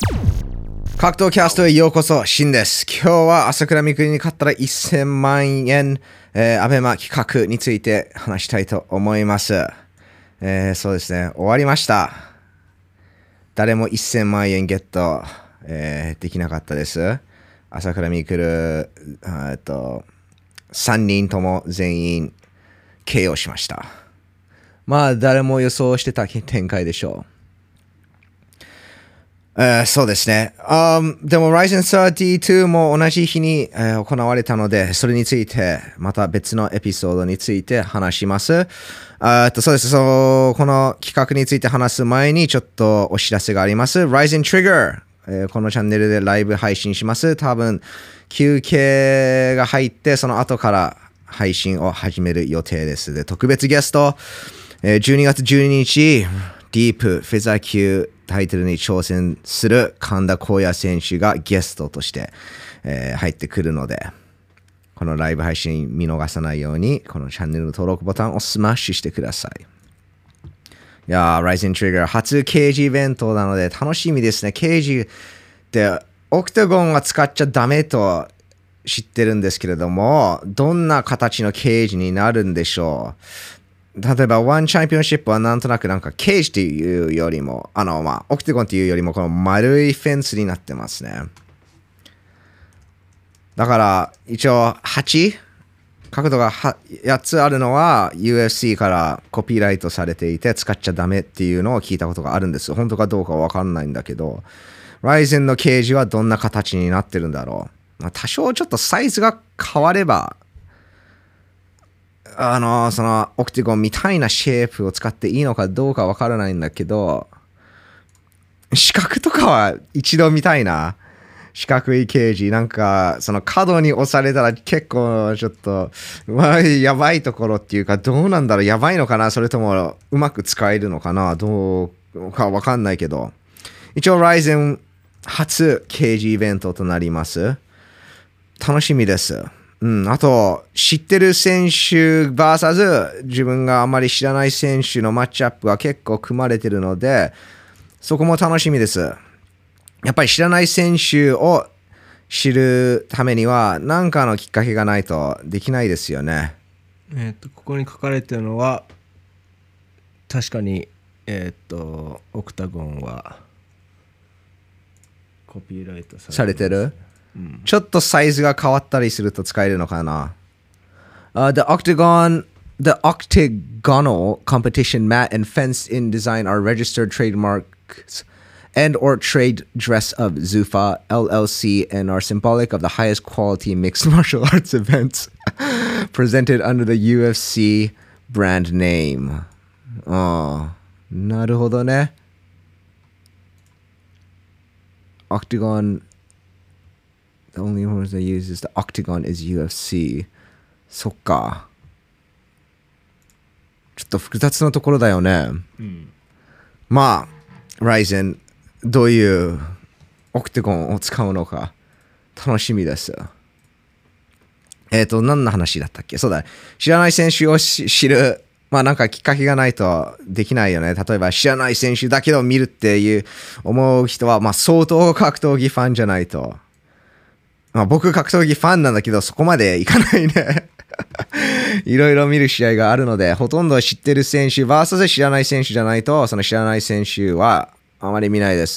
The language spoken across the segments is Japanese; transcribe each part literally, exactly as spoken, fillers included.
格闘キャストへようこそ、シンです。今日は朝倉未来に勝ったらせんまんえん、えー、アベマ企画について話したいと思います。えー、そうですね、終わりました。誰もせんまんえんゲット、えー、できなかったです。朝倉未来、えっと、さんにんとも全員 ケーオー しました。まあ、誰も予想してた展開でしょう。Uh, そうですね。Um, でも Ryzen さんじゅうにも同じ日に、uh, 行われたので、それについてまた別のエピソードについて話します。Uh, とそうです。そうこの企画について話す前にちょっとお知らせがあります。Ryzen Trigger、uh, このチャンネルでライブ配信します。多分休憩が入ってその後から配信を始める予定です。で、特別ゲスト、uh, じゅうにがつじゅうににちディープフェザー級タイトルに挑戦する神田光也選手がゲストとして、えー、入ってくるので、このライブ配信見逃さないようにこのチャンネルの登録ボタンをスマッシュしてください。いやー、Ryzen Trigger 初ケージイベントなので楽しみですね。ケージってオクタゴンは使っちゃダメと知ってるんですけれども、どんな形のケージになるんでしょう。例えば、ワンチャンピオンシップはなんとなくなんかケージっていうよりも、あの、まあ、オクタゴンっていうよりも、この丸いフェンスになってますね。だから、一応、はち? 角度がやっつあるのは ユーエフシー からコピーライトされていて、使っちゃダメっていうのを聞いたことがあるんです。本当かどうかはわかんないんだけど、Ryzen のケージはどんな形になってるんだろう。まあ、多少ちょっとサイズが変われば、あの、その、オクタゴンみたいなシェイプを使っていいのかどうかわからないんだけど、四角とかは一度見たいな。四角いケージ。なんか、その角に押されたら結構ちょっと、まあ、やばいところっていうか、どうなんだろう。やばいのかな、それともうまく使えるのかな、どうかわかんないけど。一応、Ryzen 初ケージイベントとなります。楽しみです。うん、あと、知ってる選手 ブイエス 自分があまり知らない選手のマッチアップが結構組まれてるので、そこも楽しみです。やっぱり知らない選手を知るためには何かのきっかけがないとできないですよね。 えっと、ここに書かれてるのは、確かに、えっと、オクタゴンはコピーライトされてる。ちょっとサイズが変わったりすると使えるのかな。Uh, the octagon, the octagonal competition mat and fenced-in design are registered trademarks and or trade dress of Zuffa L L C and are symbolic of the highest quality mixed martial arts events presented under the ユーエフシー brand name. ああ、なるほどね。Octagon...The only ones they use is the Octagon is ユーエフシー。そっか。ちょっと複雑なところだよね。うん、まあ、Ryzen どういうオクタゴンを使うのか楽しみです。えっと、何の話だったっけ？そうだ。知らない選手を知る。まあなんかきっかけがないとできないよね。例えば知らない選手だけど見るっていう思う人は、まあ相当格闘技ファンじゃないと。まあ、僕格闘技ファンなんだけどそこまでいかないねいろいろ見る試合があるので、ほとんど知ってる選手 ブイエス 知らない選手じゃないと、その知らない選手はあまり見ないです。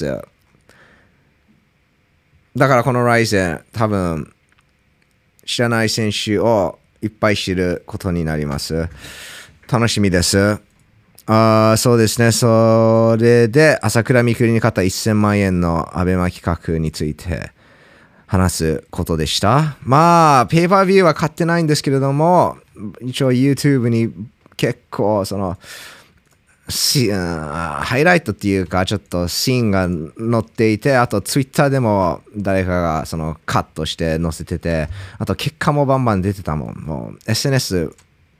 だからこの Ryzen 多分知らない選手をいっぱい知ることになります。楽しみです。あそうですね。それで朝倉未来に勝ったせんまんえんのアベマ企画について話すことでした。まあ、ペーパービューは買ってないんですけれども、一応 YouTube に結構その、ハイライトっていうか、ちょっとシーンが載っていて、あと Twitter でも誰かがそのカットして載せてて、あと結果もバンバン出てたもん。もう エスエヌエス、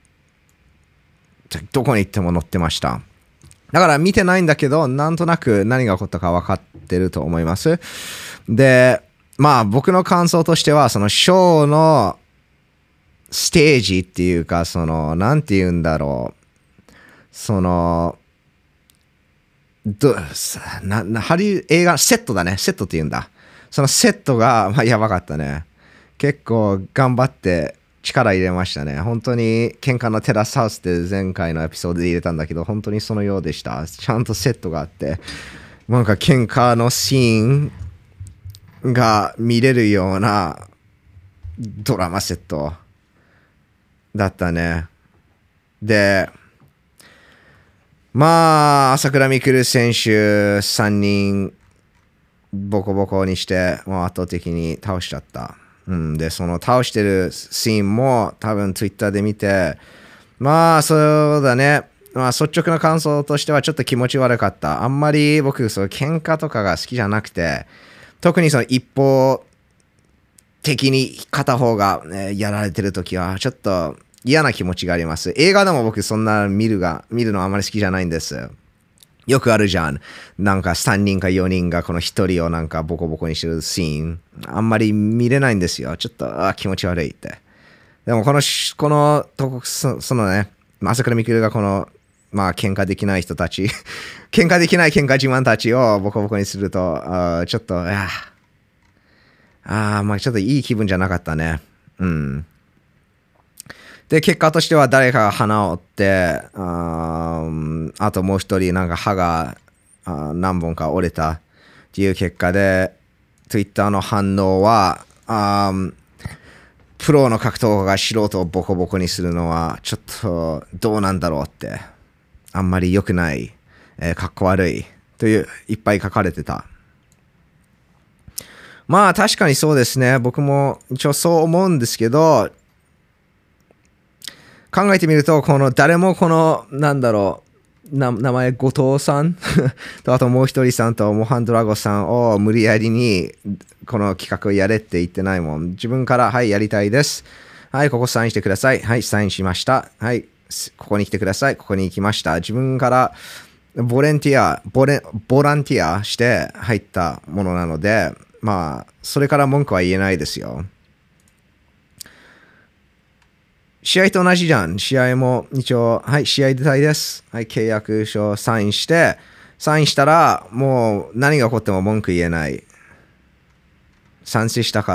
どこに行っても載ってました。だから見てないんだけど、なんとなく何が起こったか分かってると思います。で、まあ僕の感想としては、そのショーのステージっていうか、その、なんて言うんだろう。その、 どななハリ映画セットだね。セットって言うんだ。そのセットが、まあ、やばかったね。結構頑張って力入れましたね。本当に喧嘩のテラスハウスって前回のエピソードで入れたんだけど、本当にそのようでした。ちゃんとセットがあって、なんか喧嘩のシーンが見れるようなドラマセットだったね。で、まあ、朝倉未来選手さんにんボコボコにして、もう圧倒的に倒しちゃった。うん、で、その倒してるシーンも多分 Twitter で見て、まあ、そうだね。まあ、率直な感想としてはちょっと気持ち悪かった。あんまり僕、そう喧嘩とかが好きじゃなくて、特にその一方的に片方が、ね、やられてるときは、ちょっと嫌な気持ちがあります。映画でも僕そんな見るが、見るのあんまり好きじゃないんです。よくあるじゃん。なんかさんにんかよにんがこのひとりをなんかボコボコにしてるシーン。あんまり見れないんですよ。ちょっとあ気持ち悪いって。でもこの、この、そ, そのね、朝倉未来がこの、まあ喧嘩できない人たち、喧嘩できない喧嘩自慢たちをボコボコにすると、あちょっと、ああ、まあちょっといい気分じゃなかったね。うん。で、結果としては誰かが鼻を折って、あ, あともう一人なんか歯が何本か折れたっていう結果で、Twitter の反応は、あプロの格闘家が素人をボコボコにするのはちょっとどうなんだろうって、あんまり良くない、えー、かっこ悪いといういっぱい書かれてた。まあ確かにそうですね。僕も一応そう思うんですけど、考えてみると、この誰もこの、なんだろう、な名前、後藤さんと、あともう一人さんと、モハンドラゴさんを無理やりに、この企画をやれって言ってないもん。自分から、はい、やりたいです。はい、ここサインしてください。はい、サインしました。はい、ここに来てください。ここに行きました。自分から、ボレンティア、ボレ、ボランティアして入ったものなので、まあ、それから文句は言えないですよ。試合と同じじゃん。試合も一応、はい、試合出たいです。はい、契約書サインして、サインしたら、もう何が起こっても文句言えない。賛成したから。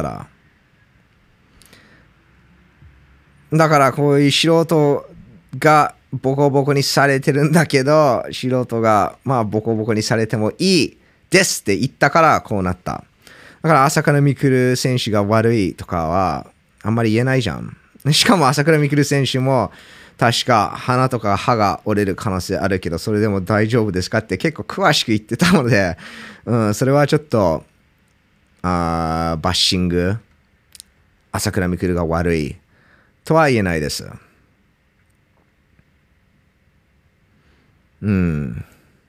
だから、こういう素人がボコボコにされてるんだけど、素人が、まあ、ボコボコにされてもいいですって言ったから、こうなった。だから、朝倉未来選手が悪いとかは、あんまり言えないじゃん。しかも朝倉未来選手も確か鼻とか歯が折れる可能性あるけど、それでも大丈夫ですかって結構詳しく言ってたので、うん、それはちょっとあバッシング、朝倉未来が悪いとは言えないです。うん。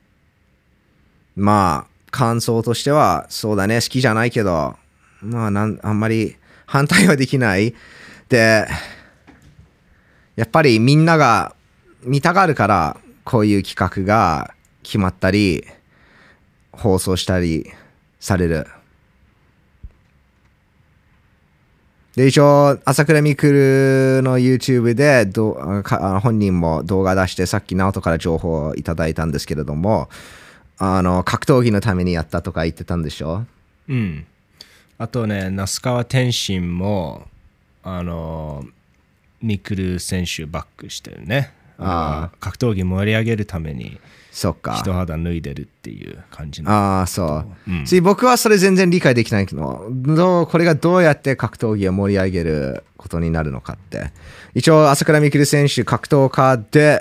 まあ感想としてはそうだね、好きじゃないけど、まあなんあんまり反対はできない。で、やっぱりみんなが見たがるからこういう企画が決まったり放送したりされる。で、一応朝倉未来の YouTube でどか本人も動画出して、さっき直人から情報をいただいたんですけれども、あの格闘技のためにやったとか言ってたんでしょ。 うん。あとね、那須川天心もあのミクル選手バックしてるね。ああ、格闘技盛り上げるためにそっか一肌脱いでるっていう感じの。 ああ、そう、 うん、 次僕はそれ全然理解できないけど、どうこれがどうやって格闘技を盛り上げることになるのかって。一応朝倉未来選手格闘家で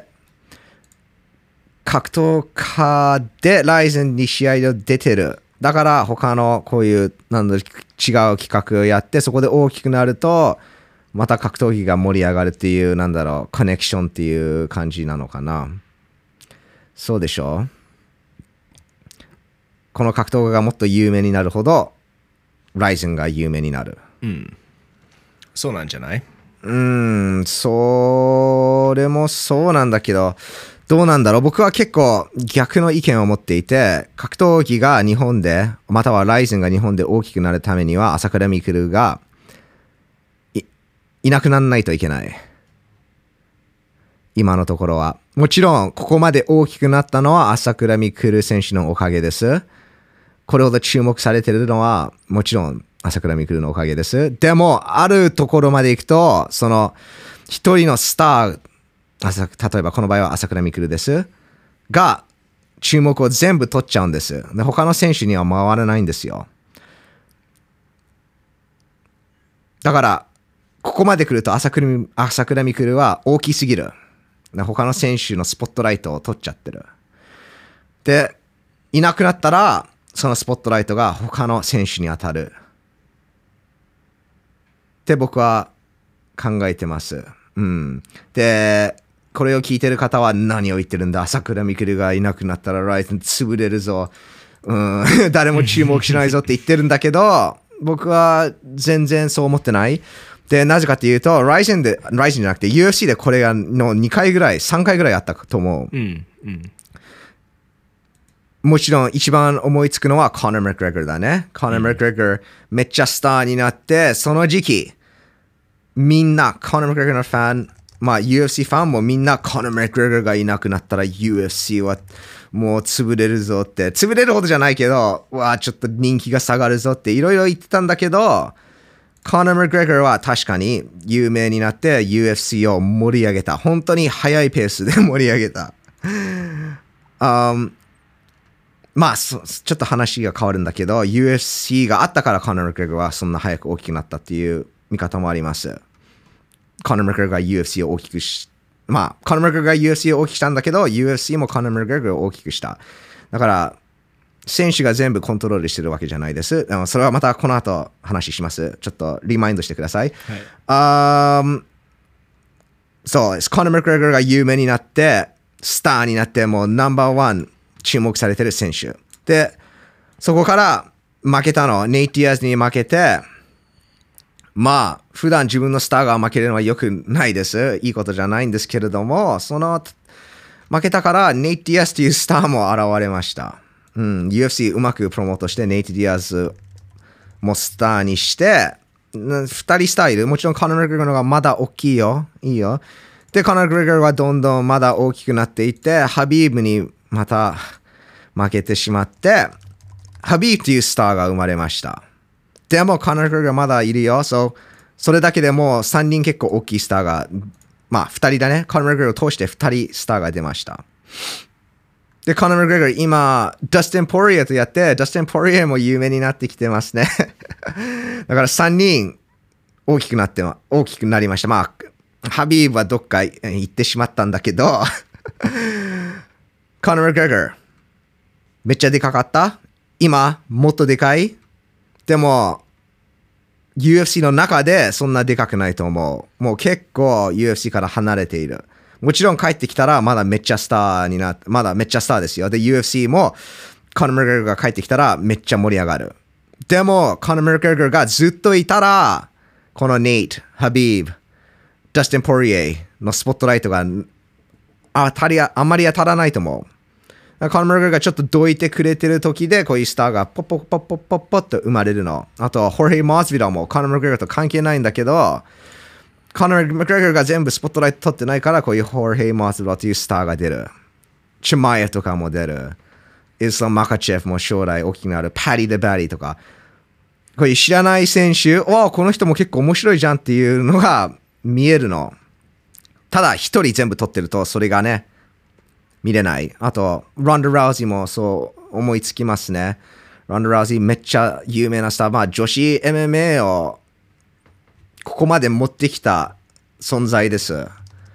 格闘家でライゼンに試合で出てる。だから他のこういうなんだ違う企画をやって、そこで大きくなるとまた格闘技が盛り上がるっていう、なんだろう、コネクションっていう感じなのかな。そうでしょ。この格闘家がもっと有名になるほどライゼンが有名になる。 うん、そうなんじゃない？ うーん、それもそうなんだけど、どうなんだろう。僕は結構逆の意見を持っていて、格闘技が日本で、またはライゼンが日本で大きくなるためには、朝倉未来がい、いなくならないといけない。 今のところは。もちろん、ここまで大きくなったのは朝倉未来選手のおかげです。これほど注目されているのは、もちろん朝倉未来のおかげです。でも、あるところまで行くと、その、一人のスター、例えばこの場合は朝倉未来です。が、注目を全部取っちゃうんです。で、他の選手には回らないんですよ。だから、ここまで来ると朝倉、朝倉未来は大きすぎる。他の選手のスポットライトを取っちゃってる。で、いなくなったら、そのスポットライトが他の選手に当たる。って僕は考えてます。うん。で、これを聞いてる方は何を言ってるんだ。朝倉未来がいなくなったらライゼン潰れるぞ。うん。誰も注目しないぞって言ってるんだけど、僕は全然そう思ってない。で、なぜかっていうと、ライゼンで、ライゼンじゃなくて ユーエフシー でこれがのにかいぐらい、さんかいぐらいあったと思う。 うんうん、 もちろん一番思いつくのはコナー・マクグレガーだね。コナー・マクグレガーめっちゃスターになって、その時期、みんなコナー・マクグレガーのファン、まあ ユーエフシー ファンもみんなコナー・マクグレガーがいなくなったら ユーエフシー はもう潰れるぞって、潰れるほどじゃないけど、わあちょっと人気が下がるぞっていろいろ言ってたんだけど、コナー・マクグレガーは確かに有名になって ユーエフシー を盛り上げた。本当に速いペースで盛り上げた。um, まあちょっと話が変わるんだけど ユーエフシー があったからコナー・マクグレガーはそんな早く大きくなったっていう見方もあります。コナー・マクグレガーが ユーエフシー を大きくし、まあコナー・マクグレガーが ユーエフシー を大きくしたんだけど ユーエフシー もコナー・マクグレガーを大きくした。だから選手が全部コントロールしてるわけじゃないです。でもそれはまたこの後話します。ちょっとリマインドしてください。はい、um, そうです。コナー・マクグレガーが有名になって、スターになって、もうナンバーワン注目されてる選手。で、そこから負けたの。ネイティアーズに負けて、まあ、普段自分のスターが負けるのは良くないです。いいことじゃないんですけれども、その負けたからネイティアーズというスターも現れました。うん、ユーエフシー うまくプロモートしてネイティアーズもスターにしてふたりスタイルもちろんコナー・マクグレガーの方がまだ大きいよいいよでコナー・マクグレガーはどんどんまだ大きくなっていってハビーブにまた負けてしまってハビーブというスターが生まれましたでもコナー・マクグレガーまだいるよ so, それだけでもさんにん結構大きいスターがまあふたりだねコナー・マクグレガーを通してふたりスターが出ましたで、コナー・マクグレガー、今、ダスティン・ポリエとやって、ダスティン・ポリエも有名になってきてますね。だからさんにん大きくなって、大きくなりました。まあ、ハビーブはどっか行ってしまったんだけど、コナー・マクグレガー、めっちゃでかかった今、もっとでかいでも、ユーエフシー の中でそんなでかくないと思う。もう結構 ユーエフシー から離れている。もちろん帰ってきたらまだめっちゃスターになって、まだめっちゃスターですよ。で、ユーエフシー もコナー・マクグレガーが帰ってきたらめっちゃ盛り上がる。でも、コナー・マクグレガーがずっといたら、このネイト、ハビーブ、ダスティン・ポリエのスポットライトが当たり、あんまり当たらないと思う。コナー・マクグレガーがちょっとどいてくれてる時で、こういうスターがポッポッポッポッポッポッと生まれるの。あと、ホーヘイ・マーズビラもコナー・マクグレガーと関係ないんだけど、コナー・マクグレガーが全部スポットライト取ってないから、こういうホーヘイ・マーズビラというスターが出る。チュマイヤとかも出る。イスラム・マカチェフも将来大きくなる。パリ・デ・バリーとか。こういう知らない選手、おこの人も結構面白いじゃんっていうのが見えるの。ただ一人全部取ってるとそれがね、見れない。あと、ロンダ・ラウジーもそう思いつきますね。ロンダ・ラウジーめっちゃ有名なスター。まあ女子 エムエムエー をここまで持ってきた存在です。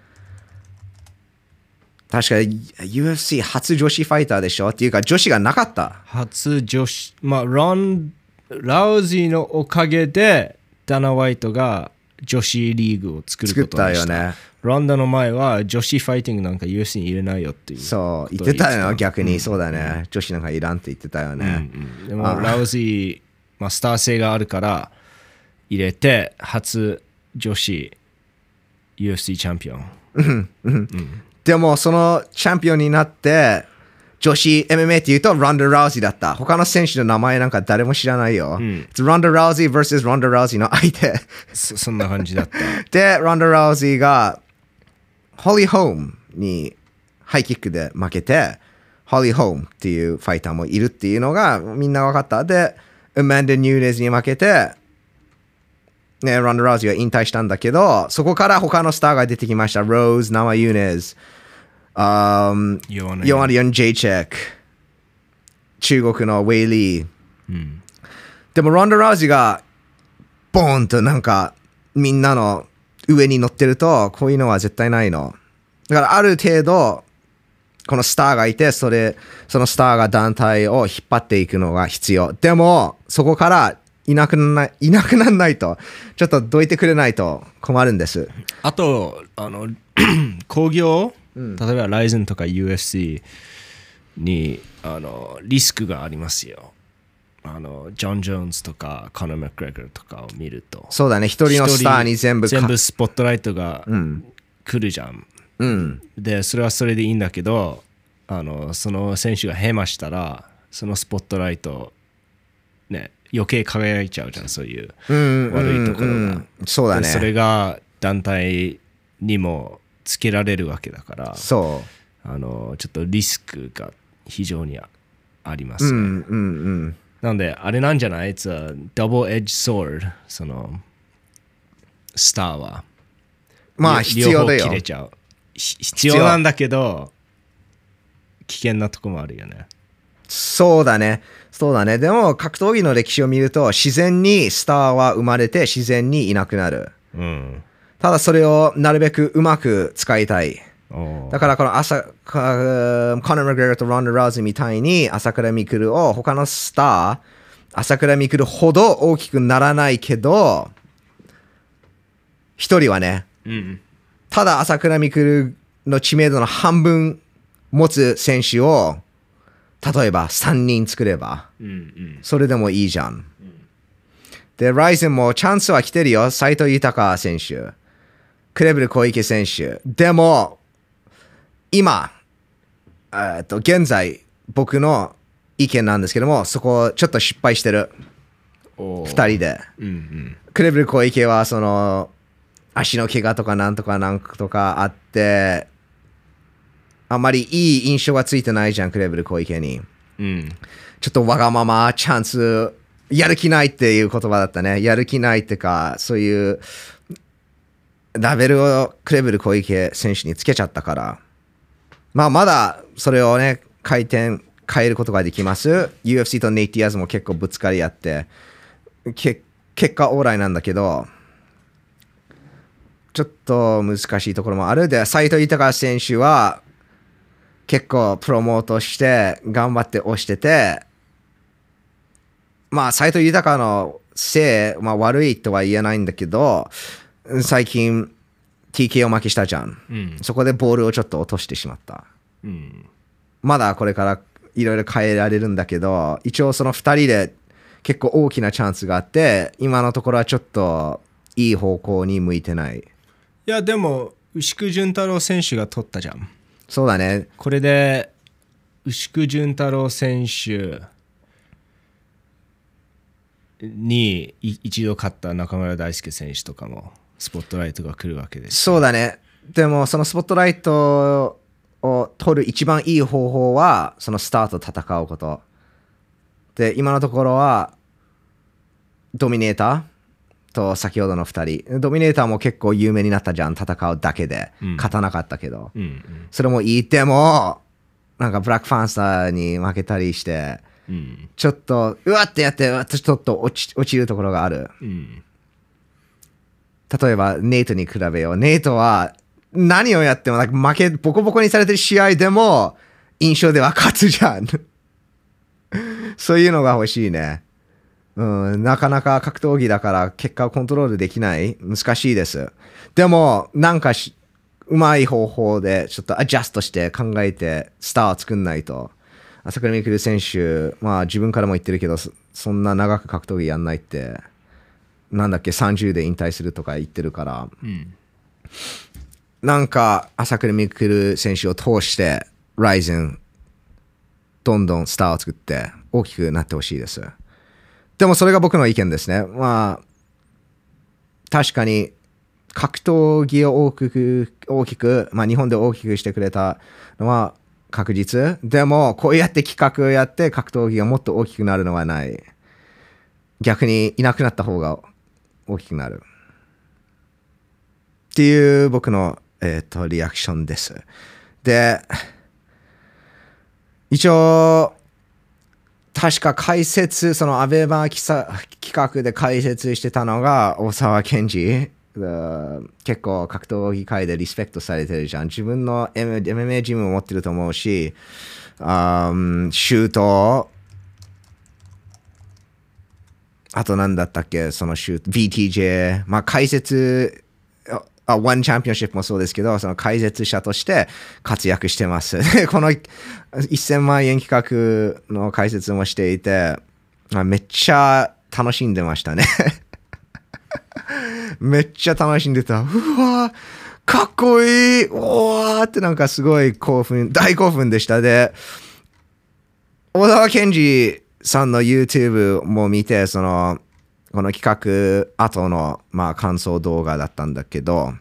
確か ユーエフシー 初女子ファイターでしょっていうか女子がなかった。 初女子、まあロン・ラウジーのおかげでダナ・ホワイトが女子リーグを作ることにした。 作ったよね。 ロンダの前は女子ファイティングなんか ユーエフシー に入れないよっていう。 そう言ってたよ逆に、うん、そうだね、うん、女子なんかいらんって言ってたよね。 うんうん、でもラウジー、まあ、スター性があるから入れて初女子 ユーエフシー チャンピオン。 うんうん、でもそのチャンピオンになって女子 エムエムエー って言うとロンダ・ラウジーだった。他の選手の名前なんか誰も知らないよ。うん、ロンダ・ラウジー vs ロンダ・ラウジーの相手そ。そんな感じだった。 で、ロンダ・ラウジーがホリー・ホームにハイキックで負けて、ホリー・ホームっていうファイターもいるっていうのがみんな分かった。で、アマンダ・ニューレズに負けて、ね、ロンダ・ラウジが引退したんだけど、そこから他のスターが出てきました。ローズ、ナワ・ユネズ、ヨアナ・ヨン・ジェイチェック、中国のウェイリー。うん、でもロンダ・ラウジがボーンとなんかみんなの上に乗ってると、こういうのは絶対ないの。だからある程度、このスターがいて、それ、そのスターが団体を引っ張っていくのが必要。でも、そこからいなくならない、いなくならないと、ちょっとどいてくれないと困るんです。 あと、あの、興行、うん、例えばライゼンとか ユーエフシー に、あの、リスクがありますよ。あのジョン・ジョーンズとかコナー・マクグレガーとかを見ると、 そうだね、一人のスターに全部全部スポットライトが来るじゃん、うん、でそれはそれでいいんだけど、あのその選手がヘマしたらそのスポットライトね余計輝いちゃうじゃん、そういう悪いところが、うんうんうん、 そうだね、 それが団体にもつけられるわけだから、 そうあのちょっとリスクが非常にあります、ね、 うんうんうんなんで、あれなんじゃない？ It's a double edged sword。その、スターは。 まあ、必要だよ。 両方切れちゃう。必要なんだけど、危険なとこもあるよね。 そうだね。そうだね。でも、格闘技の歴史を見ると、自然にスターは生まれて、自然にいなくなる。うん、ただ、それをなるべくうまく使いたい。だからこの朝コナー・マクグレガーとロンダ・ラウズみたいに朝倉未来を他のスター朝倉未来ほど大きくならないけど一人はね、うん、ただ朝倉未来の知名度の半分持つ選手を例えばさんにん作れば、うんうん、それでもいいじゃん、うん、でライゼンもチャンスは来てるよ。斉藤豊選手、クレブル小池選手。でも今、えっと、現在、僕の意見なんですけども、そこちょっと失敗してる。二人で。うんうん、クレブル小池は、その、足の怪我とかなんとかなんとかあって、あんまりいい印象がついてないじゃん、クレブル小池に。うん、ちょっとわがまま、チャンス、やる気ないっていう言葉だったね。やる気ないってか、そういう、ラベルをクレブル小池選手につけちゃったから。まあまだそれをね回転変えることができます。 ユーエフシー とネイティアーズも結構ぶつかり合ってけ結果オーライなんだけどちょっと難しいところもある。で斉藤豊選手は結構プロモートして頑張って押してて、まあ斉藤豊のせい、まあ、悪いとは言えないんだけど最近ティーケー を負けしたじゃん、うん、そこでボールをちょっと落としてしまった、うん、まだこれからいろいろ変えられるんだけど一応そのふたりで結構大きなチャンスがあって今のところはちょっといい方向に向いてない。いやでも牛久潤太郎選手が取ったじゃん。 そうだね。 これで牛久潤太郎選手に一度勝った中村大輔選手とかもスポットライトが来るわけです。 そうだね。でもそのスポットライトを取る一番いい方法はそのスターと戦うことで、今のところはドミネーターと先ほどのふたり、ドミネーターも結構有名になったじゃん、戦うだけで、うん、勝たなかったけど、うんうん、それもいい。でもなんかブラックファンスターに負けたりして、うん、ちょっとうわってやって私ちょっと落ち、落ちるところがある、うん、例えばネイトに比べよう。ネイトは何をやってもなんか負けボコボコにされてる試合でも印象では勝つじゃんそういうのが欲しいね、うん、なかなか格闘技だから結果をコントロールできない難しいです。でもなんかしうまい方法でちょっとアジャストして考えてスターを作んないと。朝倉未来選手、まあ自分からも言ってるけど そ, そんな長く格闘技やんないってなんだっけさんじゅうで引退するとか言ってるから、うん、なんか朝倉未来選手を通してライゼンどんどんスターを作って大きくなってほしいです。でもそれが僕の意見ですね。まあ確かに格闘技を大きく、大きく、まあ日本で大きくしてくれたのは確実。でも、こうやって企画をやって格闘技がもっと大きくなるのはない。逆にいなくなった方が大きくなる。っていう僕の、えっと、リアクションです。で、一応、確か解説、そのアベマ企画で解説してたのが大沢健二。結構格闘技界でリスペクトされてるじゃん。自分の エムエムエー ジムを持ってると思うし、あシュート、あと何だったっけ、そのシュート、ビーティージェー、まあ解説、あ、ワンチャンピオンシップもそうですけど、その解説者として活躍してます。このせんまんえん企画の解説もしていて、めっちゃ楽しんでましたね。めっちゃ楽しんでた。うわかっこいい、おーってなんかすごい興奮、大興奮でした。で、小沢健二さんの YouTube も見て、その、この企画後の、まあ、感想動画だったんだけど、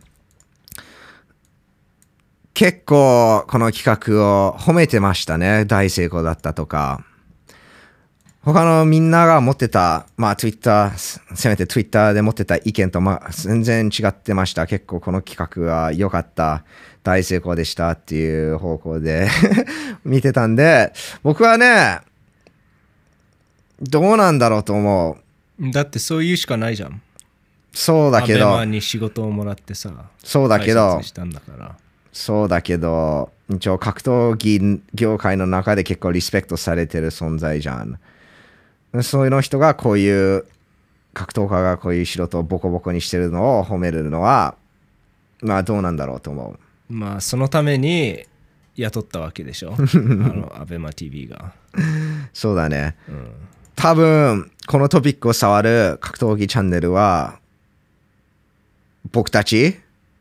結構この企画を褒めてましたね。大成功だったとか。他のみんなが持ってた、まあ Twitter、せめて Twitter で持ってた意見とまあ全然違ってました。結構この企画は良かった。大成功でしたっていう方向で見てたんで、僕はね、どうなんだろうと思う。だってそういうしかないじゃん。 そうだけど。 アベマに仕事をもらってさ。 そうだけど。 したんだから。 そうだけど、一応格闘技業界の中で結構リスペクトされてる存在じゃん。そういうの人がこういう格闘家がこういう仕事をボコボコにしてるのを褒めるのは、まあどうなんだろうと思う。 まあそのために雇ったわけでしょ。あのアベマ ティーブイ が。 そうだね。 うん、 多分このトピックを触る格闘技チャンネルは僕たち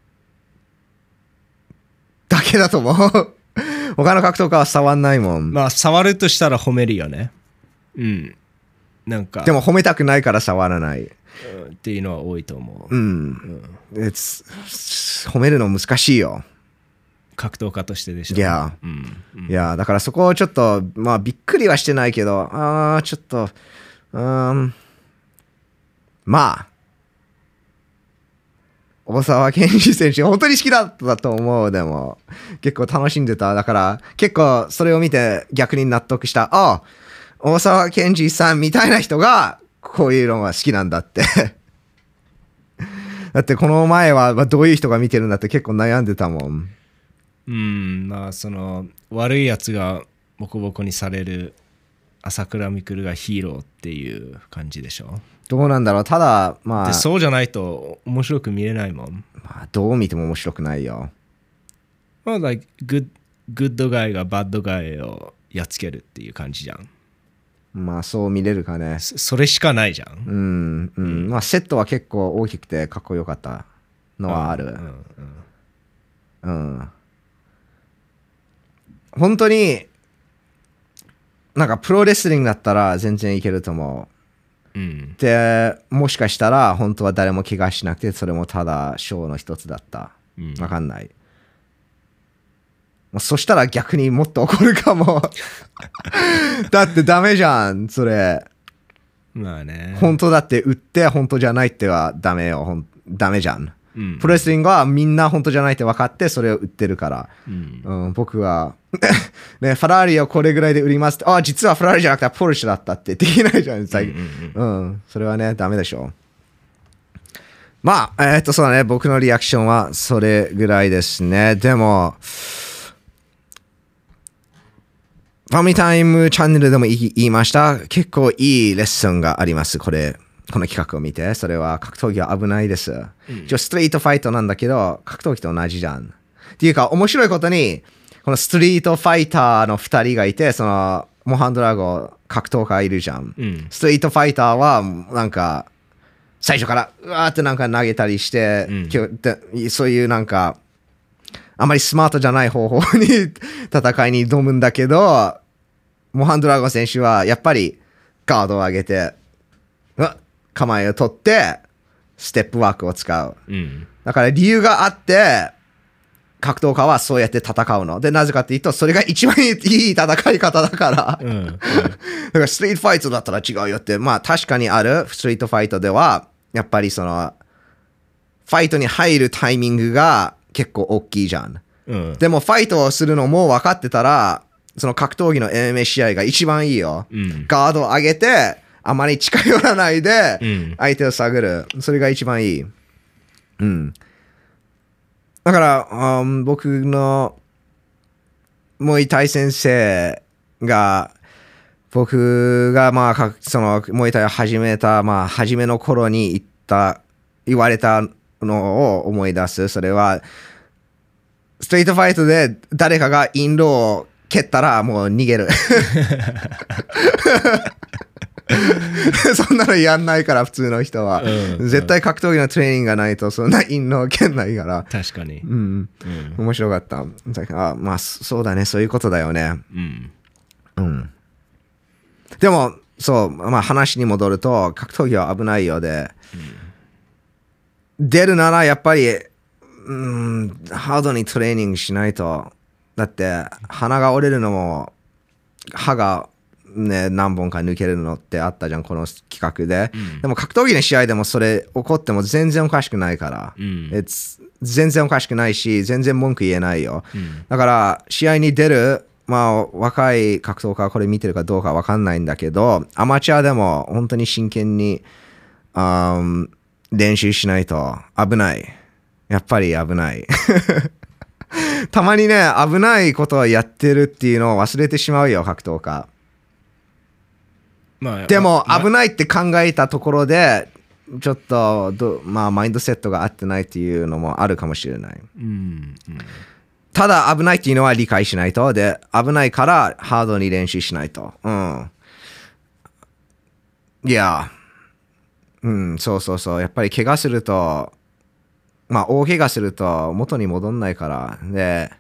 だけだと思う。他の格闘家は触んないもん。 まあ触るとしたら褒めるよね。うん。なんか。 でも褒めたくないから触らない。 っていうのは多いと思う。うん。うん、褒めるの難しいよ。 格闘家としてでしょ。 いや、 うんうん、 いや、だからそこをちょっと、まあびっくりはしてないけど、ああ、ちょっと、うん、まあ、大沢健二選手、本当に好きだったと思う、でも。結構楽しんでた。だから、結構それを見て逆に納得した。ああ、大沢健二さんみたいな人が、こういうのが好きなんだって。だってこの前はどういう人が見てるんだって結構悩んでたもん。 うん、まあその、悪いやつがボコボコにされる朝倉未来がヒーローっていう感じでしょ。 どうなんだろう。ただ、まあ。 でそうじゃないと面白く見れないもん。 まあ、どう見ても面白くないよ。 まあ、like, good, good guy が bad guy をやっつけるっていう感じじゃん。 まあ、そう見れるかね。 そ, それしかないじゃん。 うん、うん。うん、まあ、セットは結構大きくてかっこよかったのはある。うん。うん、うん、本当に、なんかプロレスリングだったら全然いけると思う。うん、でもしかしたら本当は誰も怪我しなくてそれもただショーの一つだった、うん、分かんない。そしたら逆にもっと怒るかも。だってダメじゃんそれ。 まあね、 本当だって売って本当じゃないってはダメよ。ほんダメじゃん、うん、プロレスリングはみんな本当じゃないって分かってそれを売ってるから、うんうん、僕はね、ファラーリをこれぐらいで売りますって、あ、実はファラーリじゃなくてポルシェだったってできないじゃん。うん、うんうん、それはね、ダメでしょ。まあ、えー、っと、そうだね、僕のリアクションはそれぐらいですね。でも、ファミタイムチャンネルでも言いました。結構いいレッスンがあります。これ、この企画を見て。それは格闘技は危ないです。うん、一応ストリートファイトなんだけど、格闘技と同じじゃん。っていうか、面白いことに、このストリートファイターのふたりがいて、そのモハンドラゴ格闘家いるじゃん、うん、ストリートファイターはなんか最初からうわーってなんか投げたりして、うん、そういうなんかあまりスマートじゃない方法に戦いに挑むんだけど、モハンドラゴン選手はやっぱりガードを上げて構えを取ってステップワークを使う。 うん、 だから理由があって、格闘家はそうやって戦うの。で、なぜかっていうと、それが一番いい戦い方だから。 うんうん、 だからストリートファイトだったら違うよって、まあ確かにあるストリートファイトでは、やっぱりその、ファイトに入るタイミングが結構大きいじゃん。 うん、 でもファイトをするのも分かってたら、その格闘技の エムエムエー 試合が一番いいよ。 うん、 ガードを上げて、あまり近寄らないで、 うん、 相手を探る。それが一番いい。うん。だから、うん、僕のモイタイ先生が、僕がまあ、そのモイタイを始めた、まあ、初めの頃に言った、言われたのを思い出す。それは、ストリートファイトで誰かがインローを蹴ったらもう逃げる。そんなのやんないから普通の人は、うん、絶対格闘技のトレーニングがないとそんなインロー蹴んないから。 確かに、 うんうん、面白かった。あ、まあそうだね、そういうことだよね。 うんうん、でもそうまあ話に戻ると格闘技は危ないようで、うん、出るならやっぱり、うん、ハードにトレーニングしないと。だって鼻が折れるのも歯がね、何本か抜けるのってあったじゃん、この企画で、うん、でも格闘技の試合でもそれ起こっても全然おかしくないから、うん、全然おかしくないし全然文句言えないよ、うん、だから試合に出る、まあ若い格闘家はこれ見てるかどうか分かんないんだけど、アマチュアでも本当に真剣にあ練習しないと危ない。やっぱり危ないたまにね、危ないことをやってるっていうのを忘れてしまうよ、格闘家。まあ、でも、まあ、危ないって考えたところで、ちょっとど、まあ、マインドセットが合ってないっていうのもあるかもしれない。 うんうん、 ただ、危ないっていうのは理解しないと。で、危ないからハードに練習しないと。うん。いや、うん、そうそうそう。やっぱり怪我すると、まあ、大怪我すると元に戻んないから。で、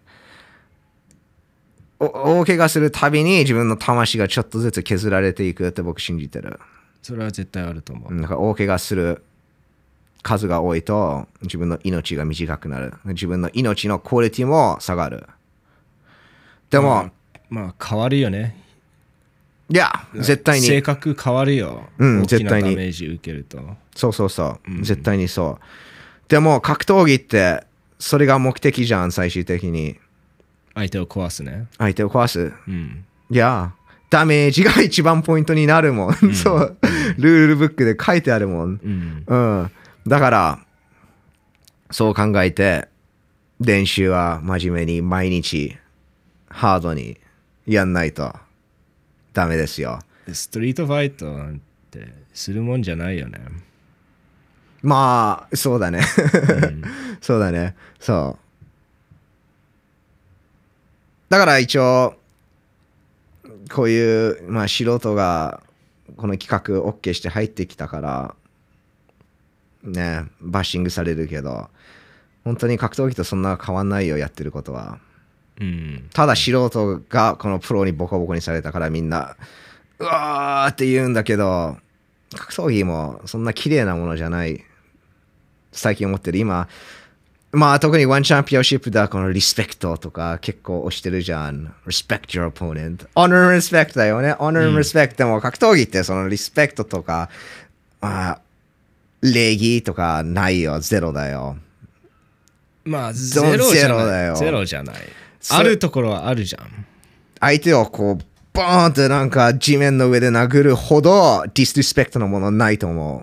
大怪我するたびに自分の魂がちょっとずつ削られていくって僕信じてる。 それは絶対あると思う。 だから大怪我する数が多いと自分の命が短くなる。自分の命のクオリティも下がる。でも、 まあ、まあ変わるよね。 いや、絶対に。 性格変わるよ。うん、絶対に。大きなダメージ受けると。 そうそうそう。うん、絶対にそう。でも格闘技ってそれが目的じゃん、最終的に。 相手を壊すね。 相手を壊す。 うん、 いや、ダメージが一番ポイントになるもん。うん、そう、ルールブックで書いてあるもん。 うんうん、だから、そう考えて、練習は真面目に毎日ハードにやんないとダメですよ。 ストリートファイトなんてするもんじゃないよね。 まあ、そうだね。うん、そうだね。そう。だから一応、こういう、まあ、素人がこの企画 OK して入ってきたから、ね、バッシングされるけど、本当に格闘技とそんな変わんないよ、やってることは。 うん、 ただ素人がこのプロにボコボコにされたからみんな、うわーって言うんだけど、格闘技もそんな綺麗なものじゃない。最近思ってる。今、まあ特にワンチャンピオンシップではこのリスペクトとか結構推してるじゃん。respect your opponent. honor and respect だよね。honor and respect、うん、でも格闘技ってそのリスペクトとか、まあ、礼儀とかないよ。ゼロだよ。 まあゼロじゃない。だよゼロじゃない。あるところはあるじゃん。 相手をこう、ボーンってなんか地面の上で殴るほどディスリスペクトのものないと思う。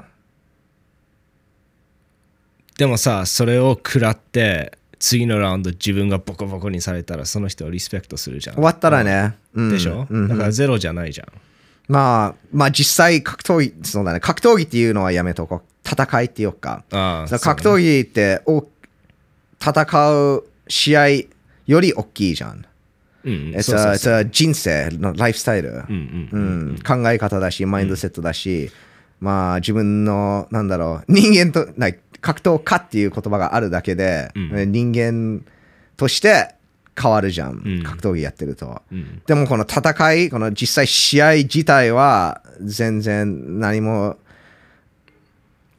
でもさ、それを食らって次のラウンド自分がボコボコにされたらその人をリスペクトするじゃん。 終わったらね。 うん、でしょ、うん、だからゼロじゃないじゃん。 まあ、まあ実際格闘技、そうだね。格闘技っていうのはやめとこう。戦いっていうか。 ああ、 格闘技ってお戦う試合より大きいじゃん。 うん、 そうそうそう。人生のライフスタイル、 うんうんうんうん、 考え方だし、マインドセットだし、うん、まあ自分の、なんだろう、人間と、like格闘家っていう言葉があるだけで、うん、人間として変わるじゃん、うん、格闘技やってると、 うん、 でもこの戦い、この実際試合自体は全然何も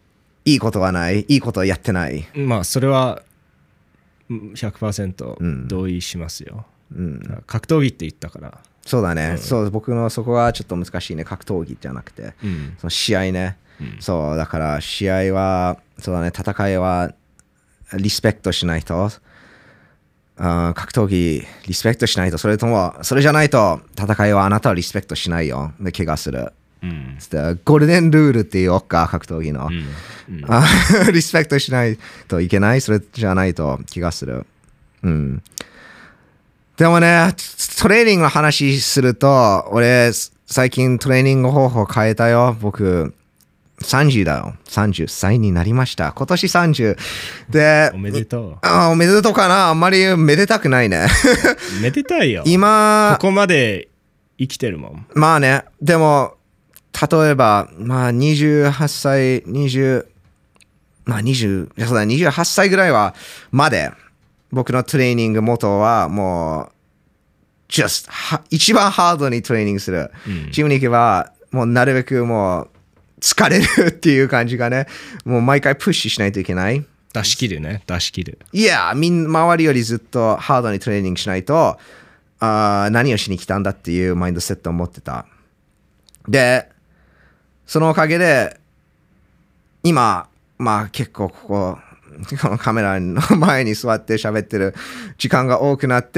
いいことはない。いいことはやってない。 まあそれは ひゃくパーセント 同意しますよ、うん、格闘技って言ったからそうだね、うん、そう僕のそこはちょっと難しいね。格闘技じゃなくて、うん、その試合ね、うん、そうだから試合はそうだね、戦いはリスペクトしないと、あ格闘技リスペクトしないと、それともそれじゃないと戦いはあなたはリスペクトしないよで怪我する、うん、ゴールデンルールっていうか格闘技の、うんうん、リスペクトしないといけない。それじゃないと気がする、うん、でもねトレーニングの話すると俺最近トレーニング方法変えたよ。僕さんじゅうだよ。さんじゅっさいになりました。今年さんじゅうでおめでとう。 あおめでとうかな。あんまりめでたくないねめでたいよ。 今ここまで生きてるもん。 まあね、でも例えば、まあ、にじゅうはっさい、にじゅう、まあ、にじゅう、そうだ、にじゅうはっさいぐらいは、まで、僕のトレーニング元は、もう、just、一番ハードにトレーニングする。うん、ジムに行けば、もう、なるべくもう、疲れるっていう感じがね、もう、毎回プッシュしないといけない。 出し切るね、出し切る。 いや、みんな、周りよりずっとハードにトレーニングしないと、あ何をしに来たんだっていうマインドセットを持ってた。で、そのおかげで、今、まあ結構ここ、このカメラの前に座って喋ってる時間が多くなって、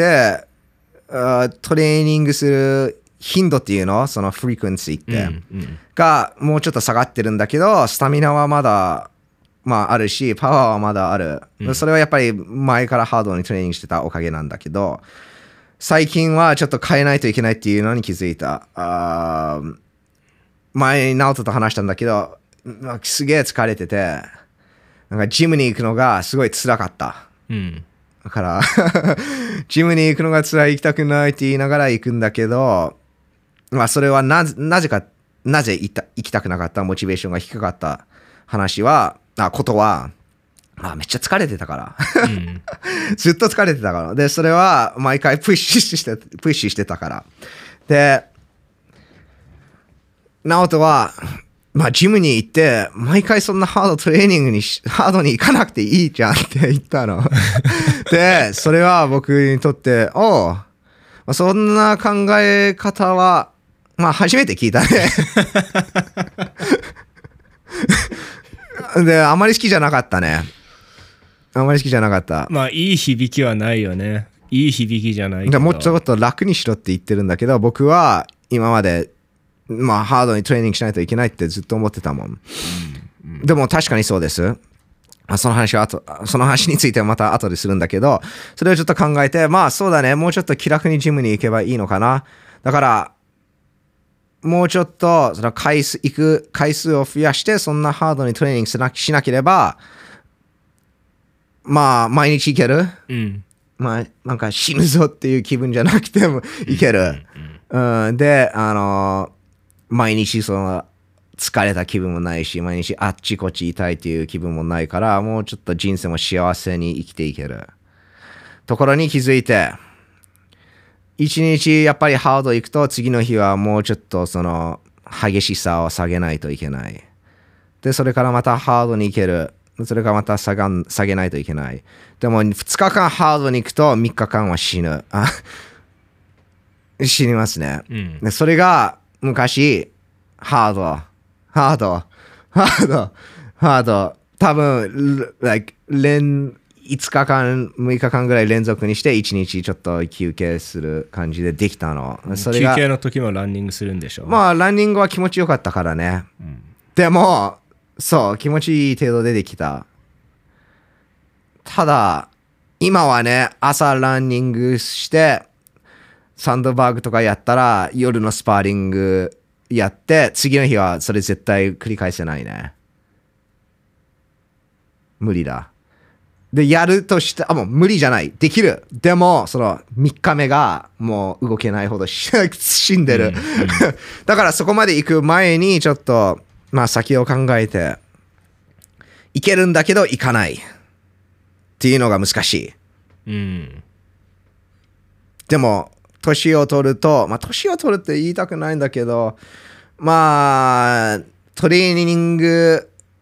トレーニングする頻度っていうの、そのフリクエンシーって、うんうん、がもうちょっと下がってるんだけど、スタミナはまだ、まああるし、パワーはまだある。うん、それはやっぱり前からハードにトレーニングしてたおかげなんだけど、最近はちょっと変えないといけないっていうのに気づいた。あ前にナオトと話したんだけど、すげえ疲れてて、なんかジムに行くのがすごい辛かった。うん、だからジムに行くのが辛い、行きたくないって言いながら行くんだけど、まあそれはなぜ、なぜか、なぜ行った行きたくなかった、モチベーションが低かった話は、あ、ことは、まあめっちゃ疲れてたから、うん、ずっと疲れてたから。で、それは毎回プッシュして、プッシュしてたから。で、ナオトは、まあ、ジムに行って、毎回そんなハードトレーニングにし、ハードに行かなくていいじゃんって言ったの。で、それは僕にとって、おう、まあ、そんな考え方は、まあ、初めて聞いたね。で、あまり好きじゃなかったね。あまり好きじゃなかった。 まあ、いい響きはないよね。いい響きじゃないけど。 もうちょっと楽にしろって言ってるんだけど、僕は今まで、まあ、ハードにトレーニングしないといけないってずっと思ってたもん。うんうん、でも確かにそうです。その話は後、その話についてはまた後でするんだけど、それをちょっと考えて、まあそうだね、もうちょっと気楽にジムに行けばいいのかな。だから、もうちょっとその回数、行く回数を増やして、そんなハードにトレーニングしなしなければ、まあ、毎日行ける。うん、まあ、なんか死ぬぞっていう気分じゃなくてもいける。うんうん、で、あの、毎日その疲れた気分もないし、毎日あっちこっち痛いっていう気分もないから、もうちょっと人生も幸せに生きていけるところに気づいて、一日やっぱりハード行くと次の日はもうちょっとその激しさを下げないといけない。で、それからまたハードに行ける。それからまた下が下げないといけない。でもふつかかんハードに行くとみっかかんは死ぬ。死にますね。うん、でそれが昔、ハード、ハード、ハード、ハード、多分、like、連、いつかかん、むいかかんぐらい連続にして、いちにちちょっと休憩する感じでできたの。 それが休憩の時もランニングするんでしょ？ まあ、ランニングは気持ちよかったからね。うん、でも、そう、気持ちいい程度でできた。ただ、今はね、朝ランニングして、サンドバーグとかやったら夜のスパーリングやって次の日はそれ絶対繰り返せないね。無理だ。でやるとしてあもう無理じゃないできる。でもそのみっかめがもう動けないほど死んでる、うんうん、だからそこまで行く前にちょっとまあ先を考えていけるんだけど行かないっていうのが難しい、うん、でも年を取ると、まあ、年を取るって言いたくないんだけど、まあ、トレーニング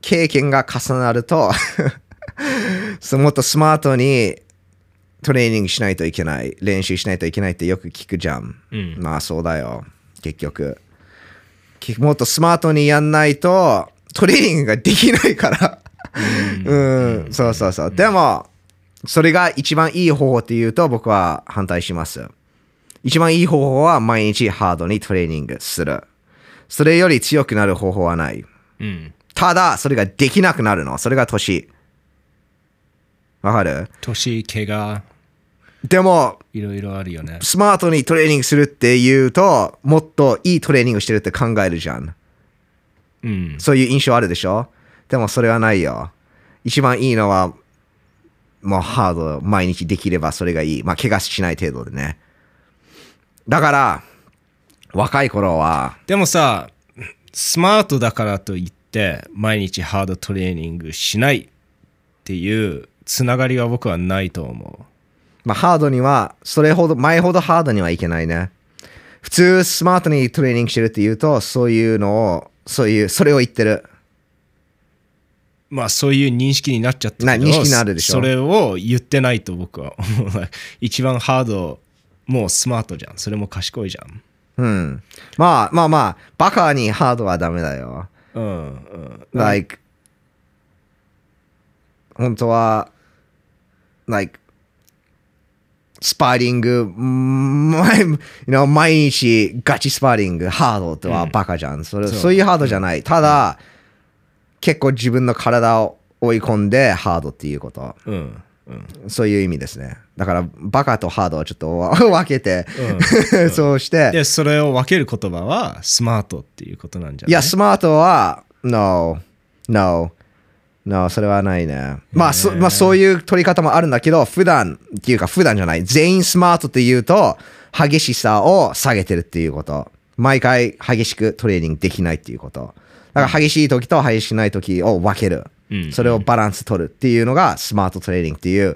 経験が重なるともっとスマートにトレーニングしないといけない、練習しないといけないってよく聞くじゃん、 うん、 まあそうだよ結局。もっとスマートにやんないとトレーニングができないからうん、うん、そうそうそう、うん、でもそれが一番いい方法っていうと僕は反対します。一番いい方法は毎日ハードにトレーニングする。それより強くなる方法はない、 うん、 ただそれができなくなるの、それが年。わかる？ 年、怪我、 でもいろいろあるよね。 スマートにトレーニングするっていうともっといいトレーニングしてるって考えるじゃん、 うん、 そういう印象あるでしょ。でもそれはないよ。一番いいのはもうハード毎日できればそれがいい。まあ怪我しない程度でね。だから若い頃は。 でもさ、スマートだからといって毎日ハードトレーニングしないっていうつながりは僕はないと思う。 まあハードにはそれほど前ほどハードにはいけないね。普通スマートにトレーニングしてるっていうとそういうのをそういうそれを言ってる。 まあそういう認識になっちゃってるけど、 認識になるでしょ。 それを言ってないと僕は思う。一番ハードもうスマートじゃん。それも賢いじゃん。 うん。まあまあまあバカにハードはダメだよ。 うんうん。 like 本当は like スパーリング毎, you know, 毎日ガチスパーリングハードとはバカじゃん、うん、それ そ, そういうハードじゃない。ただ、うん、結構自分の体を追い込んでハードっていうこと、 うんうん、 そういう意味ですね。だからバカとハードをちょっと分けて、うん、そうしてでそれを分ける言葉はスマートっていうことなんじゃない？ いやスマートは no no no それはないね。まあ、そまあそういう取り方もあるんだけど普段っていうか普段じゃない全員スマートっていうと激しさを下げてるっていうこと。毎回激しくトレーニングできないっていうこと。だから激しい時と激しくない時を分ける、うん、それをバランス取るっていうのがスマートトレーニングっていう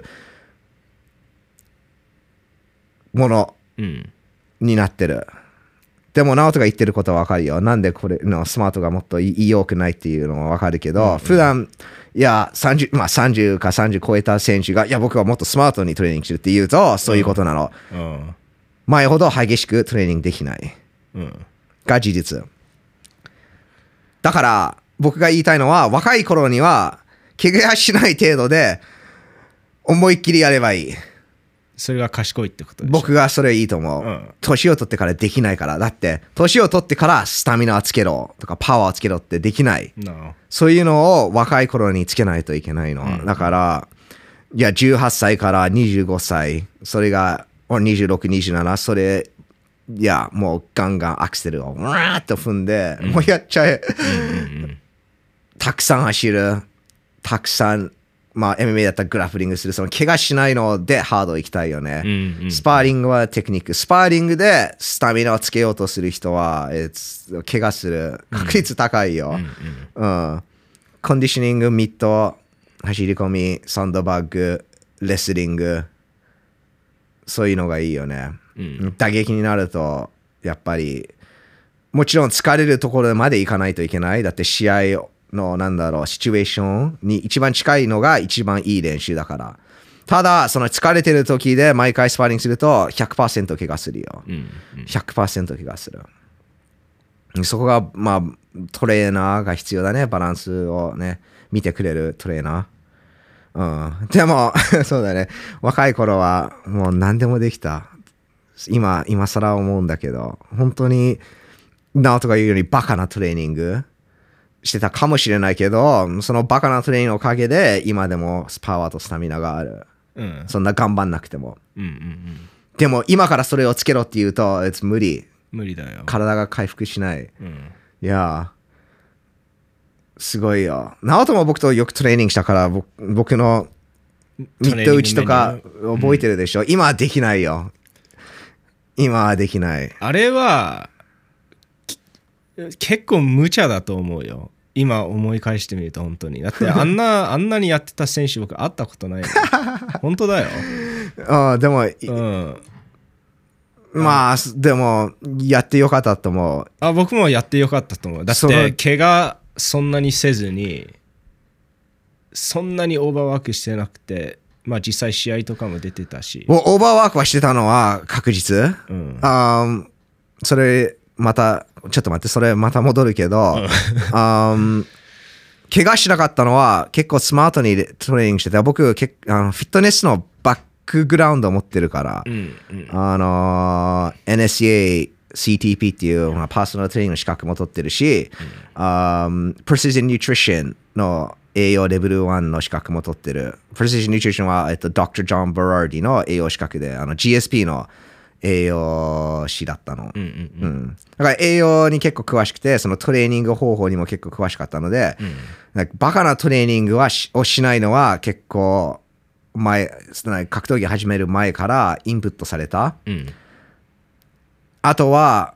ものになってる。でもナオトが言ってることは分かるよ。なんでこれのスマートがもっと良くないっていうのは分かるけど、うんうん、普段いや30、まあ、さんじゅうかさんじゅう超えた選手がいや僕はもっとスマートにトレーニングするって言うとそういうことなの、うんうん、前ほど激しくトレーニングできない、うん、が事実だから。僕が言いたいのは若い頃には怪我しない程度で思いっきりやればいい。 それが賢いってことでしょ。 僕がそれいいと思う、うん、年を取ってからできないから。だって年を取ってからスタミナをつけろとかパワーをつけろってできない、 no. そういうのを若い頃につけないといけないの、うん、だからいやじゅうはっさいからにじゅうごさいそれがにじゅうろく、にじゅうななそれいやもうガンガンアクセルをわーっと踏んで、うん、もうやっちゃえ、うんうんうんたくさん走る、たくさん、まあ、エムエムエー だったらグラップリングする、その怪我しないのでハード行きたいよね、うんうん。スパーリングはテクニック。スパーリングでスタミナをつけようとする人は、怪我する確率高いよ、うんうんうん。コンディショニング、ミット、走り込み、サンドバッグ、レスリング、そういうのがいいよね。うん、打撃になると、やっぱり、もちろん疲れるところまで行かないといけない。だって試合をのなんだろうシチュエーションに一番近いのが一番いい練習だから。ただその疲れてる時で毎回スパーリングすると ひゃくパーセント 怪我するよ、うんうん、ひゃくパーセント 怪我する。そこがまあトレーナーが必要だね。バランスをね見てくれるトレーナー、うん、でもそうだね若い頃はもう何でもできた。今今更思うんだけど本当にナオトが言うようにバカなトレーニングしてたかもしれないけどそのバカなトレーニングのおかげで今でもパワーとスタミナがある、うん、そんな頑張んなくても、うんうんうん、でも今からそれをつけろって言うと無理無理だよ。 体が回復しない、 うん、 いやすごいよ。ナオトも僕とよくトレーニングしたから僕、僕のミッド打ちとか覚えてるでしょ、うん、今はできないよ。今はできない。 あれは結構無茶だと思うよ。今思い返してみると本当に。だってあんなあんなにやってた選手僕会ったことないよ。本当だよ。 ああでも、 うん、 まあでもやってよかったと思う。 あ僕もやってよかったと思う。だって怪我そんなにせずにそんなにオーバーワークしてなくて、まあ実際試合とかも出てたし。 もうオーバーワークはしてたのは確実。うん、あそれ、また、ちょっと待って、それまた戻るけど、あ怪我しなかったのは結構スマートにトレーニングしてて、僕結あのフィットネスのバックグラウンドを持ってるから、うんうん、あの エヌエスイエー、シーティーピー っていう、まあ、パーソナルトレーニングの資格も取ってるし、うん、um, Precision Nutrition の栄養レベルワンの資格も取ってる。Precision Nutrition は、えっと、ドクター John Berardi の栄養資格で、あの ジーエスピー の栄養士だったの、うんうんうんうん。だから栄養に結構詳しくて、そのトレーニング方法にも結構詳しかったので、うん、なんかバカなトレーニングはしをしないのは結構前、格闘技始める前からインプットされた。うんあとは、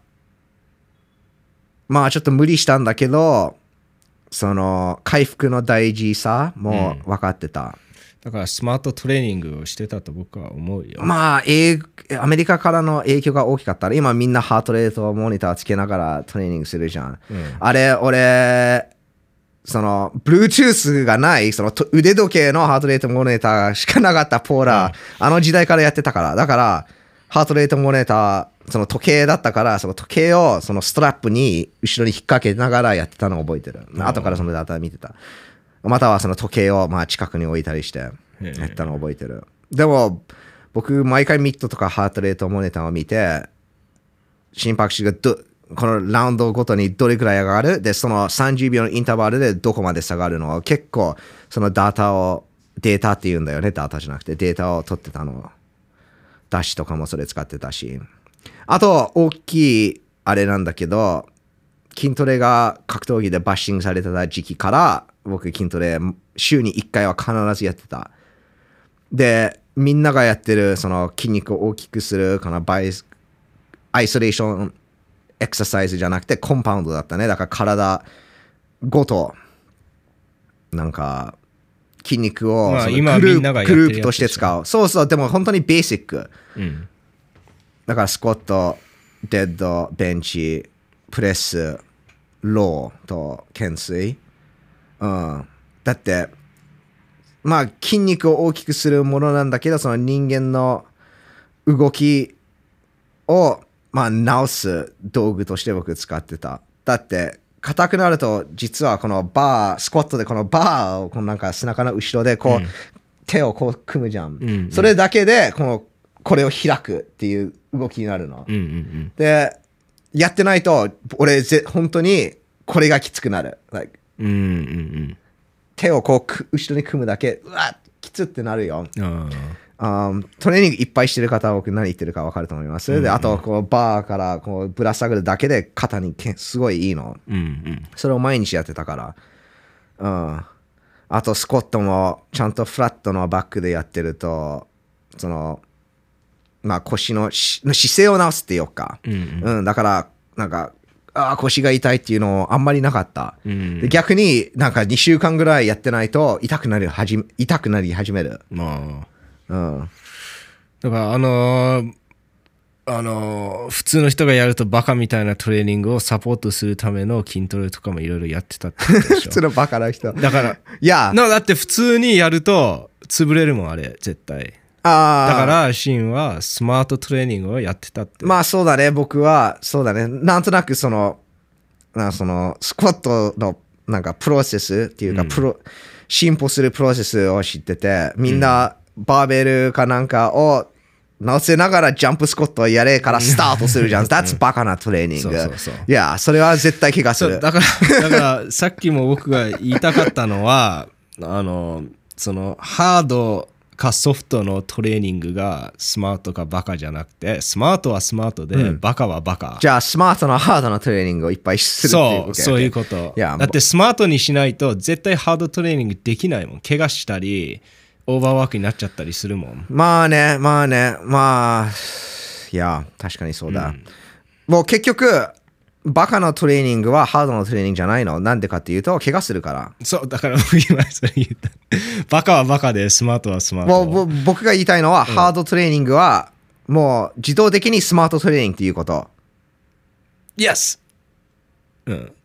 まあちょっと無理したんだけど、その回復の大事さも分かってた。うん、 だからスマートトレーニングをしてたと僕は思うよ。 まあ、えー、アメリカからの影響が大きかったら、今みんなハートレートモニターつけながらトレーニングするじゃん。うん、あれ、俺、その、Bluetooth がない、その腕時計のハートレートモニターしかなかったポーラー、うん、あの時代からやってたから。だから、ハートレートモニター、その時計だったから、その時計をそのストラップに後ろに引っ掛けながらやってたのを覚えてる。後からそのデータ見てた。またはその時計をまあ近くに置いたりしてやったのを覚えてる。でも、僕、毎回ミットとかハートレートモニターを見て、心拍数がど、このラウンドごとにどれくらい上がるで、そのさんじゅうびょうのインターバルでどこまで下がるのを結構、そのダータを、データって言うんだよね、ダータじゃなくて、データを取ってたの。ダッシュとかもそれ使ってたし。あと、大きいあれなんだけど、筋トレが格闘技でバッシングされてた時期から、僕筋トレ週にいっかいは必ずやってた。で、みんながやってるその筋肉を大きくするかなバイアイソレーションエクササイズじゃなくてコンパウンドだったね。だから体ごとなんか筋肉をそのグループ、グループとして使う。そうそう、でも本当にベーシック。うん、だからスクワット、デッド、ベンチ、プレス、ローと懸垂。うん、だって、まあ筋肉を大きくするものなんだけど、その人間の動きを、まあ、直す道具として僕使ってた。だって、硬くなると、実はこのバー、スクワットでこのバーをこのなんか背中の後ろでこう、うん、手をこう組むじゃん。うんうん、それだけでこの、これを開くっていう動きになるの。うんうんうん、で、やってないと、俺ぜ、本当にこれがきつくなる。Like うんうんうん、手をこう後ろに組むだけ、うわっきつってなるよ。Um, トレーニングいっぱいしてる方は僕何言ってるか分かると思います。うんうん、であとこのバーからこうぶら下がるだけで肩にけすごいいいの、うんうん、それを毎日やってたから、うん、あとスコットもちゃんとフラットのバックでやってるとそのまあ腰の姿勢を直すっていうか、うんうんうん、だからなんかあ腰が痛いっていうのあんまりなかった、うん、で逆になんかにしゅうかんぐらいやってないと痛くなりはじ痛くなり始める、まあうん、 だからあのー、あのー、普通の人がやるとバカみたいなトレーニングをサポートするための筋トレとかもいろいろやってたってことでしょ。 普通のバカな人だからいやだって普通にやると潰れるもんあれ絶対。あだからシンはスマートトレーニングをやってたって。 まあそうだね、僕はそうだね、なんとなくそのなそのスクワットのなんかプロセスっていうか、うん、プロ進歩するプロセスを知ってて、みんな、うんバーベルかなんかを乗せながらジャンプスコットをやれからスタートするじゃん。That's バカなトレーニング。そうそうそういや、それは絶対怪我する。 だから、だからさっきも僕が言いたかったのは、あの、そのハードかソフトのトレーニングがスマートかバカじゃなくて、スマートはスマートで、うん、バカはバカ。 じゃあ、スマートなハードなトレーニングをいっぱいするっていうそう、そういうこと。だってスマートにしないと絶対ハードトレーニングできないもん。怪我したり、オーバーワークになっちゃったりするもん。 まあね、まあね、まあ、いや、確かにそうだ。うん、もう結局、バカのトレーニングはハードのトレーニングじゃないの。なんでかっていうと、怪我するから。 そう、だから僕今それ言った。バカはバカで、スマートはスマート。 もう僕が言いたいのは、うん、ハードトレーニングは、もう自動的にスマートトレーニングっていうこと。 Yes! うん。う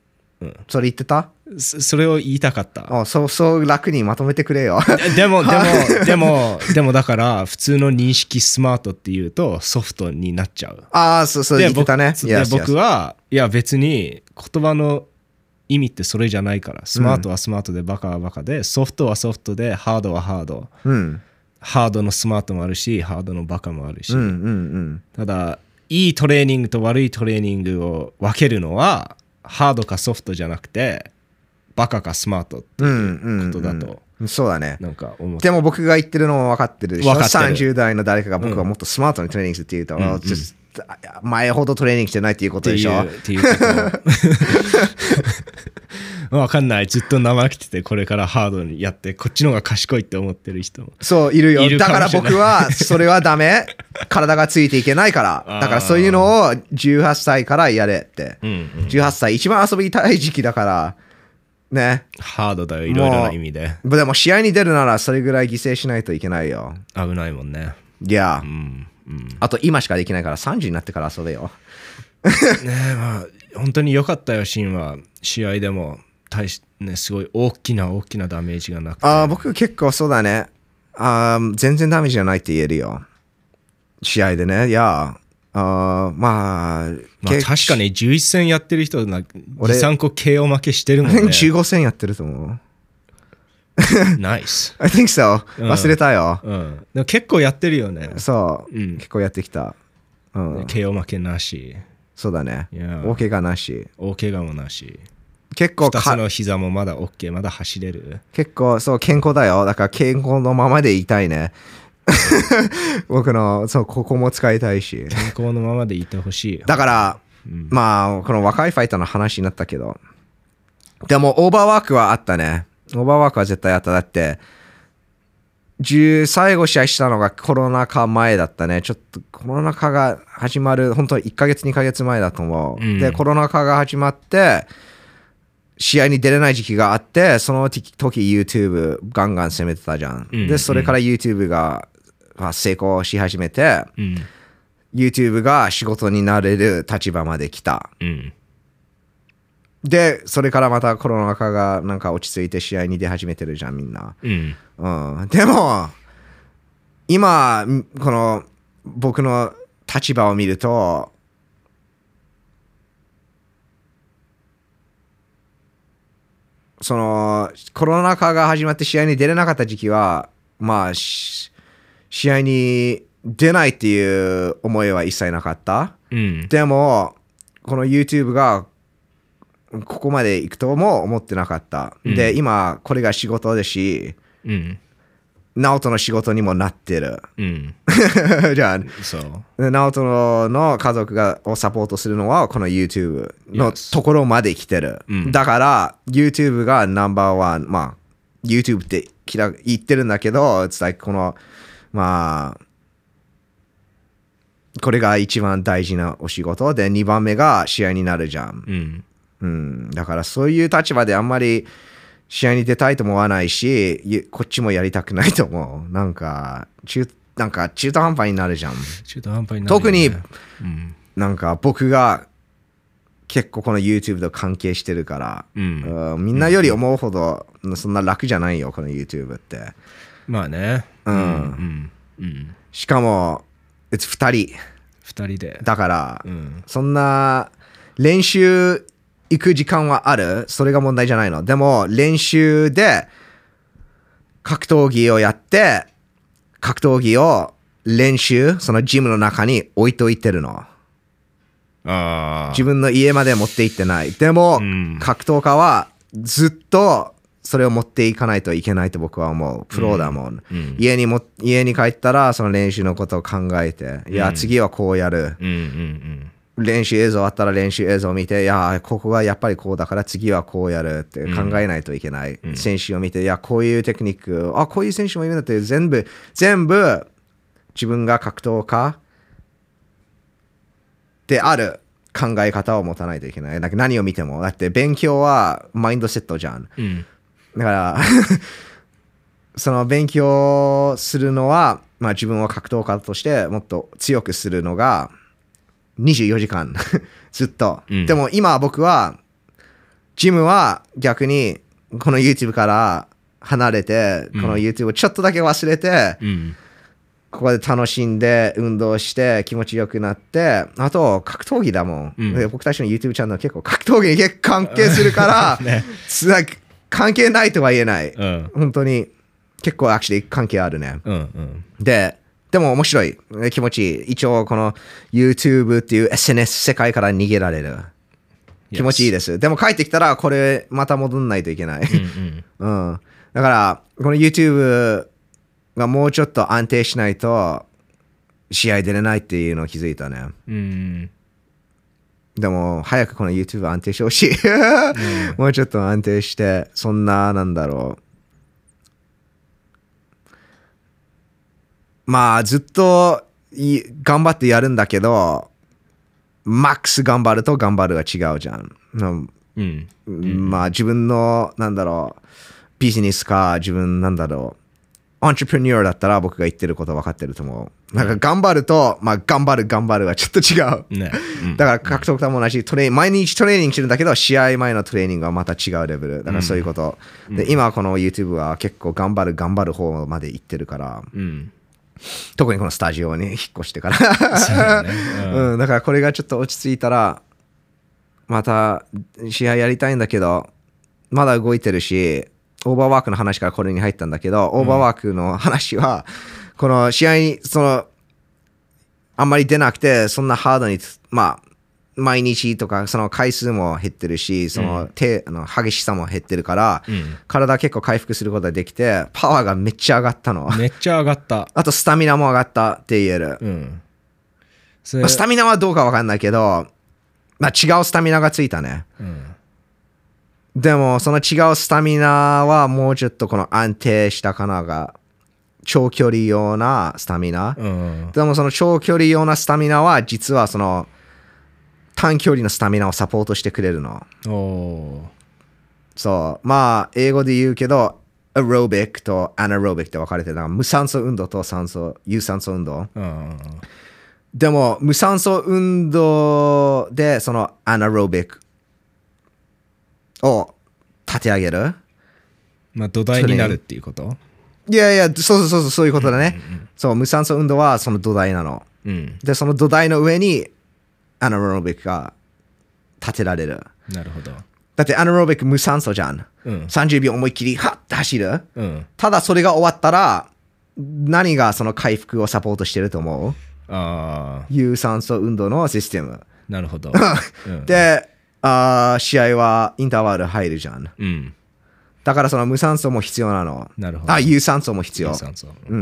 それ言ってた？ そそれを言いたかった。 あ、そうそう楽にまとめてくれよ。 でもでもでもでもだから普通の認識スマートっていうとソフトになっちゃう。 ああ、そうそう言ってたね。 で、yes, 僕はいや別に言葉の意味ってそれじゃないから、スマートはスマートでバカはバカで、うん、ソフトはソフトでハードはハード、うん、ハードのスマートもあるしハードのバカもあるし、うんうんうん、ただいいトレーニングと悪いトレーニングを分けるのはハードかソフトじゃなくてバカかスマートっていうことだと、うんうんうん、そうだね。 なんか思って。 でも僕が言ってるのも分かってるでしょ。さんじゅう代の誰かが僕はもっとスマートにトレーニングするって言うと、うんうん、前ほどトレーニングしてないっていうことでしょ。 っていうことわかんない。ずっと怠けててこれからハードにやってこっちの方が賢いって思ってる人もそういるよ。いるだから僕はそれはダメ。体がついていけないからだからそういうのをじゅうはっさいからやれって、うんうん、じゅうはっさい一番遊びたい時期だからね。 ハードだよいろいろな意味で。 でも試合に出るならそれぐらい犠牲しないといけないよ。 危ないもんね。 いや、うんうん、あと今しかできないからさんじゅうになってから遊べよ。 ねえ、まあ本当に良かったよシンは。試合でも大し、ね、すごい大きな大きなダメージがなくて。 あ僕結構そうだね。あ全然ダメージがないって言えるよ試合でね。いやあまあ、 まあ確かにじゅういち戦やってる人なにさんこ ケーオー 負けしてるもんね。 じゅうご戦やってると思う。 ナイス。 I think so、うん、忘れたよ、 うん、でも結構やってるよね。 そう、うん、結構やってきた、 うん、ケーオー 負けなし。 そうだね。大怪我なし。 大怪我もなし。 結構ふたつの膝もまだ OK、 まだ走れる。 結構そう健康だよ。だから健康のままでいたいね。僕のそうここも使いたいし健康のままでいてほしい。 だから、うん、まあこの若いファイターの話になったけどでもオーバーワークはあったね。オーバーワークは絶対あった。だって最後試合したのがコロナ禍前だったね。ちょっとコロナ禍が始まる本当にいっかげつにかげつまえだと思う、うん、でコロナ禍が始まって試合に出れない時期があってその時 YouTube ガンガン攻めてたじゃん、うん、でそれから YouTube が成功し始めて、うん、YouTube が仕事になれる立場まで来た、うん、でそれからまたコロナ禍がなんか落ち着いて試合に出始めてるじゃんみんな、うんうん、でも今この僕の立場を見るとそのコロナ禍が始まって試合に出れなかった時期はまあ試合に出ないっていう思いは一切なかった、うん、でもこの YouTube がここまで行くとも思ってなかった、うん、で今これが仕事ですし、うん、ナオトの仕事にもなってる、うん、じゃあそうナオトの家族がをサポートするのはこの YouTube のところまで来てる、yes. だから YouTube がナンバーワンまあ YouTube って言ってるんだけど It's like このまあこれが一番大事なお仕事でにばんめが試合になるじゃん、うんうん、だからそういう立場であんまり試合に出たいと思わないしこっちもやりたくないと思う。なんか中なんか中途半端になるじゃん。 中途半端になる、ね、 特に、うん、なんか僕が結構この YouTube と関係してるから、うん、みんなより思うほどそんな楽じゃないよこの YouTube って。 まあね、 うんうんうん、しかもふたりふたりでだから、うん、そんな練習行く時間はある。それが問題じゃないの。でも練習で格闘技をやって格闘技を練習そのジムの中に置いといてるの。あ自分の家まで持って行ってない。でも、うん、格闘家はずっとそれを持っていかないといけないと僕は思う。プロだもん、うん、家にも家に帰ったらその練習のことを考えて、うん、いや次はこうやる、うんうんうん、練習映像あったら練習映像を見て、いやここがやっぱりこうだから次はこうやるって考えないといけない、うん、選手を見て、いやこういうテクニック、あこういう選手もいるんだって全部全部自分が格闘家である考え方を持たないといけない。なんか何を見てもだって勉強はマインドセットじゃん、うん、だからその勉強するのは、まあ、自分を格闘家としてもっと強くするのがにじゅうよじかんずっと、うん、でも今僕はジムは逆にこの YouTube から離れて、この YouTube をちょっとだけ忘れて、 うん、 ここで楽しんで運動して気持ちよくなって、あと格闘技だもん、うん、で僕たちの YouTube チャンネル結構格闘技に結構関係するから、ね、関係ないとは言えない、うん、本当に結構アクション関係あるね、うんうん、ででも面白い気持ちいい。一応この YouTube っていう エスエヌエス 世界から逃げられる気持ちいいです。でも帰ってきたらこれまた戻んないといけない、うんうんうん、だからこの YouTube がもうちょっと安定しないと試合出れないっていうのを気づいたね、うん、でも早くこの YouTube 安定してほしい、うん、もうちょっと安定してそんななんだろうまあずっと頑張ってやるんだけどマックス頑張ると頑張るは違うじゃん、うんうん、まあ自分のなんだろうビジネスか自分なんだろうアントレプレニュアだったら僕が言ってること分かってると思う。なんか頑張ると、まあ頑張る頑張るはちょっと違う。ねうん、だから格闘家も同じトレーニング、毎日トレーニングしてるんだけど、試合前のトレーニングはまた違うレベル。だからそういうこと。うん、で今この YouTube は結構頑張る頑張る方まで行ってるから、うん、特にこのスタジオに引っ越してからだ、ねうんうん。だからこれがちょっと落ち着いたら、また試合やりたいんだけど、まだ動いてるし、オーバーワークの話からこれに入ったんだけど、オーバーワークの話は、この試合に、その、あんまり出なくて、そんなハードに、まあ、毎日とか、その回数も減ってるし、その手、あの激しさも減ってるから、うん、体結構回復することができて、パワーがめっちゃ上がったの。 めっちゃ上がった。 あと、スタミナも上がったって言える。うんまあ、スタミナはどうかわかんないけど、まあ、違うスタミナがついたね。うんでもその違うスタミナはもうちょっとこの安定したかなが長距離用なスタミナ、うん、でもその長距離用なスタミナは実はその短距離のスタミナをサポートしてくれるの。おそうまあ英語で言うけどアロビックとアナロビックって分かれてる無酸素運動と酸素有酸素運動、うん、でも無酸素運動でそのアナロビックを立て上げるまあ土台になるっていうこといやいやそうそうそうそういうことだね、うんうんうん、そう無酸素運動はその土台なの、うん、でその土台の上にアナロビックが立てられるなるほどだってアナロビック無酸素じゃん、うん、さんじゅうびょう思いっきりハッて走る、うん、ただそれが終わったら何がその回復をサポートしてると思うあ有酸素運動のシステムなるほど、 うん、であ試合はインターバル入るじゃん、うん、だからその無酸素も必要なのなるほどあ有酸素も必要有酸素、 うん、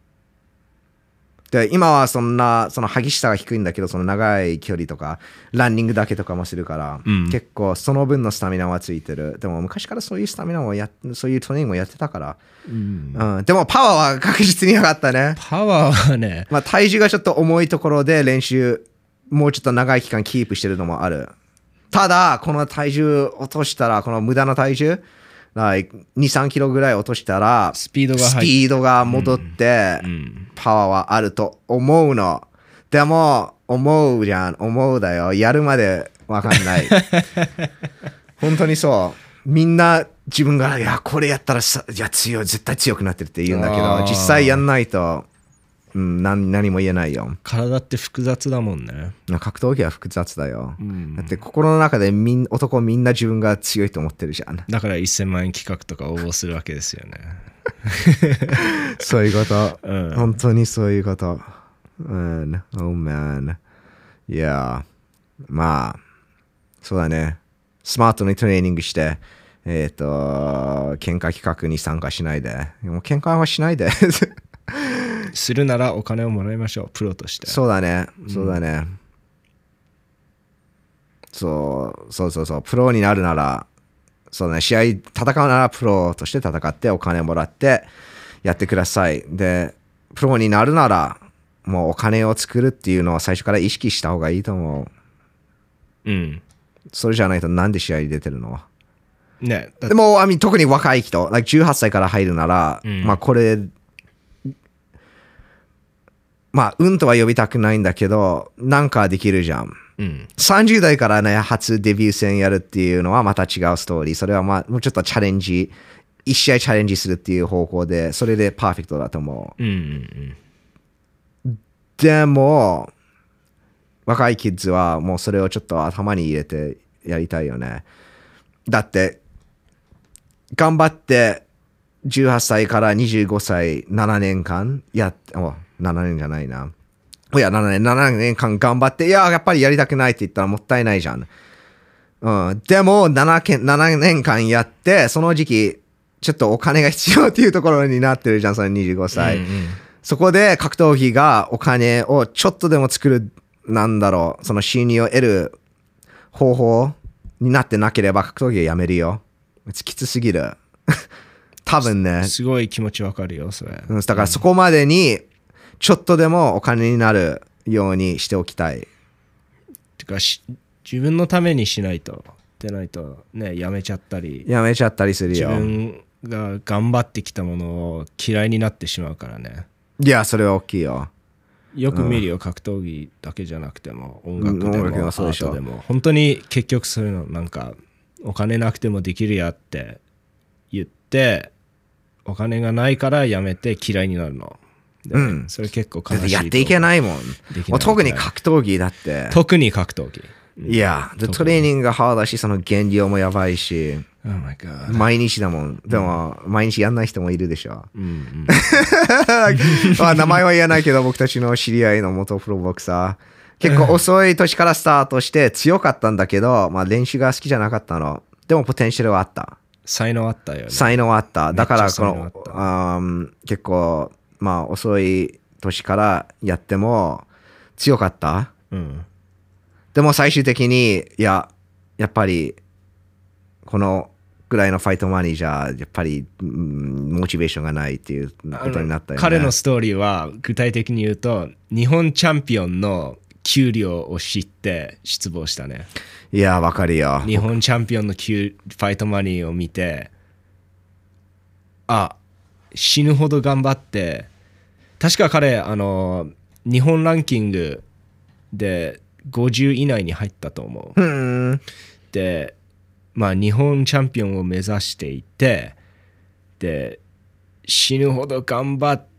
で今はそんなその激しさが低いんだけどその長い距離とかランニングだけとかもするから、うん、結構その分のスタミナはついてるでも昔からそういうスタミナもやそういうトレーニングもやってたから、うんうん、でもパワーは確実に上がったねパワーはね、 まあ、体重がちょっと重いところで練習もうちょっと長い期間キープしてるのもあるただこの体重落としたらこの無駄な体重に、さんキロぐらい落としたらスピードがスピードが戻ってパワーはあると思うのでも思うじゃん思うだよやるまで分かんない本当にそうみんな自分がいやこれやったらさいや強い絶対強くなってるって言うんだけど実際やんないとうん、何, 何も言えないよ体って複雑だもんね格闘技は複雑だよ、うん、だって心の中でみん男みんな自分が強いと思ってるじゃんだからせんまんえん企画とか応募するわけですよねそういうこと、うん、本当にそういうこと、うん、Oh man いやまあそうだねスマートにトレーニングしてえっ、ー、と喧嘩企画に参加しないでもう喧嘩はしないでするならお金をもらいましょうプロとしてそうだねそうだね、うん、そうそうそうそうプロになるならそうだね試合戦うならプロとして戦ってお金もらってやってくださいでプロになるならもうお金を作るっていうのは最初から意識した方がいいと思ううんそれじゃないとなんで試合に出てるのねでもあ特に若い人じゅうはっさいから入るなら、うん、まあこれまあ運とは呼びたくないんだけどなんかできるじゃん、 うん、 さんじゅう代からね、初デビュー戦やるっていうのはまた違うストーリー。それはまあ、もうちょっとチャレンジ、一試合チャレンジするっていう方向で、それでパーフェクトだと思う。 うんうんうん、でも、若いキッズはもうそれをちょっと頭に入れてやりたいよね。だって、頑張ってじゅうはっさいからにじゅうごさい、ななねんかんやって、お、ななねんじゃないな。いや、ななねん、ななねんかん頑張って、いや、やっぱりやりたくないって言ったらもったいないじゃん。うん。でも、ななねんかんやって、その時期、ちょっとお金が必要っていうところになってるじゃん、そのにじゅうごさい。うんうん、そこで格闘技がお金をちょっとでも作る、なんだろう、その収入を得る方法になってなければ格闘技はやめるよ。きつすぎる。多分ね。 すごい気持ちわかるよ、それ。 だからそこまでに、ちょっとでもお金になるようにしておきたい。 てかし、自分のためにしないと。でないと、ね、やめちゃったり。 やめちゃったりするよ。 自分が頑張ってきたものを嫌いになってしまうからね。 いや、それは大きいよ。 よく見るよ、うん、格闘技だけじゃなくても、音楽でも、 音楽もそうでしょ。 アートでも。本当に結局そういうの、なんか、お金なくてもできるやって言って、お金がないからやめて嫌いになるの。で、うん、それ結構悲しい。 やっていけないもん。もう特に格闘技だって。 特に格闘技。 いや、でトレーニングがハードだし、その減量もやばいし、 oh my God、 毎日だもん。でも、うん、毎日やんない人もいるでしょ。 うんうんまあ、名前は言えないけど、僕たちの知り合いの元プロボクサー。結構遅い年からスタートして強かったんだけど、まあ、練習が好きじゃなかったの。でも、ポテンシャルはあった。 才能あったよね。 才能あった。だから、この、あ結構、まあ、遅い年からやっても強かった。 うん、 でも最終的に、いや、やっぱり、このぐらいのファイトマネージャー、やっぱり、うん、モチベーションがないっていうことになったよね。 彼のストーリーは、具体的に言うと、日本チャンピオンの給料を知って失望したね。 いや、わかるよ。 日本チャンピオンの給ファイトマネーを見て、あ、死ぬほど頑張って、確か彼、あの、日本ランキングでごじゅう以内に入ったと思う。 うん、 で、まあ、日本チャンピオンを目指していて、で、死ぬほど頑張って、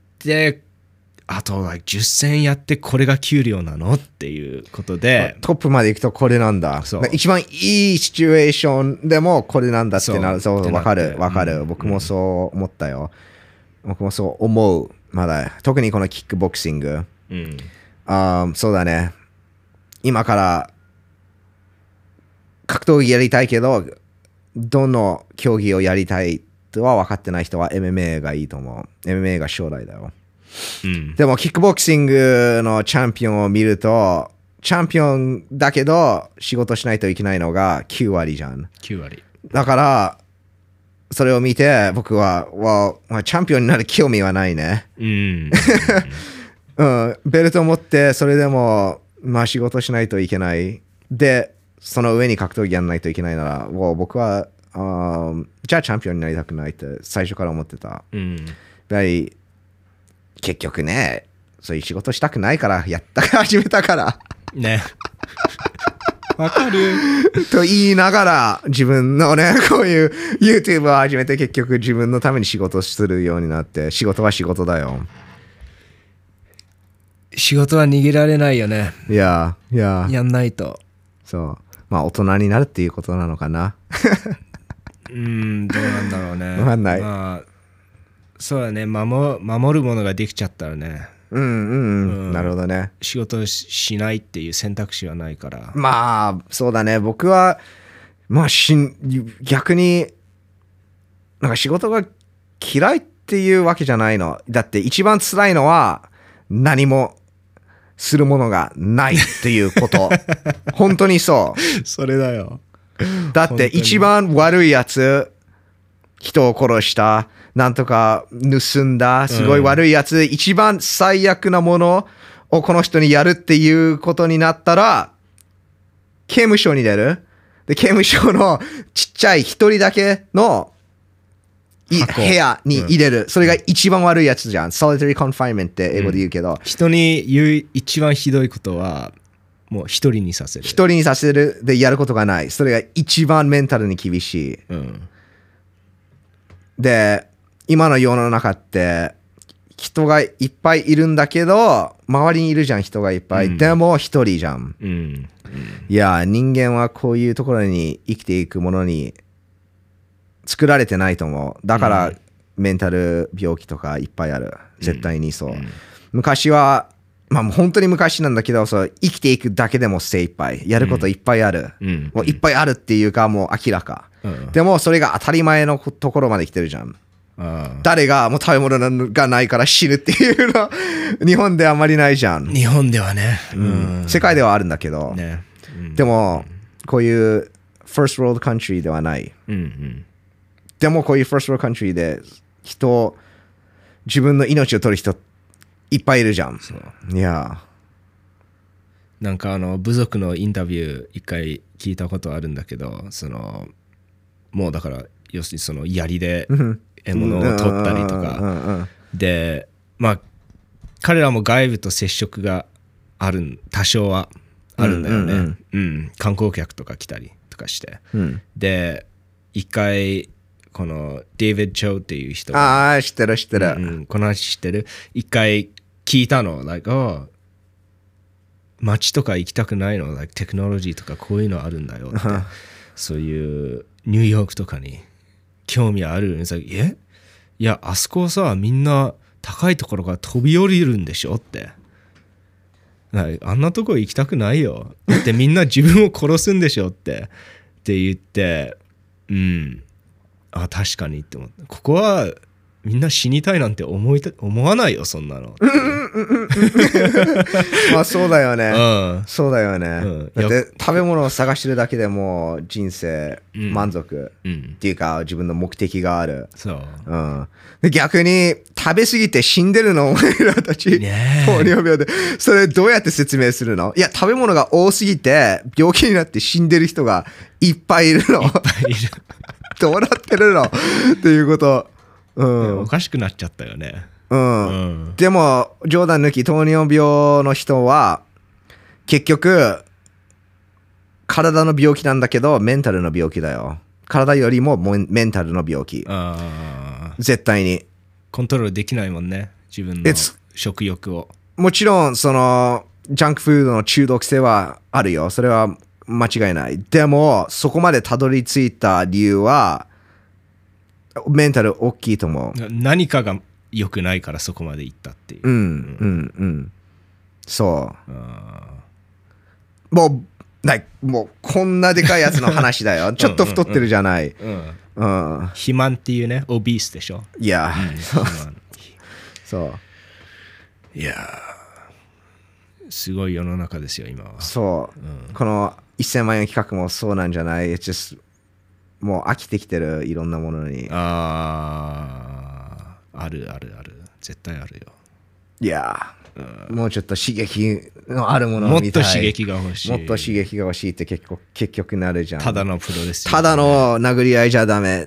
あとじゅっ戦やってこれが給料なのっていうことで、 トップまで行くとこれなんだ。一番いいシチュエーションでもこれなんだってなる。そう、わかる、わかる、うん。僕もそう思ったよ。うん、僕もそう思う。まだ、特にこのキックボクシング。 うん、 あそうだね。今から格闘技やりたいけど、どの競技をやりたいとは分かってない人は エムエムエー がいいと思う。エムエムエー が将来だよ。 うん、 でもキックボクシングのチャンピオンを見ると、チャンピオンだけど仕事しないといけないのがきゅう割じゃん。 きゅう割。 だから、それを見て僕は、well、まあ、チャンピオンになる興味はないね。 うんうん、ベルトを持ってそれでも、まあ、仕事しないといけない。で、その上に格闘技やらないといけないなら、well、僕はあじゃあチャンピオンになりたくないって最初から思ってた。 うん、 やはり結局ね、そういう仕事したくないからやったから始めたからね。わかると言いながら自分のねこういう YouTube を始めて結局自分のために仕事するようになって、仕事は仕事だよ。 仕事は逃げられないよね。 いやいややんないと。 そうまあ大人になるっていうことなのかな。 うーんどうなんだろうね。 わかんない。 まあそうだね、守、守るものができちゃったらね。 うんうん、うん、なるほどね。 仕事しないっていう選択肢はないから。 まあそうだね。僕はまあしん逆になんか仕事が嫌いっていうわけじゃないの。だって一番辛いのは何もするものがないっていうこと本当にそう。 それだよ。 だって一番悪いやつ、人を殺した、なんとか盗んだ、すごい悪いやつ、うん、一番最悪なものをこの人にやるっていうことになったら、刑務所に出る。で、刑務所のちっちゃい一人だけの部屋に入れる、うん。それが一番悪いやつじゃん。solitary confinement って英語で言うけど。うん、 人に言う一番ひどいことは、 もう一人にさせる。 一人にさせるでやることがない。それが一番メンタルに厳しい。 うん、 で、今の世の中って人がいっぱいいるんだけど、周りにいるじゃん、人がいっぱい。うん、でも一人じゃん。 うんうん、 いや、人間はこういうところに生きていくものに作られてないと思う。だから、うん、メンタル病気とかいっぱいある。絶対にそう。うん、昔は、まあ本当に昔なんだけど、そう生きていくだけでも精一杯。やることいっぱいある。うん、もういっぱいあるっていうか、もう明らか。うん、でもそれが当たり前のところまで来てるじゃん。誰がもう食べ物がないから死ぬっていうの日本であんまりないじゃん。 日本ではね、 うん、世界ではあるんだけど、ね、うん、でもこういう first world country ではない、うんうん、でもこういう first world country で人自分の命を取る人いっぱいいるじゃん。いやなんかあの部族のインタビュー一回聞いたことあるんだけど、そのもうだから要するにその槍で獲物を取ったりとかで、まあ彼らも外部と接触がある多少はあるんだよね、うんうんうん、観光客とか来たりとかして、うん、で一回このデイビッド・チョウっていう人が、ああ知ってる知ってる、 うん、この話知ってる。一回聞いたの like oh街とか行きたくないの like テクノロジーとかこういうのあるんだよってそういうニューヨークとかに興味あるんですけど、えいやあそこさみんな高いところから飛び降りるんでしょって、あんなとこ行きたくないよだってみんな自分を殺すんでしょってって言って、うんあ確かにって思って、ここはみんな死にたいなんて思いた思わないよそんなのまあそうだよね、うん、そうだよね、うん、だって食べ物を探してるだけでもう人生満足、うん、っていうか自分の目的がある。そう、うん、で逆に食べ過ぎて死んでるのお前らたち糖尿病でそれどうやって説明するの？いや食べ物が多すぎて病気になって死んでる人がいっぱいいるの。いっぱいいるどうなってるのっていうこと、うん、 おかしくなっちゃったよね、 うんうん、でも冗談抜き糖尿病の人は結局体の病気なんだけどメンタルの病気だよ。体よりもメンタルの病気。あ絶対にコントロールできないもんね自分の食欲を。 もちろんそのジャンクフードの中毒性はあるよ、それは間違いない。でもそこまでたどり着いた理由はメンタル大きいと思う。 何かが良くないからそこまで行ったっていう。 うんうんうん。そう。もうlikeもうこんなでかいやつの話だよ。ちょっと太ってるじゃない。うんうん。うん、肥満っていうね、オビースでしょ。 いや、うん、そう。 いやすごい世の中ですよ今は。 そう、うん、このせんまんえん企画もそうなんじゃない？ It's just もう飽きてきてるいろんなものに。 ああ、あるあるある、絶対あるよ。 いや、うん、もうちょっと刺激のあるものを見たい。 もっと刺激が欲しい。 もっと刺激が欲しいって結構結局なるじゃん。 ただのプロですよ、 ね。ただの殴り合いじゃダメ。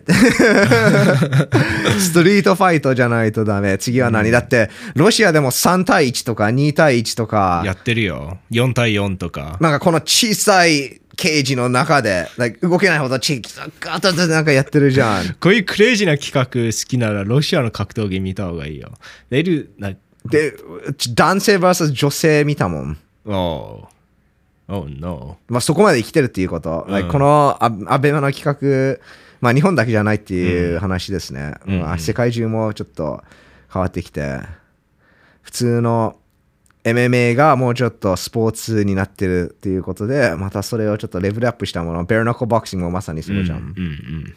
ストリートファイトじゃないとダメ。次は何、うん、だってロシアでもさんたいいちとかにたいいちとかやってるよ。よんたいよんとか。 なんかこの小さいケージの中で、like、動けないほどチッガタタなんかやってるじゃん。 こういうクレイジーな企画好きならロシアの格闘技見た方がいいよ。でで男性 ブイエス 女性見たもん。 Oh. Oh no. まあそこまで生きてるっていうこと。うん、like、このアベマの企画、まあ日本だけじゃないっていう話ですね。うんまあ、世界中もちょっと変わってきて、普通のエムエムエー がもうちょっとスポーツになってるっていうことで、またそれをちょっとレベルアップしたもの。ベアナックルボクシングもまさにそうじゃん。うんうんうん、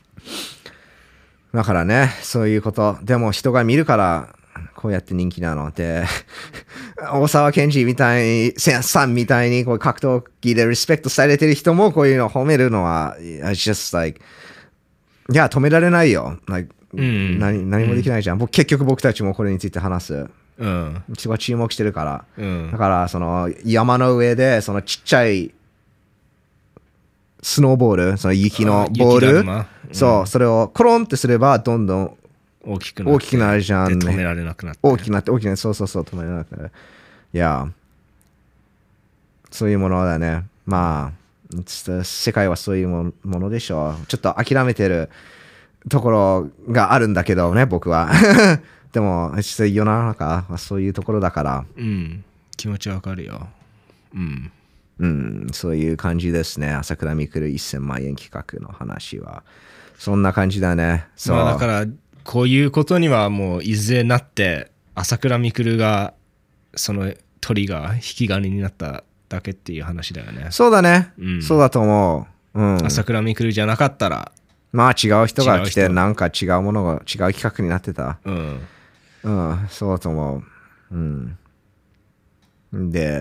だからね、そういうこと。でも人が見るからこうやって人気なので、大沢健二みたいに、さんみたいにこう格闘技でリスペクトされてる人もこういうのを褒めるのは、it's just like、いや、止められないよ。like うん、何, 何もできないじゃん。うん、僕結局僕たちもこれについて話す。うん、すごい注目してるから、うん、だからその山の上でそのちっちゃいスノーボール、その雪のボール、うん、そうそれをコロンってすればどんどん大きくなって大きくなるじゃん、ね、 止められなくなって大きくなって大きくなってそうそうそう止められなくなる。いやそういうものだね。まあ、世界はそういうものでしょう。ちょっと諦めてるところがあるんだけどね、僕は。でも、世の中はそういうところだから。 うん、気持ちわかるよ。うん。 うん、そういう感じですね。朝倉未来せんまんえん企画の話は。そんな感じだね。そう。 まあだから、こういうことにはもういずれなって、朝倉未来がその鳥が引き金になっただけっていう話だよね。 そうだね。 うん、 そうだと思う。うん、 朝倉未来じゃなかったら。 まあ違う人が来て、なんか違うものが違う企画になってた。 うん。 うん、そうだと思う。うん。で、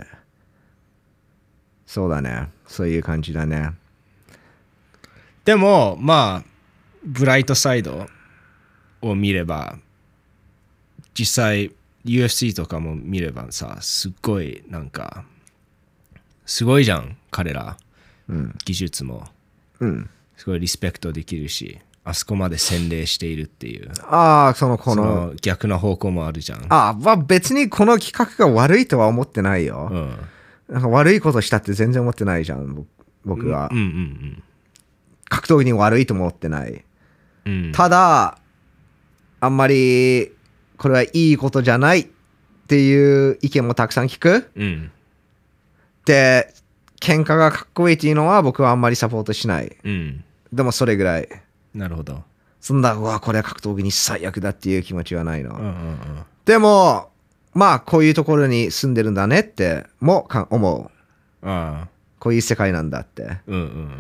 そうだね。そういう感じだね。 でも、まあ、ブライトサイドを見れば、実際 ユーエフシー とかも見ればさ、すっごいなんか、すごいじゃん、彼ら。 うん、 技術も。 うん。 すごいリスペクトできるし、あそこまで洗礼しているっていう。 ああ、そのこの。 その逆な方向もあるじゃん。 ああ、まあ、別にこの企画が悪いとは思ってないよ。 うん。 なんか悪いことしたって全然思ってないじゃん、僕は。 うんうんうん格闘技に悪いと思ってない。 うん、 ただ、あんまりこれはいいことじゃないっていう意見もたくさん聞く。 うん、 で、喧嘩がかっこいいっていうのは僕はあんまりサポートしない。 うん、 でもそれぐらい。 なるほど。 そんな、うわ、これは格闘技に最悪だっていう気持ちはないの。 うんうんうん、 でも、まあ、こういうところに住んでるんだねってもか思う。 ああ、 こういう世界なんだって、 うんうんうん、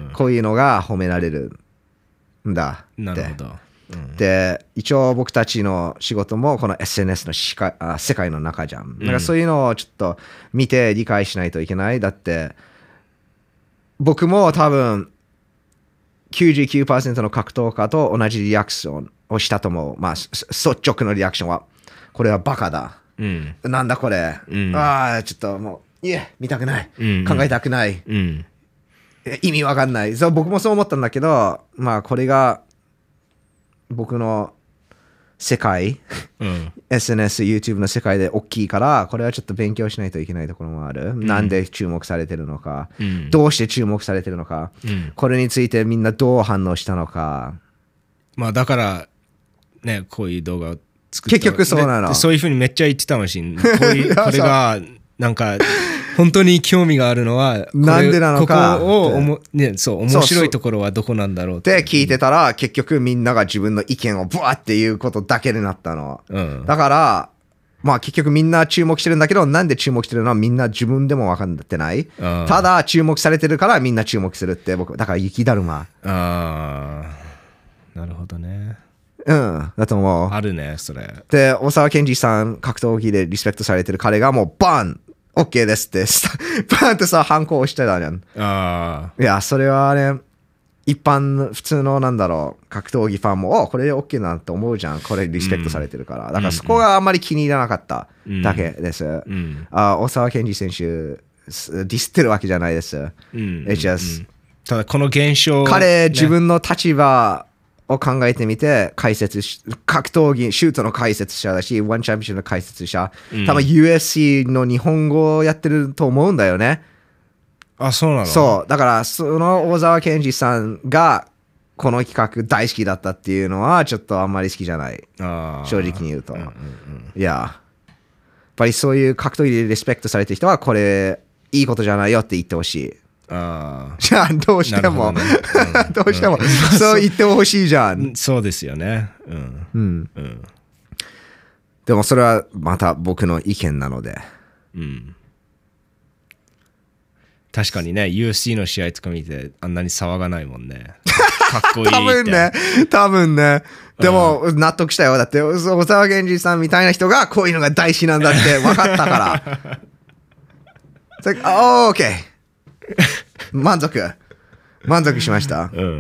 こういうのが褒められるんだって。 なるほど。うん、 で、一応僕たちの仕事もこの エスエヌエス のしかあ世界の中じゃん。だからそういうのをちょっと見て理解しないといけない。だって、僕も多分きゅうじゅうきゅうパーセントの格闘家と同じリアクションをしたと思う。まあ、率直のリアクションは、これはバカだ。 うん、 なんだこれ。 うん、 ああ、ちょっともう、いえ、見たくない。 うん、 考えたくない。 うん、 意味わかんない。そう、僕もそう思ったんだけど、まあ、これが僕の世界、 うん、 エスエヌエス、YouTube の世界で大きいから、これはちょっと勉強しないといけないところもある。うん、なんで注目されてるのか、 うん、 どうして注目されてるのか、うん、これについてみんなどう反応したのか。 まあだからね、こういう動画を作った結局そうなの。 そういうふうにめっちゃ言ってたのし、こういうこれがなんか本当に興味があるのはなんでなのかここをおも、ね、そう面白いところはどこなんだろうって聞いてたら、結局みんなが自分の意見をブワーっていうことだけになったの、 うん、 だからまあ結局みんな注目してるんだけど、なんで注目してるのはみんな自分でも分かってない。ただ注目されてるからみんな注目するって、僕だから雪だるま。 ああ、なるほどね。 うん、だと思う。 あるね、それ。 で、大沢健二さん、格闘技でリスペクトされてる彼がもうバン !OK ですって、バンってさ、反抗してたじゃん。 ああ。いや、それはね、一般、普通のなんだろう、格闘技ファンも、おこれで OK なんて思うじゃん。これリスペクトされてるから。うん、だからそこがあんまり気に入らなかっただけです。うんうん、あ大沢健二選手、ディスってるわけじゃないです。うんうんうん、just ただこの現象、ね、 彼、自分の立場を考えてみて、解説し、格闘技、シュートの解説者だし、ワンチャンピオンシップの解説者、うん、多分 ユーエフシー の日本語をやってると思うんだよね。 あ、そうなの？ そう。だから、その大沢健二さんが、この企画大好きだったっていうのは、ちょっとあんまり好きじゃない。正直に言うと。うんうんうん、いや、やっぱりそういう格闘技でリスペクトされてる人は、これ、いいことじゃないよって言ってほしい。 あじゃあどうしても、ねうん、どうしても、うん、そう言ってほしいじゃん。 そうですよね、うんうんうん、でもそれはまた僕の意見なので、 うん、確かにね ユーエフシー の試合とか見てあんなに騒がないもんね。かっこいいって。多分ね多分ねでも納得したよ。だって大沢健二さんみたいな人がこういうのが大事なんだって分かったから。It's like, oh, OK 満足満足しました、うんうん、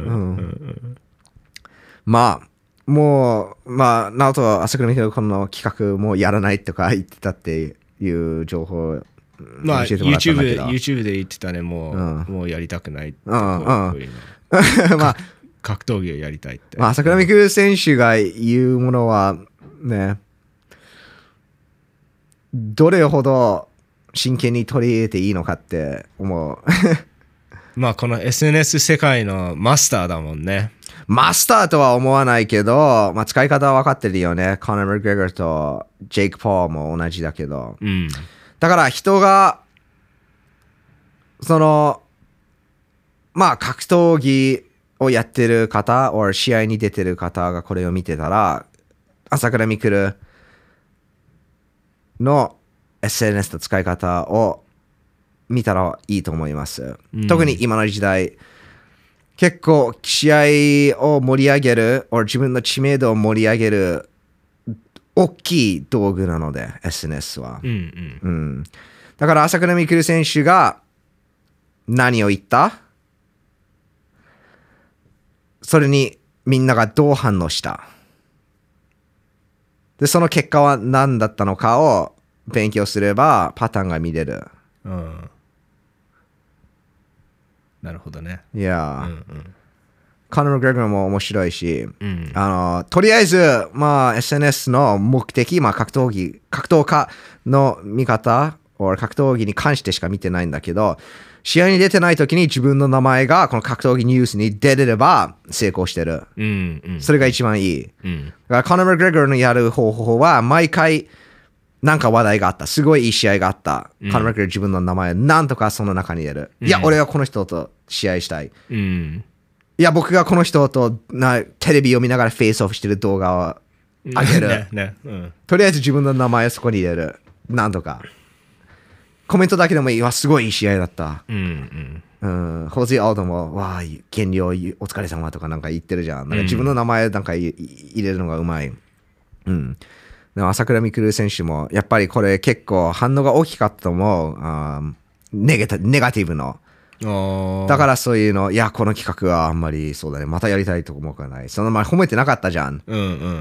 まあもうまあ直人は朝倉未来この企画もやらないとか言ってたっていう情報をまあ YouTube で YouTube で言ってたね。もう、うん、もうやりたくないってうんうんまあ格闘技をやりたいって、 まあ、朝倉未来選手が言うものはねどれほど真剣に取り入れていいのかって思う。 まあこの エスエヌエス 世界のマスターだもんね。 マスターとは思わないけど、まあ、使い方は分かってるよね。コナー・マクグレガーとジェイク・ポールも同じだけど。 うん、 だから人が、その、まあ格闘技をやってる方、or 試合に出てる方がこれを見てたら、朝倉未来の エスエヌエス の使い方を見たらいいと思います。うん、特に今の時代、結構試合を盛り上げる、or 自分の知名度を盛り上げる大きい道具なので、エスエヌエス は。 うんうんうん、だから朝倉未来選手が何を言ったそれにみんながどう反応したで、その結果は何だったのかを勉強すればパターンが見れる。 うん、なるほどね。 いや、 うんうん、 コナー・マクグレガーも面白いし、 うん、 あのとりあえず、まあ、エスエヌエス の目的、まあ、格闘技、格闘家の見方、格闘技に関してしか見てないんだけど、試合に出てない時に自分の名前がこの格闘技ニュースに出れれば成功してる。 うんうん、 それが一番いい。 うん、 だからコナー・マクグレガーのやる方法は毎回なんか話題があった。すごいいい試合があった。うん、コナー・マクグレガー自分の名前なんとかその中に入れる。うん、いや、俺はこの人と試合したい。 うん、 いや、僕がこの人となテレビを見ながらフェイスオフしてる動画を上げる。 ねねうん、 とりあえず自分の名前をそこに入れる。なんとか。コメントだけでもいいわ、すごいいい試合だった。 うんうん。 うん、ホーゼィ・アルドも、わあ、減量お疲れ様とかなんか言ってるじゃん。なんか自分の名前なんか入れるのがうまい。うん。でも朝倉未来選手も、やっぱりこれ結構反応が大きかったと思う。あネガテネガティブの。だからそういうの、いや、この企画はあんまりそうだね、またやりたいと思うかない。その前褒めてなかったじゃん。 うんうん。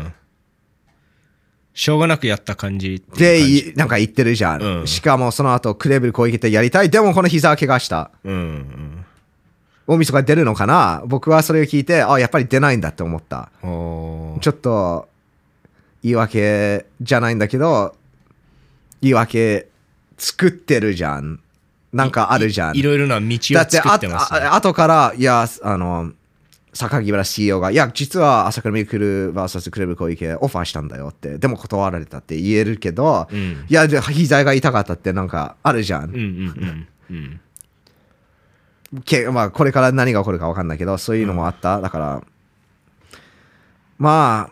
しょうがなくやった感じで、なんか言ってるじゃん。うん、しかもその後、クレーブル攻撃でやりたい。でもこの膝は怪我した。 うんうん、 大晦日出るのかな。僕はそれを聞いて、あ、やっぱり出ないんだって思った。ちょっと、言い訳じゃないんだけど、言い訳作ってるじゃん。なんかあるじゃん。 い, い, いろいろな道を作ってます、ね。 だってああ後から、いや、あの、榊原 シーイーオー が、いや、実は朝倉未来 ブイエス クレーブル攻撃オファーしたんだよって、でも断られたって言えるけど、うん、いや、膝が痛かったってなんかあるじゃん。うんうんうんうん、けまあ、これから何が起こるか分かんないけど、そういうのもあった。うん、だから、まあ、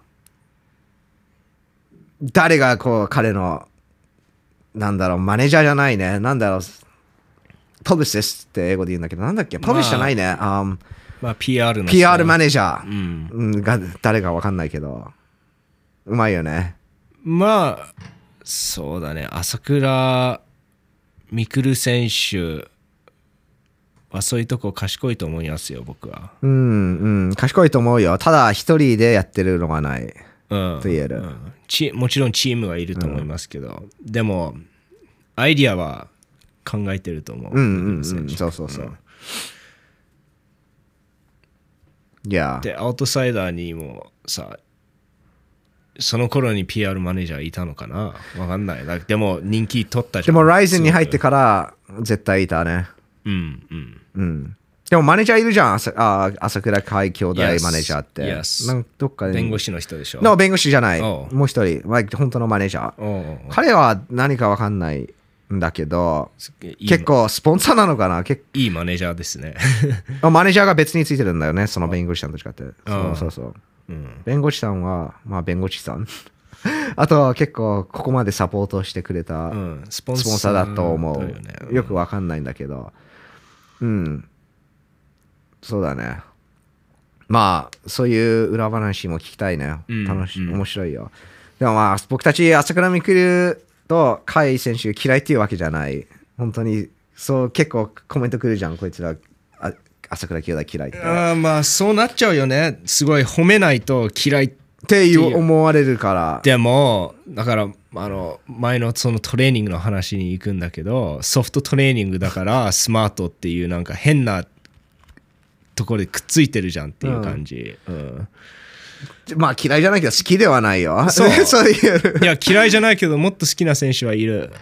誰がこう、彼の、なんだろう、マネージャーじゃないね。なんだろう、パブリシスって英語で言うんだけど、なんだっけ、パブリシじゃないね。まあum まあ、ピーアール のピーアール マネージャー、 うん、 が誰か分かんないけどうまいよね。 まあそうだね、朝倉未来選手はそういうとこ賢いと思いますよ、僕は。 うんうん賢いと思うよ。ただ一人でやってるのがない、うん、と言える、うん、 ちもちろんチームはいると思いますけど、うん、でもアイディアは考えてると思う。 うんうんうん、そうそうそう、うんYeah. でアウトサイダーにもさ、その頃に ピーアール マネージャーいたのかな、わかんない。だでも人気取ったじゃん。 でもライゼンに入ってから絶対いたね。 うんうんうん。でもマネージャーいるじゃん、朝あ朝倉海兄弟マネージャーって。 Yes. なんどっかで弁護士の人でしょ。 No 弁護士じゃない。 Oh. もう一人、本当のマネージャー。 Oh. 彼は何かわかんないんだけど、いい結構スポンサーなのかな。結いいマネージャーですね。 マネージャーが別についてるんだよね、その弁護士さんと違って。そうそうそう、うん、弁護士さんはまあ弁護士さんあとは結構ここまでサポートしてくれたスポンサーだと思う、よね、うん、よくわかんないんだけど、うんそうだね。まあそういう裏話も聞きたいね。楽しい、うん、面白いよ。でもまあ僕たち朝倉未来と甲斐選手嫌いっていうわけじゃない。本当にそう結構コメントくるじゃん、こいつらあ朝倉兄弟嫌いって。 あまあそうなっちゃうよね。すごい褒めないと嫌いっていう思われるから。 でもだからあの前のそのトレーニングの話に行くんだけど、ソフトトレーニングだからスマートっていうなんか変なところでくっついてるじゃんっていう感じ。うん、うんまあ嫌いじゃないけど好きではないよ。 そうそういういや嫌いじゃないけどもっと好きな選手はいる。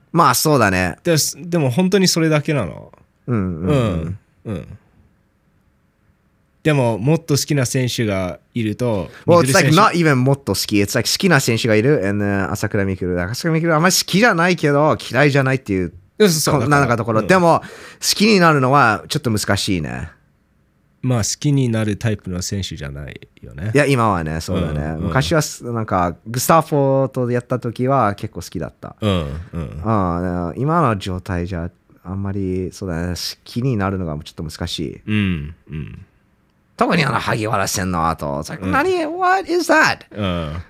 まあそうだね。 ででも本当にそれだけなの。 うんうん、ううんんうんでももっと好きな選手がいると Well, ミ it's クル like 選手 not even もっと好き。It's like 好きな選手がいる。and、uh, 朝倉未来。朝倉未来はあんまり好きじゃないけど、嫌いじゃないっていうそうそうこんなところ。 うんでも、好きになるのはちょっと難しいね。 まあ好きになるタイプの選手じゃないよね。 いや、今はね、そうだね。 うんうん昔はなんか、グスタフォとやった時は結構好きだった。 うんうんああ今の状態じゃあんまりそうだね、好きになるのがちょっと難しい。 うんうん特にあの萩原戦の後、like, 何 What is that? うん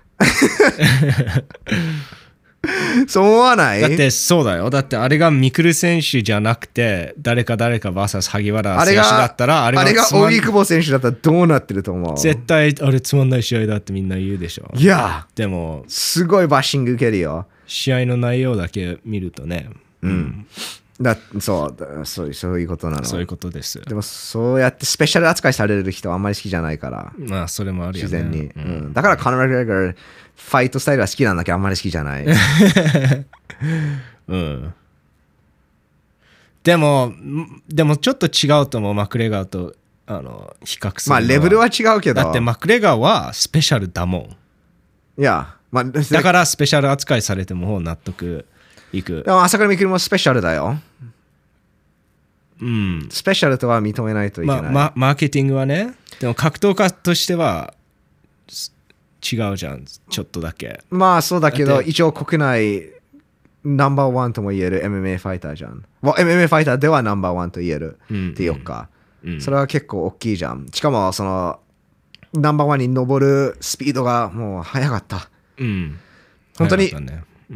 そう思わない？ だってそうだよ。だってあれがミクル選手じゃなくて誰か誰か ブイエス 萩原選手だったらあれが、あれがつまん荻久保選手だったらどうなってると思う？ 絶対あれつまんない試合だってみんな言うでしょ。 いや、 でもすごいバッシング受けるよ。 試合の内容だけ見るとね、 うんだそうだそういう、そういうことなの。 そういうことです。 でもそうやってスペシャル扱いされる人はあんまり好きじゃないから。 まあそれもあるよね。 自然に、 ううんん、だからコナー・マクレガーファイトスタイルは好きなんだけどあんまり好きじゃないうん、でもでもちょっと違うと思う。マクレガーとあの比較するのはまあレベルは違うけどだってマクレガーはスペシャルだもん。 いや、まあ、 だからスペシャル扱いされても納得いく。 でも朝倉未来もスペシャルだよ。 うん、 スペシャルとは認めないといけない、 まま、マーケティングはね。でも格闘家としては違うじゃん、ちょっとだけ。 まあそうだけどだって一応国内ナンバーワンとも言える エムエムエー ファイターじゃん。well, エムエムエー ファイターではナンバーワンと言えるっていうか、 うんうん、 それは結構大きいじゃん。しかもそのナンバーワンに登るスピードがもう速かった、 うん、 本当に、 ねうん、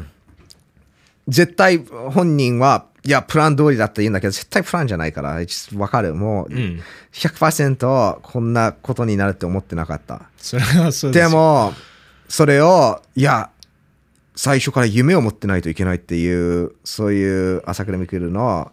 絶対本人はいやプラン通りだって言うんだけど絶対プランじゃないから分かる。もう ひゃくパーセント こんなことになるって思ってなかった。 それはそうですよ。 でもそれをいや最初から夢を持ってないといけないっていうそういう朝倉未来の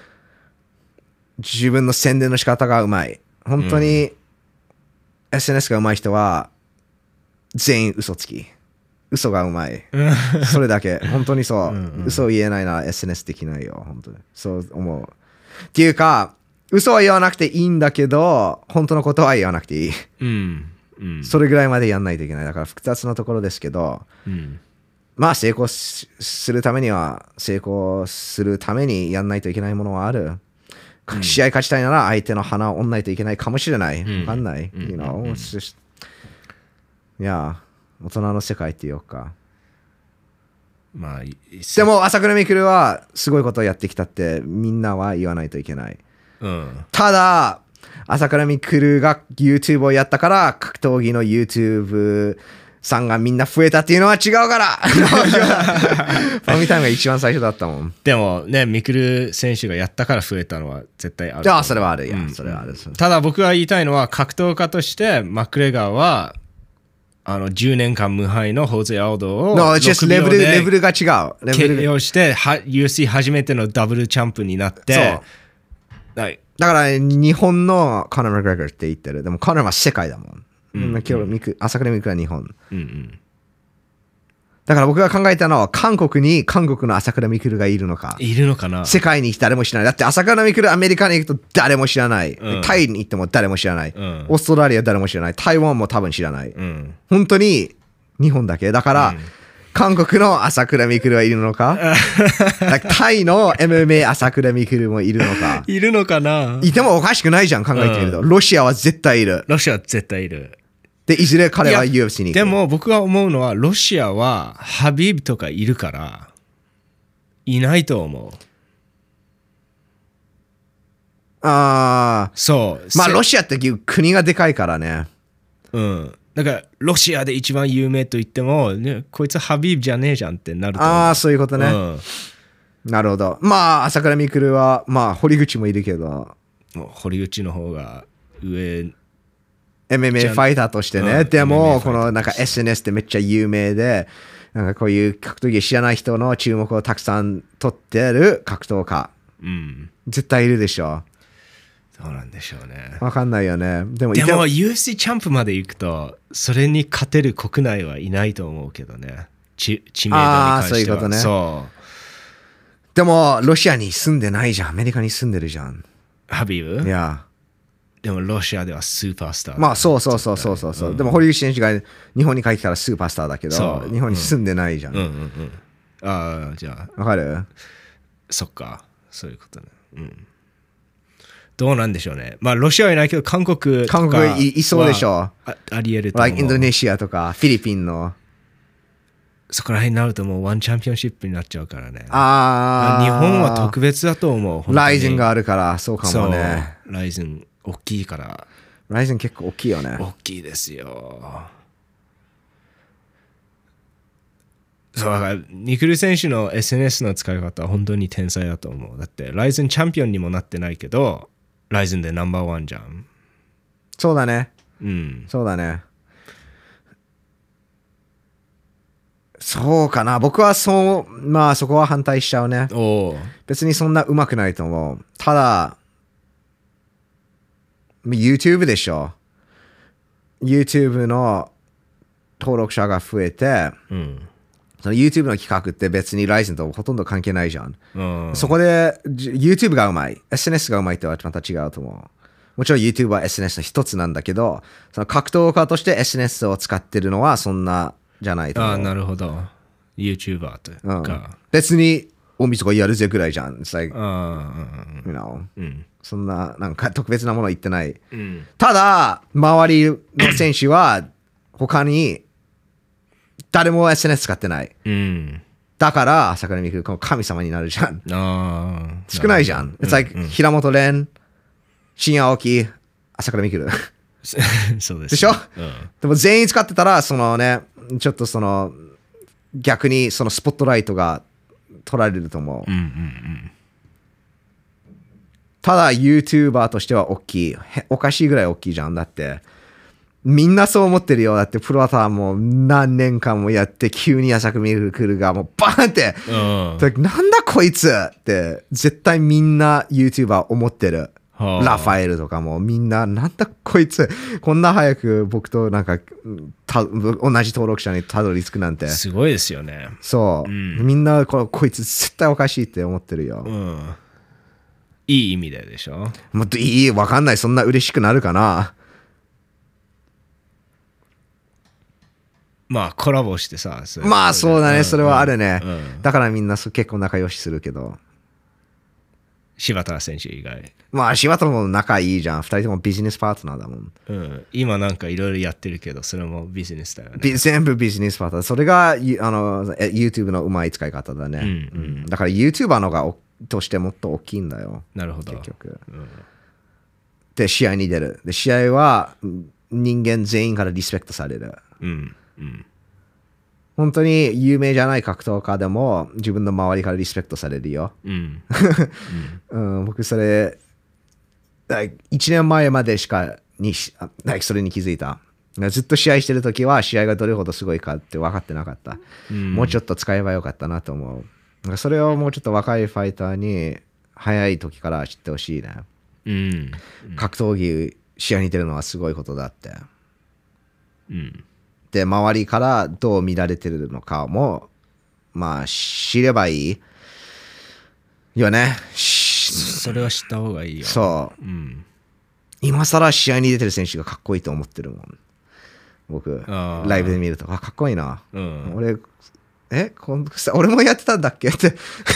自分の宣伝の仕方がうまい。本当に エスエヌエス がうまい人は全員嘘つき。嘘がうまい。それだけ。本当にそう。うん、うん、嘘を言えないなら エスエヌエス できないよ。本当に。そう思う。っていうか、嘘は言わなくていいんだけど、本当のことは言わなくていい。 うんうん、 それぐらいまでやんないといけない。だから複雑なところですけど、 うん、 まあ成功するためには、成功するためにやんないといけないものはある。うん、試合勝ちたいなら相手の鼻を折んないといけないかもしれない。わかんない。 うん、 you know? いや、大人の世界っていうか。 まあ、 でも朝倉未来はすごいことをやってきたってみんなは言わないといけない。 うん、ただ、朝倉未来が YouTube をやったから格闘技の YouTube さんがみんな増えたっていうのは違うからファミタイムが一番最初だったもん。 でもね、未来選手がやったから増えたのは絶対ある。 じゃあそれはある。いや、うん、それはある。 ただ僕が言いたいのは格闘家としてマクレガーはあのじゅうねんかん無敗のホーゼ・アウドを No, just レベル、レベルが違う。レベルケーオー しては ユーエフシー 初めてのダブルチャンプになって、 そうはい、 だから日本のコナー・マクレガーって言ってる。でもコナーは世界だもん。うんうん、今日朝倉未来は日本、 うんうん、 だから僕が考えたのは韓国に韓国の朝倉未来がいるのかいるのかな。 世界に誰も知らない。だって朝倉未来アメリカに行くと誰も知らない、 うん、 タイに行っても誰も知らない、 うん、 オーストラリア誰も知らない、台湾も多分知らない、 うん、 本当に日本だけだから、うん、韓国の朝倉未来はいるのかタイの エムエムエー 朝倉未来もいるのかいるのかな。 いてもおかしくないじゃん考えてみると、うん、ロシアは絶対いる。 ロシアは絶対いる。 でいずれ彼は ユーエフシー に行く。 でも僕が思うのはロシアはハビブとかいるからいないと思う。 ああそうまあロシアっていう国がでかいからね。 うんだからロシアで一番有名と言っても、ね、こいつハビブじゃねえじゃんってなると思う。 ああそういうことね、うん、なるほど。まあ朝倉未来はまあ堀口もいるけど堀口の方が上エムエムエー ファイターとしてね、うん、でもこのなんか エスエヌエス でめっちゃ有名でなんかこういう格闘技知らない人の注目をたくさん取ってる格闘家、 うん、 絶対いるでしょ。 そうなんでしょうね。 わかんないよね。でもでも ユーエフシー チャンプまで行くとそれに勝てる国内はいないと思うけどね。知名度に関しては。 ああそういうことね。 そでも、ロシアに住んでないじゃん。アメリカに住んでるじゃん。 ハビブいや。 でもロシアではスーパースター。 まあそうそうそうそうそうそう、うん、でも堀口選手が日本に帰ってきたらスーパースターだけど、日本に住んでないじゃん。 うんうんうんうん、ああ、じゃあ。 わかる？ そっか。そういうことね。うん。どうなんでしょうね。まあロシアはいないけど韓国とか韓国 い, いそうでしょ。 あ, ありえると思う。 like、インドネシアとかフィリピンの。 そこら辺になるともうワンチャンピオンシップになっちゃうからね。 ああ。 日本は特別だと思う。 ライゼンがあるからそうかもね。 ライゼン大きいから。 ライゼン結構大きいよね。 大きいですよ。そうだからニクル選手の エスエヌエス の使い方は本当に天才だと思う。だってライゼンチャンピオンにもなってないけどライゼンでナンバーワンじゃん。 そうだね。 うん。 そうだね。そうかな。僕はそう、まあそこは反対しちゃうね。 お別にそんな上手くないと思う。ただ、YouTube でしょ。YouTube の登録者が増えて、 うん、 その YouTube の企画って別にライゼンとほとんど関係ないじゃん。 うん、 そこで YouTube がうまい、エスエヌエス がうまいとはまた違うと思う。もちろん YouTube は エスエヌエス の一つなんだけど、その格闘家として エスエヌエス を使ってるのはそんなじゃないと思う。 ああ、なるほど。YouTuber というか。 うん、別に大晦日やるぜぐらいじゃん。It's like, あ you know、 うん、 そんななんか特別なもの言ってない。 うん、 ただ、周りの選手は他に誰も エスエヌエス 使ってない。 うん、 だから、朝倉未来、この神様になるじゃん。 あ少ないじゃん。It's like、うんうん、平本蓮、新青木、朝倉未来。 そうです。 でしょ、 うん、 でも全員使ってたら、そのね、ちょっとその、逆にそのスポットライトが取られると思う。 うんうんうん、 ただ YouTuber としては大きい。おかしいぐらい大きいじゃん。だってみんなそう思ってるよ。だってプロターも何年間もやって急に朝倉未来がもうバーンって、うん、なんだこいつって絶対みんな YouTuber 思ってる。ラファエルとかもみんななんだこいつこんな早く僕となんかた同じ登録者にたどり着くなんてすごいですよね。 そう、うん、みんな こ, こいつ絶対おかしいって思ってるよ、 うん、いい意味ででしょ。 もっといいわかんない。そんな嬉しくなるかな。 まあコラボしてさまあそうだね、うん、それはあるね、うん、だからみんな結構仲良しするけど柴田選手以外まあ柴田も仲いいじゃん。二人ともビジネスパートナーだもん、 うん、今なんかいろいろやってるけどそれもビジネスだよね。 全部ビジネスパートナー。それがあの YouTube のうまい使い方だね、うんうん、だから YouTuber のがとしてもっと大きいんだよ。 なるほど。 結局、うん、で試合に出る。で試合は人間全員からリスペクトされる、 うんうん、 本当に有名じゃない格闘家でも自分の周りからリスペクトされるよ、 うんうん、僕それいちねんまえまでしかにそれに気づいた。ずっと試合してる時は試合がどれほどすごいかって分かってなかった、うん、もうちょっと使えばよかったなと思う。それをもうちょっと若いファイターに早い時から知ってほしいね、 うん、 格闘技試合に出るのはすごいことだって、 うん、 で周りからどう見られてるのかもまあ知ればいいよね。 それは知った方がいいよ。 そう、 うん、 今更試合に出てる選手がかっこいいと思ってるもん僕。ライブで見るとあかっこいいな、 うん、 俺えこん俺もやってたんだっけって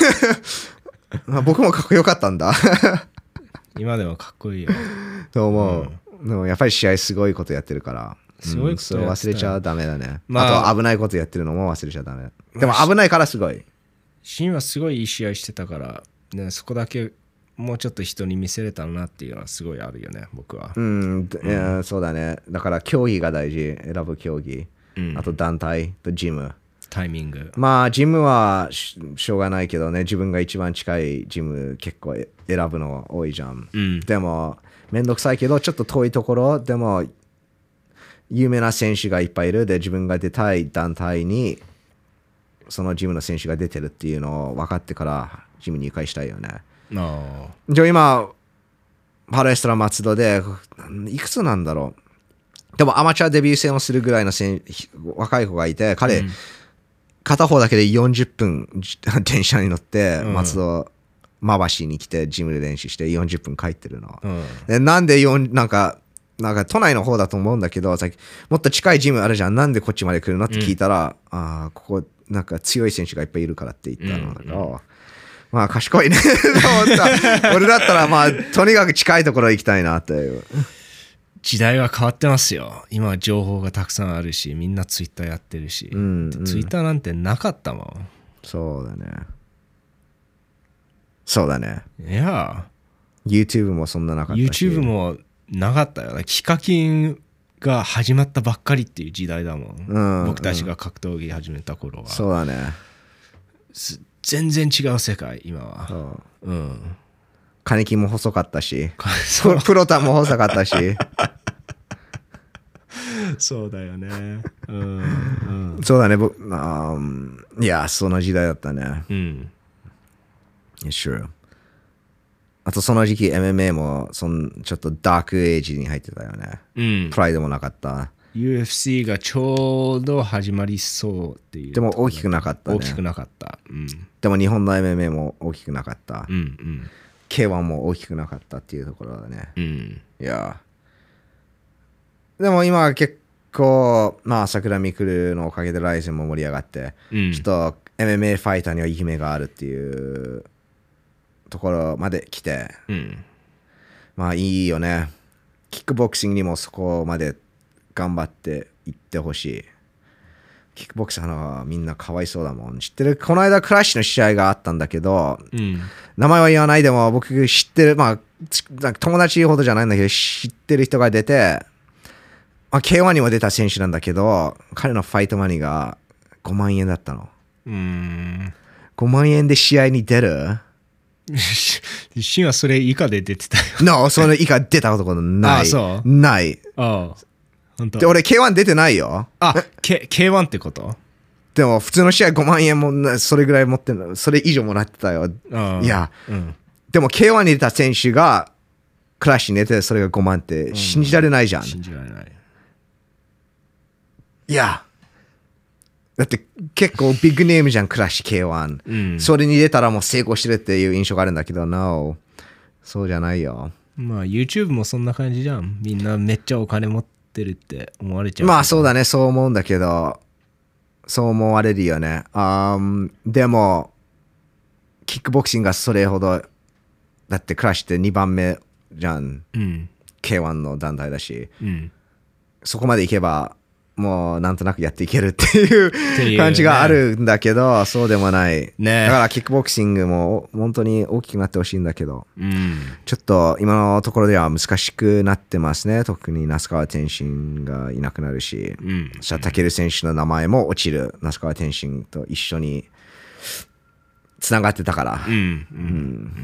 僕もかっこよかったんだ今でもかっこいいよと思う、うん、でもやっぱり試合すごいことやってるからすごいことやってた、 うん、それ忘れちゃダメだね、 まあ、 あと危ないことやってるのも忘れちゃダメ。でも危ないからすごい。 シンはすごいいい試合してたから、ね、そこだけもうちょっと人に見せれたなっていうのはすごいあるよね僕は。 うん、いやそうだね。だから競技が大事。選ぶ競技、うん、あと団体とジムタイミング。 まあジムは し, しょうがないけどね、自分が一番近いジム結構選ぶの多いじゃん、 うん、 でもめんどくさいけどちょっと遠いところでも有名な選手がいっぱいいる。で自分が出たい団体にそのジムの選手が出てるっていうのを分かってからジムに入会したいよね。 あじゃあ今パレストラ松戸でいくつなんだろう。でもアマチュアデビュー戦をするぐらいの選若い子がいて彼、うん片方だけでよんじゅっぷん電車に乗って、 うん松戸馬橋に来てジムで練習してよんじゅっぷん帰ってるの。 うん、 でなんでよんなんかなんか都内の方だと思うんだけど、さもっと近いジムあるじゃん、なんでこっちまで来るのって聞いたら、うん、ああここなんか強い選手がいっぱいいるからって言ったの、うんうん、まあ賢いねと思った俺だったらまあとにかく近いところ行きたいなっていう。 時代は変わってますよ。今は情報がたくさんあるし、みんなツイッターやってるし、 うんうん、 ツイッターなんてなかったもん。 そうだねそうだね。 いや YouTube もそんななかったし YouTube もなかったよ。ヒカキンが始まったばっかりっていう時代だもん、うん、僕たちが格闘技始めた頃は。 そうだね。 全然違う世界今は。そう、うん、 金木も細かったしプロタも細かったしそうだよね、うんうん、 そうだね。あいやその時代だったね。 うん、 sure。あとその時期 エムエムエー もそんちょっとダークエイジに入ってたよね、うん、プライドもなかった。 ユーエフシー がちょうど始まりそうっていう。 でも大きくなかったね。 大きくなかった、うん、 でも日本の エムエムエー も大きくなかった、 うんうん、 ケーワン も大きくなかったっていうところだね、 うん、 いやでも今は結構まあ桜みくるのおかげでライゼンも盛り上がって、うん、ちょっと エムエムエー ファイターには夢があるっていうところまで来て、 うん、 まあいいよね。キックボクシングにもそこまで頑張っていってほしい。キックボクサーのみんなかわいそうだもん。知ってる？この間クラッシュの試合があったんだけど、 うん、 名前は言わないでも僕知ってる、まあ友達ほどじゃないんだけど知ってる人が出て、まあ、ケーワン にも出た選手なんだけど、彼のファイトマニーがごまんえんだったの。 うーん、 ごまんえんで試合に出る？ シンはそれ以下で出てたよ。 No、それ以下出たことない。 あ、そうない。 ああ、本当。 で、俺 ケーワン 出てないよ。 あ、K、ケーワン ってこと？ でも普通の試合ごまんえんもそれぐらい持ってるの。それ以上もらってたよ。いや、うん、でも ケーワン に出た選手がクラッシュに出てそれがごまんって信じられないじゃん。うん、 信じられない。 いや。だって結構ビッグネームじゃん、クラッシュ ケーワン、うん、それに出たらもう成功してるっていう印象があるんだけど No、 そうじゃないよ。 まあ YouTube もそんな感じじゃん。みんなめっちゃお金持ってるって思われちゃう。 まあそうだね、そう思うんだけど、そう思われるよね。um, でもキックボクシングがそれほどだってクラッシュってにばんめじゃん、うん、ケーワン の団体だし、うん、そこまでいけばもうなんとなくやっていけるっていう感じがあるんだけど、そうでもない、ね、だからキックボクシングも本当に大きくなってほしいんだけど、うん、ちょっと今のところでは難しくなってますね。特に那須川天心がいなくなるし、うん、そしたら武尊選手の名前も落ちる。那須川天心と一緒につながってたから、うんうんうん、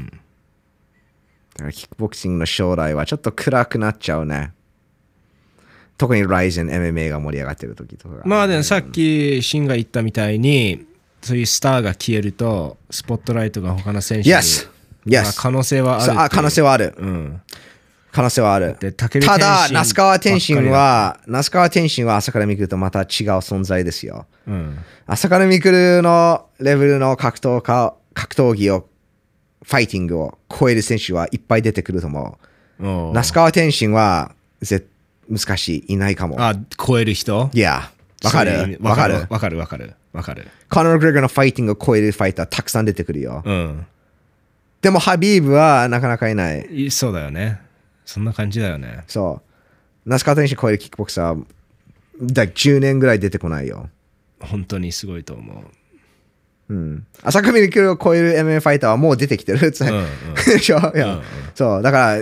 だからキックボクシングの将来はちょっと暗くなっちゃうね。特にライゼン エムエムエー が盛り上がってる時とか。 まあでもさっきシンが言ったみたいに、そういうスターが消えるとスポットライトが他の選手に、 yes. Yes. まあ、可能性はある。 あ、可能性はある、うん、可能性はある。ただ那須川天心は那須川天心は朝倉未来とまた違う存在ですよ、うん、朝倉未来のレベルの格闘家格闘技をファイティングを超える選手はいっぱい出てくると思う。那須川天心は絶対難しい、いないかも。 あ、超える人？ いや、わかるわかるわかるわかるわかる。 コノー・グレガーのファイティングを超えるファイターたくさん出てくるよ。うん。でもハビーブはなかなかいない。 そうだよね。そんな感じだよね。 そう。那須川天心超えるキックボクサー、だじゅうねんぐらい出てこないよ。 本当にすごいと思う。 うん。朝倉未来を超える エムエムエー ファイターはもう出てきてる。うんうん、でしょ、いや、うんうん、そう。だから、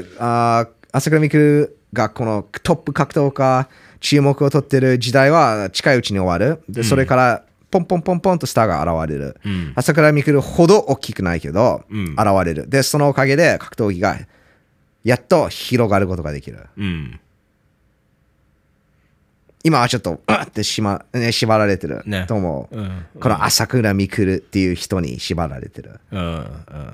あ朝倉未来がこのトップ格闘家注目を取ってる時代は近いうちに終わる。で、それからポンポンポンポンとスターが現れる。うん、朝倉未来ほど大きくないけど、うん、現れる。で、そのおかげで格闘技がやっと広がることができる。うん、今はちょっとうってしま、ね、縛られてる、ね、と思う、うん、この朝倉未来っていう人に縛られてる。うんうん、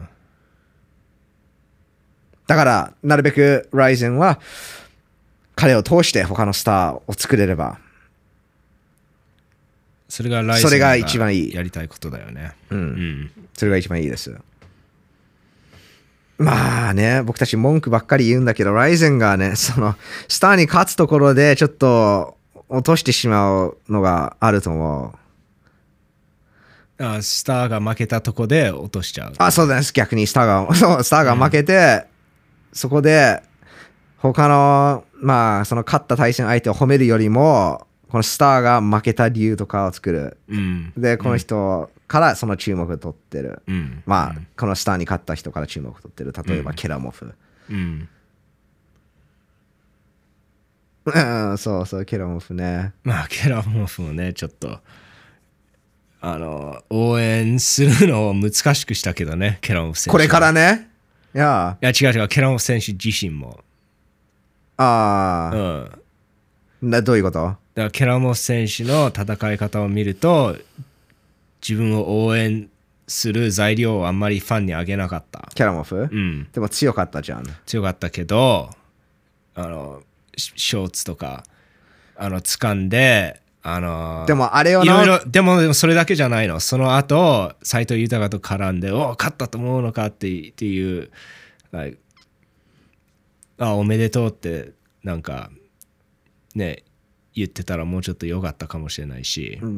だからなるべくライゼンは彼を通して他のスターを作れればそれがライそれがセン一番いいがやりたいことだよね。 うん、 うん。 それが一番いいです。まあね、僕たち文句ばっかり言うんだけど、ライゼンがね、そのスターに勝つところでちょっと落としてしまうのがあると思う。 あ、スターが負けたとこで落としちゃう。 あ、そうです。逆にスターが、そう、スターが負けて、うん、そこで他の、まあ、その勝った対戦相手を褒めるよりも、このスターが負けた理由とかを作る。 うん、 で、この人からその注目を取ってる。 うん、 まあ、このスターに勝った人から注目を取ってる。例えば、 うん、 ケラモフ。 うんうん、そうそう、ケラモフね。 まあ、ケラモフもね、ちょっと、あの、応援するのを難しくしたけどね、ケラモフ選手。 これからね。いや、 いや違う違う、ケラモフ選手自身も。 ああ、 うん。 などういうこと？ だからケラモフ選手の戦い方を見ると、自分を応援する材料をあんまりファンにあげなかった。 ケラモフ、 うん、 でも強かったじゃん。 強かったけど、あのショーツとかあの掴んで、あのでもあれをいろいろでもでもそれだけじゃないの。その後斎藤豊と絡んで、お勝ったと思うのかってっていう、like、あおめでとうってなんかね言ってたらもうちょっと良かったかもしれないし、 うん、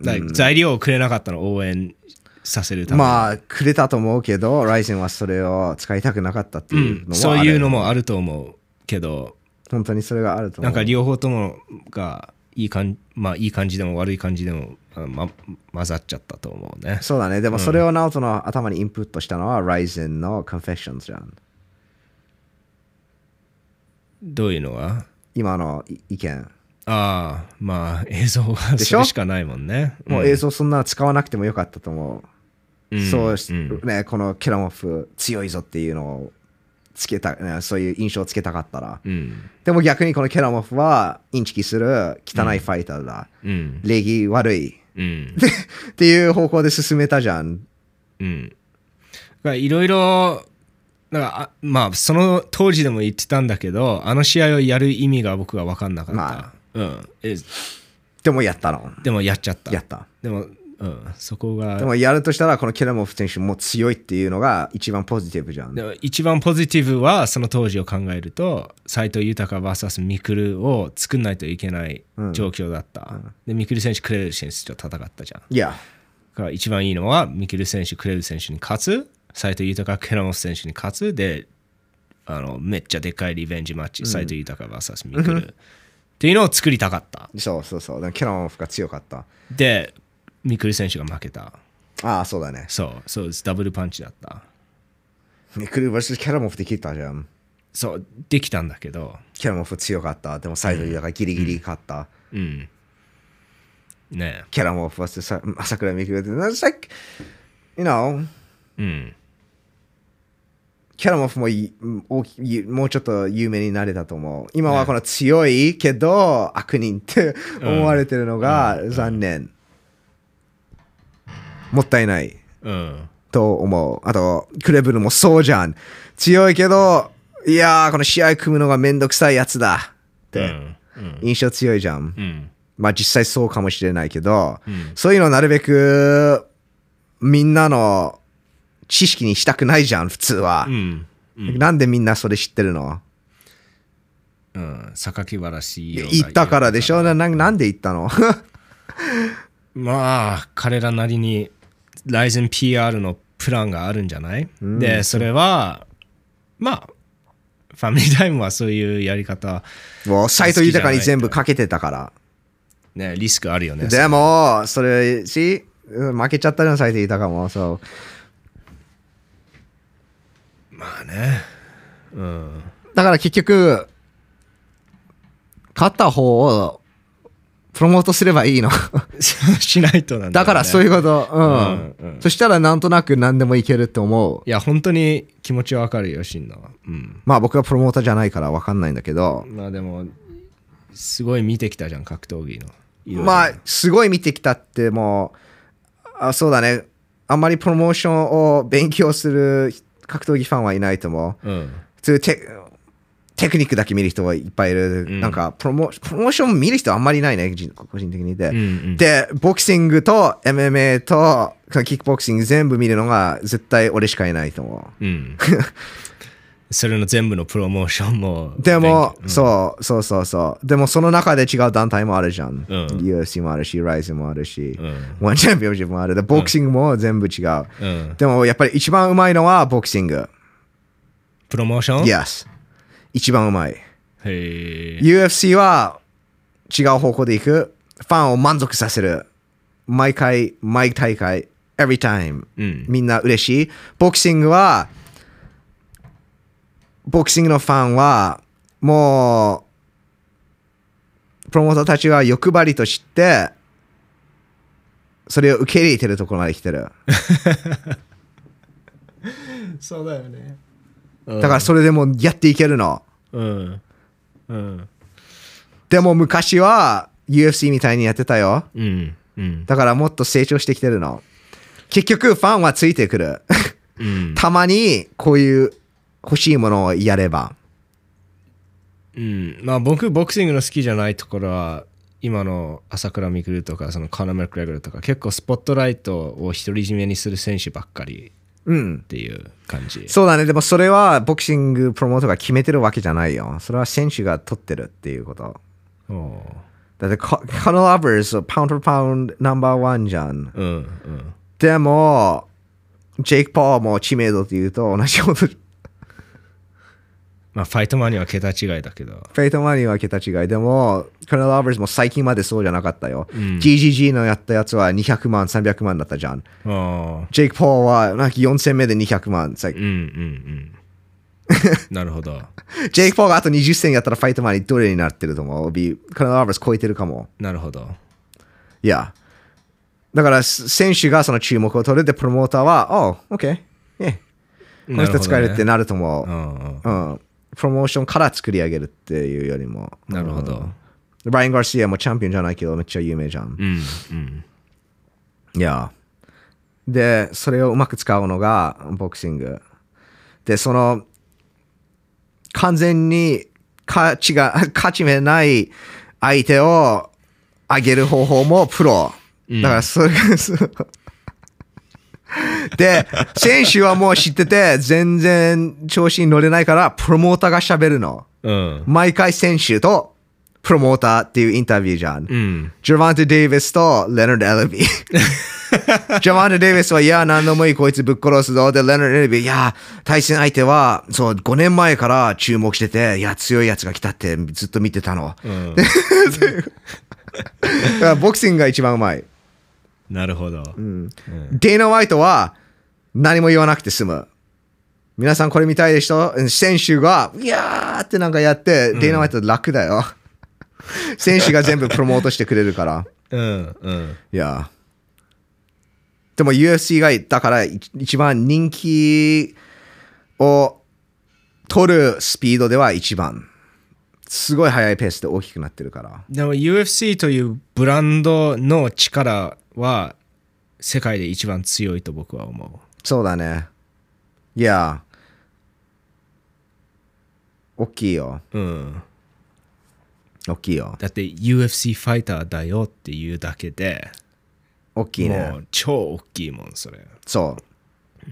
材料をくれなかったの、応援させるために。 まあくれたと思うけど、ライゼンはそれを使いたくなかったっていうのは、 うん、そういうのもあると思うけど、 本当にそれがあると思う。 なんか両方ともがいい感じ、まあいい感じでも悪い感じでも、ま、混ざっちゃったと思うね。 そうだね。でもそれをナオトの頭にインプットしたのは、ライゼンの Confessions じゃん。 どういうのは今の意見。 ああ、まあ映像がそれしかないもんね。 もう映像そんなの使わなくてもよかったと思う。 うん、 そう、 うん、 ね、このケラモフ強いぞっていうのをつけた、ね、そういう印象をつけたかったら。 うん、 でも逆にこのケラモフはインチキする汚いファイターだ。 うん、 礼儀悪い。 うん、 っていう方向で進めたじゃん。 うん。いろいろ、だからあまあその当時でも言ってたんだけど、あの試合をやる意味が僕は分かんなかった。 まあうん、えでもやったの。 でもやっちゃった。 やった。 でも、うん、そこが。 でもやるとしたら、このケラモフ選手も強いっていうのが一番ポジティブじゃん。 でも一番ポジティブは、その当時を考えると、斎藤豊 ブイエス ミクルを作んないといけない状況だった。うん、で、ミクル選手、クレル選手と戦ったじゃん。 いや。 だから一番いいのは、ミクル選手、クレル選手に勝つ、斎藤豊、ケラモフ選手に勝つ、で、あのめっちゃでっかいリベンジマッチ、斎、うん、藤豊 ブイエス ミクル。っていうのを作りたかった。 そうそうそう。ケラモフが強かった。 で、ミクル選手が負けた。 ああ、そうだね。 そう、そうです。ダブルパンチだった。 ミクル ブイエス ケラモフできたじゃん。 そう、できたんだけど。 ケラモフ強かった。でもサイド豊がギリギリ勝った。 うん。うんねケラモフは朝倉ミクルで、It's like, you know, うん。 キャラモフもい大きもうちょっと有名になれたと思う。今はこの強いけど悪人って思われてるのが残念。もったいない、 うん、 と思う。あと、クレブルもそうじゃん。強いけど、いやー、この試合組むのがめんどくさいやつだって、うんうん、印象強いじゃん。うん、まあ実際そうかもしれないけど、うん、そういうのをなるべくみんなの知識にしたくないじゃん、普通は。うんうん、なんでみんなそれ知ってるの？ うん、榊原 シーイーオー言ったからでしょ。な、なんで言ったの？ まあ、彼らなりにライゼン ピーアール のプランがあるんじゃない？うん、で、それは、まあ、ファミリータイムはそういうやり方。 もう、斎藤豊に全部かけてたから。 ね、リスクあるよね。 でも、それし、負けちゃったじゃん、斎藤豊も。そう。 まあね、うん、 だから結局勝った方をプロモートすればいいのしないとなんだよね。 だからそういうこと、うんうんうん、 そしたらなんとなく何でもいけるって思う。 いや本当に気持ちはわかるよ、しんの、うん、 まあ僕はプロモーターじゃないからわかんないんだけど、 まあでもすごい見てきたじゃん、格闘技の。 まあすごい見てきたってもう、あ、そうだね、あんまりプロモーションを勉強する格闘技ファンはいないと思う、うん、普通テテクニックだけ見る人はいっぱいいる。 うんなんかプロモ、プロモーション見る人あんまりいないね、個人的にで。 うんうん、 で、ボクシングと エムエムエー とキックボクシング全部見るのが絶対俺しかいないと思う。 うんそれの全部のプロモーションも。 でも、 うん、 そうそうそうそう。でもその中で違う団体もあるじゃん。 うん、 ユーエフシー もあるし、ライズもあるし、 うん、 ワンチャンピオンシップもある。で、ボクシングも全部違う。 うん、 でもやっぱり一番うまいのはボクシング。 プロモーション Yes。一番うまい。 へーユーエフシー は違う方向で行く。ファンを満足させる。毎回、毎大会、every time、 うん。 みんな嬉しい。ボクシングは、ボクシングのファンは、もう、プロモーターたちは欲張りとして、それを受け入れてるところまで来てる。 そうだよね。 だからそれでもやっていけるの。 うん。うん。 でも昔は ユーエフシー みたいにやってたよ。 うん。うん。 だからもっと成長してきてるの。結局ファンはついてくる。 うん、 たまにこういう欲しいものをやれば。 うん。まあ僕、ボクシングの好きじゃないところは、今の朝倉未来とか、そのカナ・マクレガルとか、結構スポットライトを独り占めにする選手ばっかりっていう感じ。 うん、そうだね。でもそれはボクシングプロモーターが決めてるわけじゃないよ。それは選手が取ってるっていうこと。 おだってカノ・ラバーズ、パウンド・パウンドナンバーワンじゃん。 うんうん、 でも、ジェイク・ポーも知名度っていうと同じこと。 まあ、ファイトマニーは桁違いだけど。 ファイトマニーは桁違い。でも、カノ・ラバーズも最近までそうじゃなかったよ。 うん、 ジージージー のやったやつはにひゃくまん、さんびゃくまんだったじゃん。 おジェイク・ポーはなんかよん戦目でにひゃくまん。 うんうんうん。なるほど。 ジェイク・ポーがあとにじゅう戦やったらファイトマニーどれになってると思う？カノ・ラバーズ超えてるかも。 なるほど。 いや。だから選手がその注目を取るで、プロモーターは、おう、OK。え、この人使えるってなると思う。 ね、うんうん。プロモーションから作り上げるっていうよりも。 なるほど。 うん、ライアン・ガーシアもチャンピオンじゃないけど、めっちゃ有名じゃん。 うんうん。 いや。で、それをうまく使うのがボクシング。で、その、完全に価値が、価値がない相手を上げる方法もプロ。だからそれが、で、選手はもう知ってて、全然調子に乗れないから、プロモーターが喋るの。 うん、 毎回選手とプロモーターっていうインタビューじゃん。 うん、 ジャバンテ・デイビスとレナード・エレビー。ジャバンテ・デイビスは、いや、何度もいい、こいつぶっ殺すぞ。で、レナード・エレビー、いや、対戦相手は、そう、ごねんまえから注目してて、いや、強いやつが来たってずっと見てたの。うん、だからボクシングが一番うまい。 なるほど。 うん、デイナ・ホワイトは何も言わなくて済む。皆さんこれ見たいでしょ？選手が、いやーってなんかやって、うん、デイナ・ホワイト楽だよ。選手が全部プロモートしてくれるから。 うんうん。 いや。でも ユーエフシー がだから一番人気を取るスピードでは一番。すごい速いペースで大きくなってるから。 でも ユーエフシー というブランドの力は世界で一番強いと僕は思う。 そうだね。いや。大きいよ。 うん。 大きいよ。 だって ユーエフシー ファイターだよっていうだけで大きいね。 もう超大きいもんそれ。 そう。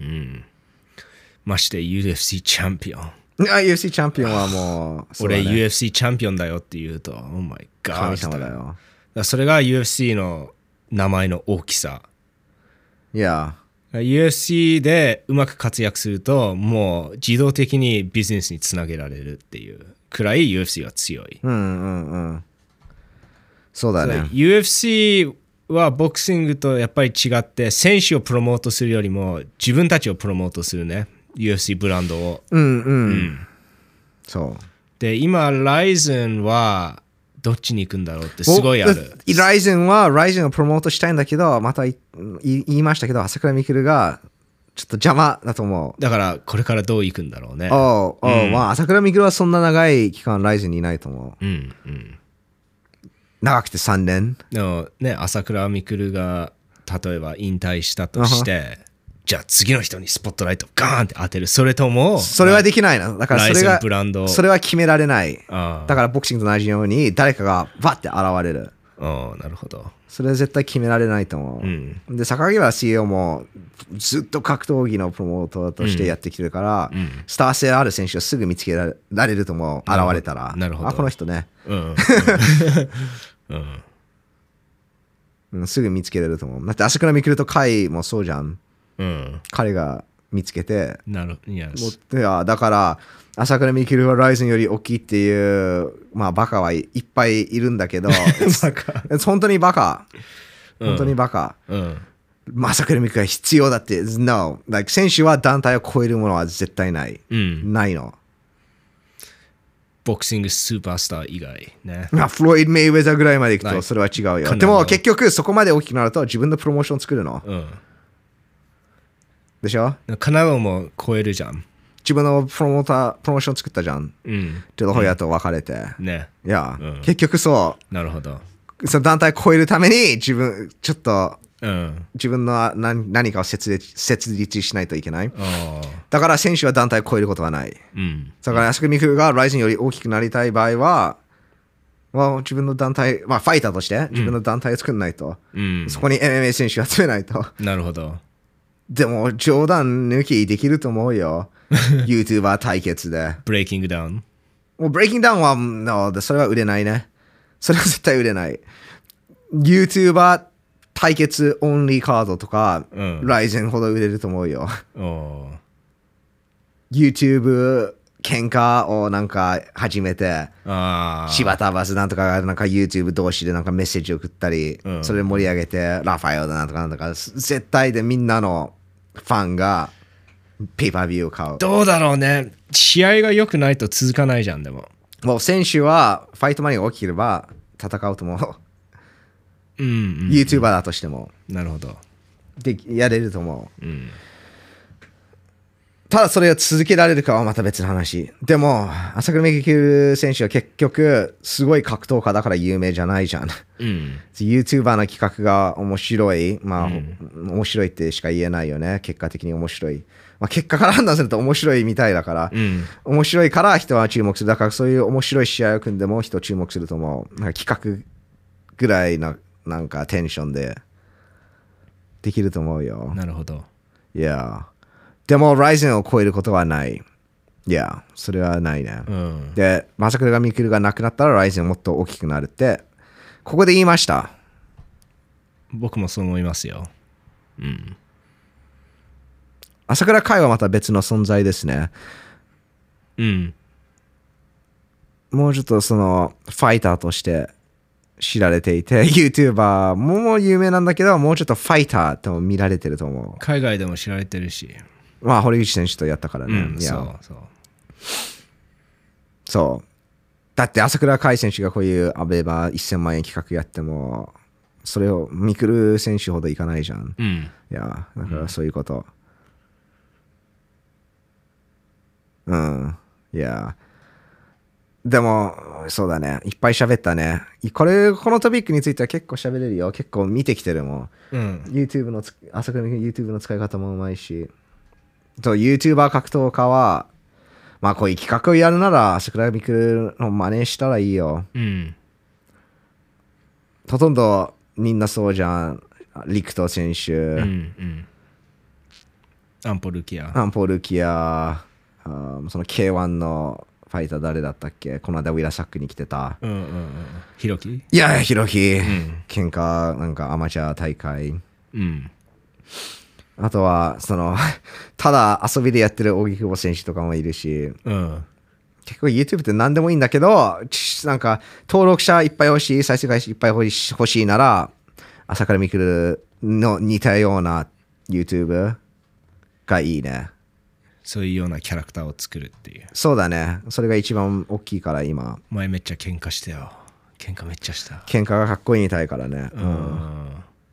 うん。まして ユーエフシー チャンピオン。 あ、ユーエフシー チャンピオンはもう、 俺 ユーエフシー チャンピオンだよって言うと、Oh my God。 神様だよ。 だそれが ユーエフシー の名前の大きさ。 いや。 ユーエフシー でうまく活躍すると、もう自動的にビジネスにつなげられるっていうくらい ユーエフシー は強い。 うんうんうん。そうだね。 ユーエフシー はボクシングとやっぱり違って、選手をプロモートするよりも自分たちをプロモートするね。ユーエフシー ブランドを。 うんうん。うん、そう。 で、今、ライゼンはどっちに行くんだろうってすごいある。 ライゼンは、ライゼンをプロモートしたいんだけど、また言いましたけど、朝倉未来がちょっと邪魔だと思う。 だから、これからどう行くんだろうね。 おうおう、うん、まあ、朝倉未来はそんな長い期間、ライゼンにいないと思う。 うんうん。 長くてさんねん。 でもね、朝倉未来が例えば引退したとして、 じゃあ次の人にスポットライトガーンって当てる。それともそれはできないの。だからそれがライセンブランドそれは決められない。 あだからボクシングと同じように誰かがバッて現れる。 あなるほど。 それは絶対決められないと思う。 うん、 で坂木原 シーイーオー もずっと格闘技のプロモーターとしてやってきてるから、 うんうん、 スター性ある選手をすぐ見つけられると思う。現れたら。 なるほど。 あこの人ね。 うんうんうん、すぐ見つけれると思う。だって朝倉未来と甲斐もそうじゃん。 うん、 彼が見つけて。 なるいやいやだから朝倉未来はライゼンより大きいっていうまあバカはいっぱいいるんだけどバカ本当にバカ本当にバカ、 うん、 朝倉未来が必要だって No like 選手は団体を超えるものは絶対ない、 うん、 ないの。 ボクシングスーパースター以外ね。 まあフロイド・メイウェザーぐらいまでいくとそれは違うよ。でも結局そこまで大きくなると自分のプロモーションを作るの、 うん、 でしょ。 カナダも超えるじゃん。 自分のプロモータープロモーション作ったじゃん、 うん、 デロホヤと別れて、 うん、ね。 いや、 うん、 結局そうなるほど。 その団体を超えるために自分ちょっと、 うん、 自分の何何かを設立設立しないといけない。だから選手は団体を超えることはない、 うん、 だから朝倉未来がライゼンより大きくなりたい場合は、まあ、自分の団体、まあ、ファイターとして自分の団体を作らないと、 うん、 そこに エムエムエー 選手を集めないと。 なるほど。 でも冗談抜きできると思うよYouTuber 対決で。 ブレイキングダウンもうブレイキングダウンは no それは売れないね。それは絶対売れない。YouTuber 対決オンリーカードとか、うん、ライゼンほど売れると思うよ。YouTube 喧嘩をなんか始めて、柴田バスなんとかがなんか YouTube 同士でなんかメッセージを送ったり、うん、それ盛り上げて、ラファエルだなんとかなんとか、絶対でみんなのファンがペーパービューを買う。 どうだろうね。試合が良くないと続かないじゃん、でも。 もう選手はファイトマネーが大きければ戦うと思う。 うんうんうん、 YouTuber だとしても。 なるほど。 で、やれると思う。 うん、 ただそれを続けられるかはまた別の話。でも、朝倉未来選手は結局、すごい格闘家だから有名じゃないじゃん。 うん、 YouTuber の企画が面白い。まあ、うん、面白いってしか言えないよね。結果的に面白い。まあ、結果から判断すると面白いみたいだから、うん、面白いから人は注目する。だからそういう面白い試合を組んでも人を注目すると思う。なんか企画ぐらいのなんかテンションでできると思うよ。 なるほど。 いや。でも、ライゼンを超えることはない。いや、それはないね。 うん、 で、朝倉未来がなくなったらライゼンもっと大きくなるって、ここで言いました。 僕もそう思いますよ。うん。 朝倉海はまた別の存在ですね。 うん。 もうちょっとその、ファイターとして知られていて、YouTuber も有名なんだけど、もうちょっとファイターと見られてると思う。 海外でも知られてるし。 まあ、堀口選手とやったからね。 うん、 いやそうそう。 そう。だって朝倉海選手がこういうアベバせんまんえん企画やっても、それをミクル選手ほどいかないじゃん。 うん、 いや、だからそういうこと。うん。うん、いや。でも、そうだね。いっぱい喋ったね。これ、このトピックについては結構喋れるよ。結構見てきてるもん。 うん、 YouTube のつ、朝倉 YouTube の使い方もうまいし。と、YouTuber 格闘家は、まあこういう企画をやるなら、朝倉未来の真似したらいいよ。 うん。 ほとんどみんなそうじゃん。陸斗選手。うんうん。アンポルキア。 アンポルキア。あその ケーワン のファイター誰だったっけ？この間ウィラサックに来てた。 うんうんうん。ヒロキ？ いやいや、ヒロキ。 うん、 喧嘩、なんかアマチュア大会。 うん。 あとは、その、ただ遊びでやってる荻久保選手とかもいるし、 うん、 結構 YouTube って何でもいいんだけど、なんか登録者いっぱい欲しい、再生回数いっぱい欲しい欲しいなら、朝倉未来の似たような YouTube がいいね。 そういうようなキャラクターを作るっていう。 そうだね。それが一番大きいから今。 前めっちゃ喧嘩したよ。喧嘩めっちゃした。 喧嘩がかっこいいみたいからね。 うん。うん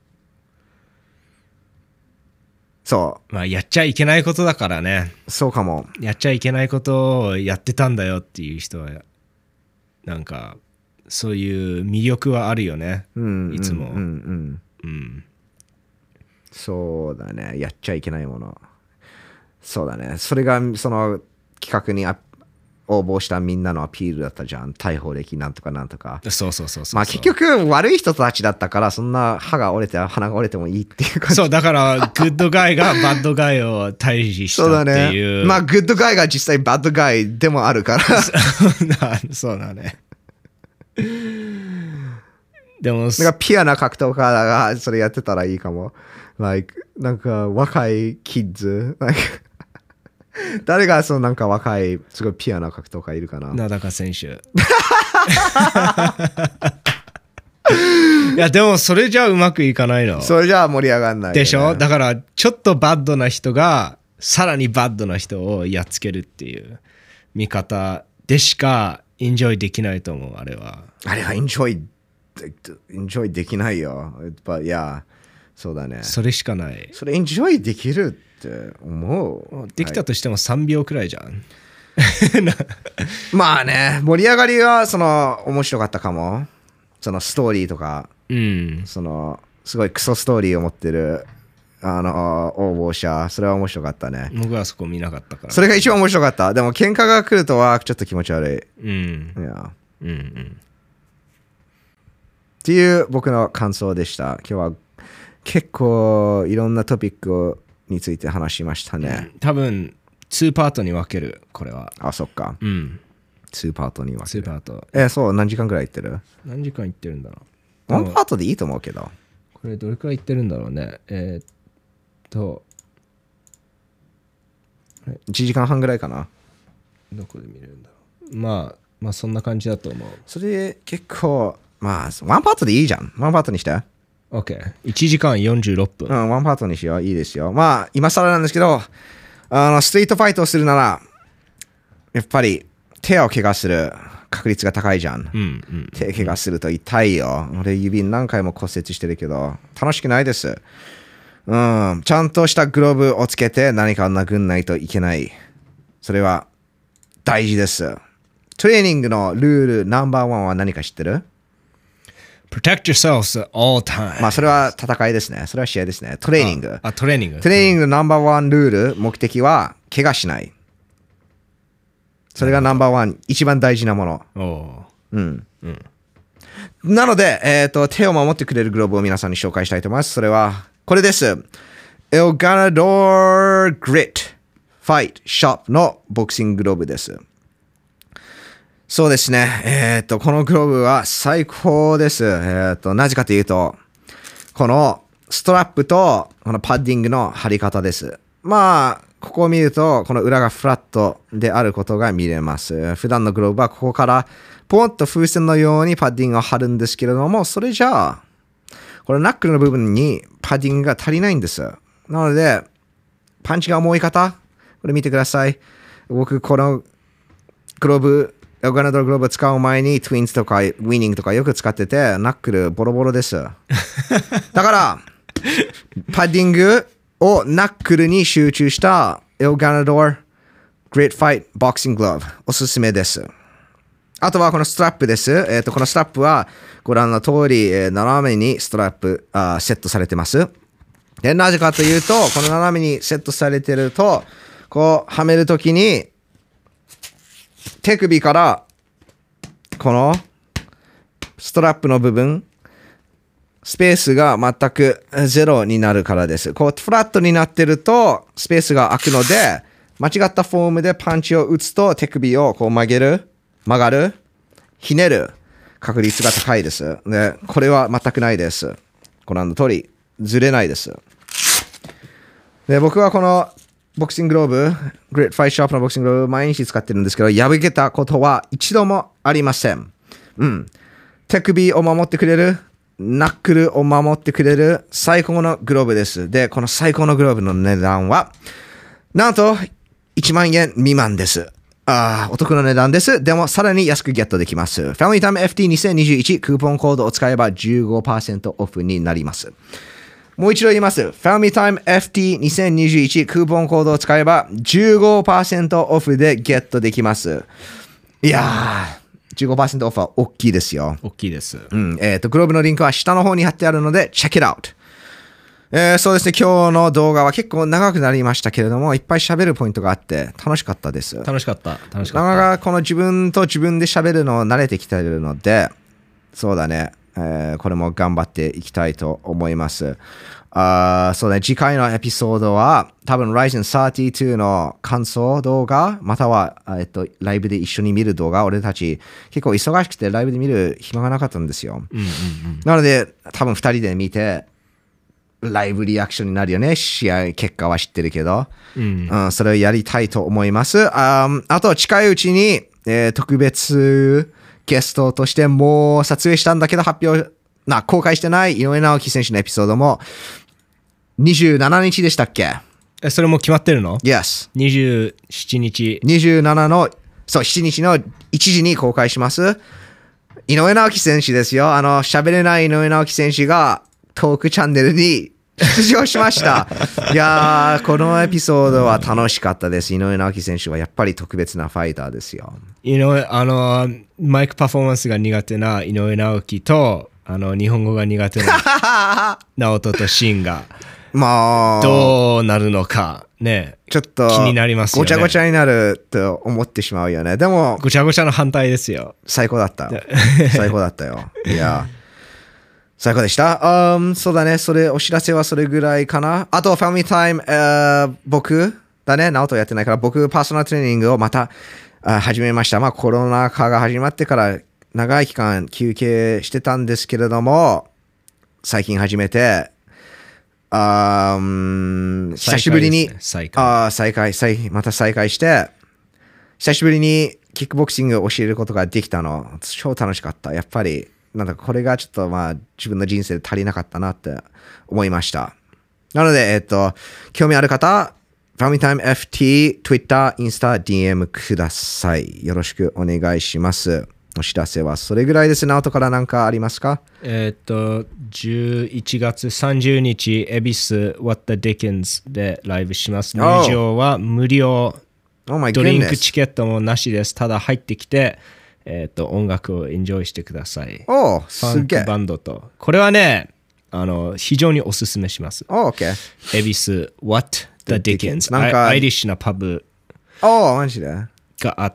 そう。 まあやっちゃいけないことだからね。 そうかも。 やっちゃいけないことをやってたんだよっていう人は、なんか、そういう魅力はあるよね。 うん。 いつも。 うんうんうん。 うん。 そうだね。やっちゃいけないもの。そうだね。それがその企画にあ応募したみんなのアピールだったじゃん。逮捕歴なんとかなんとか。 そうそうそうそう。 まあ結局悪い人たちだったから、そんな歯が折れて鼻が折れてもいいっていう感じ。 そう、だからグッドガイがバッドガイを退治したっていう。 ね、まあグッドガイが実際バッドガイでもあるから。 そうだね。でも、 なんかピュアな格闘家がそれやってたらいいかも。Like なんか若いキッズ。Like 誰がそのなんか若いすごいピュアな格闘家いるかな。 名高選手。いやでもそれじゃうまくいかないの。 それじゃ盛り上がんない、ね。 でしょ。だからちょっとバッドな人がさらにバッドな人をやっつけるっていう見方でしかエンジョイできないと思う。あれは。 あれはエンジョイエンジョイできないよ。いやそうだね。 それしかない。 それエンジョイできるって思う。 できたとしてもさんびょうくらいじゃん。 まあね、盛り上がりはその面白かったかも。そのストーリーとか、 うん、 そのすごいクソストーリーを持ってるあの応募者、それは面白かったね。 僕はそこ見なかったから。 それが一番面白かった。でも喧嘩が来るとはちょっと気持ち悪い。 うん。 いや。 うんうん。 っていう僕の感想でした。今日は結構いろんなトピックについて話しましたね。 多分にパートに分ける、これは。 あ、そっか。 うん。 にパートに分ける。 にパート。 え、そう、何時間くらい行ってる？ 何時間行ってるんだろう。ワンパートでいいと思うけど。 これどれくらい行ってるんだろうね。えー、っと。 いちじかんはんぐらいかな。 どこで見れるんだろう。まあ、まあそんな感じだと思う。 それ結構、まあ、ワンパートでいいじゃん。ワンパートにして。 OK。いちじかんよんじゅうろっぷん。 うん、ワンパートにしよう。いいですよ。まあ、今更なんですけど、あの、ストリートファイトをするなら、やっぱり手を怪我する確率が高いじゃん。 うんうん、 手怪我すると痛いよ。俺、指何回も骨折してるけど、楽しくないです。うん、ちゃんとしたグローブをつけて何かを殴んないといけない。それは大事です。トレーニングのルールナンバーワンは何か知ってる？ Protect yourselves at all times。 まあそれは戦いですね。それは試合ですね。トレーニング。 あ、あトレーニング。 トレーニングのナンバーワンルール、目的は怪我しない。それがナンバーワン、一番大事なもの。 おうん。うん、なので、えーと、手を守ってくれるグローブを皆さんに紹介したいと思います。それはこれです。El Ganador Grit Fight Shop のボクシンググローブです。そうですね。えっと、このグローブは最高です。えっと、なぜかというと、このストラップとこのパッディングの貼り方です。まあ、ここを見ると、この裏がフラットであることが見れます。普段のグローブはここからポンと風船のようにパッディングを貼るんですけれども、それじゃあ、このナックルの部分にパッディングが足りないんです。なので、パンチが重い方、これ見てください。僕、このグローブ、エルガナドルグローブ使う前に、トゥインズとかウィニングとかよく使ってて、ナックルボロボロです。だから、パッディングをナックルに集中したエルガナドルグレートファイトボクシンググローブ、おすすめです。あとはこのストラップです。えーと、このストラップはご覧の通り、えー、斜めにストラップあーセットされてます。で、なぜかというと、この斜めにセットされてると、こう、はめるときに、手首からこのストラップの部分スペースが全くゼロになるからです。こうフラットになってるとスペースが空くので、間違ったフォームでパンチを打つと手首をこう曲げる、曲がる、ひねる確率が高いです。で、これは全くないです。ご覧の通りずれないです。で、僕はこのボクシンググローブ、グレートファイトショップのボクシンググローブ毎日使ってるんですけど、破けたことは一度もありません。うん。手首を守ってくれる、ナックルを守ってくれる最高のグローブです。で、この最高のグローブの値段は、なんといちまんえん未満です。ああ、お得な値段です。でも、さらに安くゲットできます。ファミリータイム エフティーにせんにじゅういち クーポンコードを使えば じゅうごパーセント オフになります。もう一度言います。ファミリータイム エフティーにせんにじゅういち クーポンコードを使えば じゅうごパーセント オフでゲットできます。いやー、じゅうごパーセント オフは大きいですよ。 大きいです。 うん。えっと、グローブのリンクは下の方に貼ってあるので、check it out。 えー、そうですね、今日の動画は結構長くなりましたけれども、いっぱい喋るポイントがあって楽しかったです。 楽しかった。楽しかった。 なかなかこの自分と自分で喋るの慣れてきているので、そうだね、えー、これも頑張っていきたいと思います。あそうね、次回のエピソードは多分 Ryzen さんじゅうにの感想動画、または、えっと、ライブで一緒に見る動画、俺たち結構忙しくてライブで見る暇がなかったんですよ。 うんうんうん、 なので多分ふたりで見て、ライブリアクションになるよね。試合結果は知ってるけど、 うんうん、それをやりたいと思います。あ, あと近いうちに、えー、特別ゲストとしてもう撮影したんだけど発表な公開してない井上直樹選手のエピソードもにじゅうしちにちでしたっけ？ え、それも決まってるの？ Yes。 にじゅうしちにち。 にじゅうしちの、そう、しちにちのいちじに公開します。井上直樹選手ですよ。あの、喋れない井上直樹選手がトークチャンネルに出場しました。いやー、このエピソードは楽しかったです。井上直樹選手はやっぱり特別なファイターですよ。 井上、あの、マイクパフォーマンスが苦手な井上直樹と、あの、日本語が苦手な直人とシンが、 まあ、 どうなるのか、ね。 ちょっと、 気になりますよね。 ごちゃごちゃになると思ってしまうよね。でも、 ごちゃごちゃの反対ですよ。 最高だった。最高だったよ。いや。最高でした。Um, そうだね。それ、お知らせはそれぐらいかな。あと、ファミリータイム、uh, 僕だね。ナオトやってないから、僕、パーソナルトレーニングをまた、uh, 始めました。まあ、コロナ禍が始まってから、長い期間休憩してたんですけれども、最近始めて、um, 久しぶりに、 再開、 あ再開再、また再開して、久しぶりにキックボクシングを教えることができたの。超楽しかった。やっぱり、なんだこれがちょっとまあ自分の人生で足りなかったなって思いました。なので、えっと、興味ある方、ファミリータイム エフティー、Twitter、インスタ、ディーエム ください。よろしくお願いします。お知らせはそれぐらいです。ナオトから何かありますか？ えっと、じゅういちがつさんじゅうにち、恵比寿 What the Dickens でライブします。入場は無料。 Oh my goodness。 ドリンクチケットもなしです。ただ入ってきて、えっと、音楽をエンジョイしてください。 おー、すげえ。ファンクバンドと。これはね、あの、非常におすすめします。 おー、OK。 恵比寿 What the Dickens。なんか、アイリッシュなパブ。 おー、マジでがあって、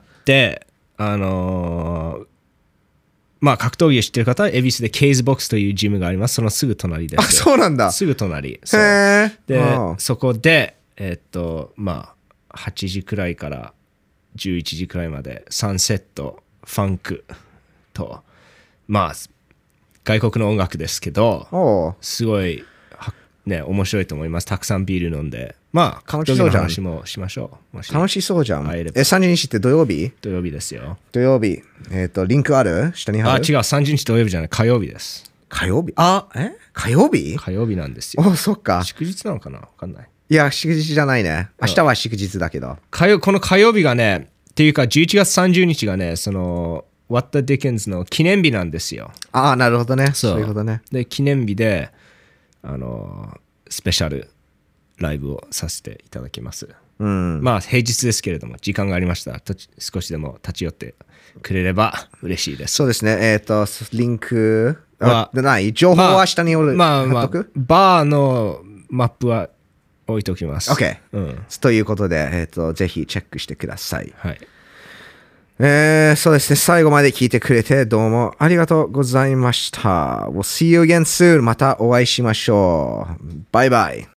あのー、まあ、格闘技を知ってる方は、恵比寿でケイズボックスというジムがあります。そのすぐ隣です。 あ、そうなんだ。 すぐ隣。そうへで、そこで、えー、っと、まあ、はちじくらいからじゅういちじくらいまでさんセット、ファンクと、まあ、外国の音楽ですけど、すごい、ね、面白いと思います。たくさんビール飲んで。まあ、格闘技の話もしましょう。 楽しそうじゃん。え、さんじゅうにちって土曜日？ 土曜日ですよ。 土曜日。えっと、リンクある？下に貼る？ あ、違う。さんじゅうにち土曜日じゃない。火曜日です。 火曜日？あ、え火曜日？ 火曜日なんですよ。 お、そっか。 祝日なのかな？わかんない。 いや、祝日じゃないね。明日は祝日だけど。 火曜、この火曜日がね、っていうかじゅういちがつさんじゅうにちがね、その、What the Dickens の記念日なんですよ。 ああ、なるほどね。そう、そういうことね。 で、記念日で、あの、スペシャルライブをさせていただきます。うん、まあ平日ですけれども、時間がありましたら少しでも立ち寄ってくれれば嬉しいです。 そうですね。えっ、ー、と、リンクはない情報は下におる、 まあ、まあ、まあ、バーのマップは置いておきます。 OK、うん。ということで、えっ、ー、と、ぜひチェックしてください。 はい。 えー、そうですね。最後まで聞いてくれてどうもありがとうございました。We'll see you again soon. またお会いしましょう。バイバイ。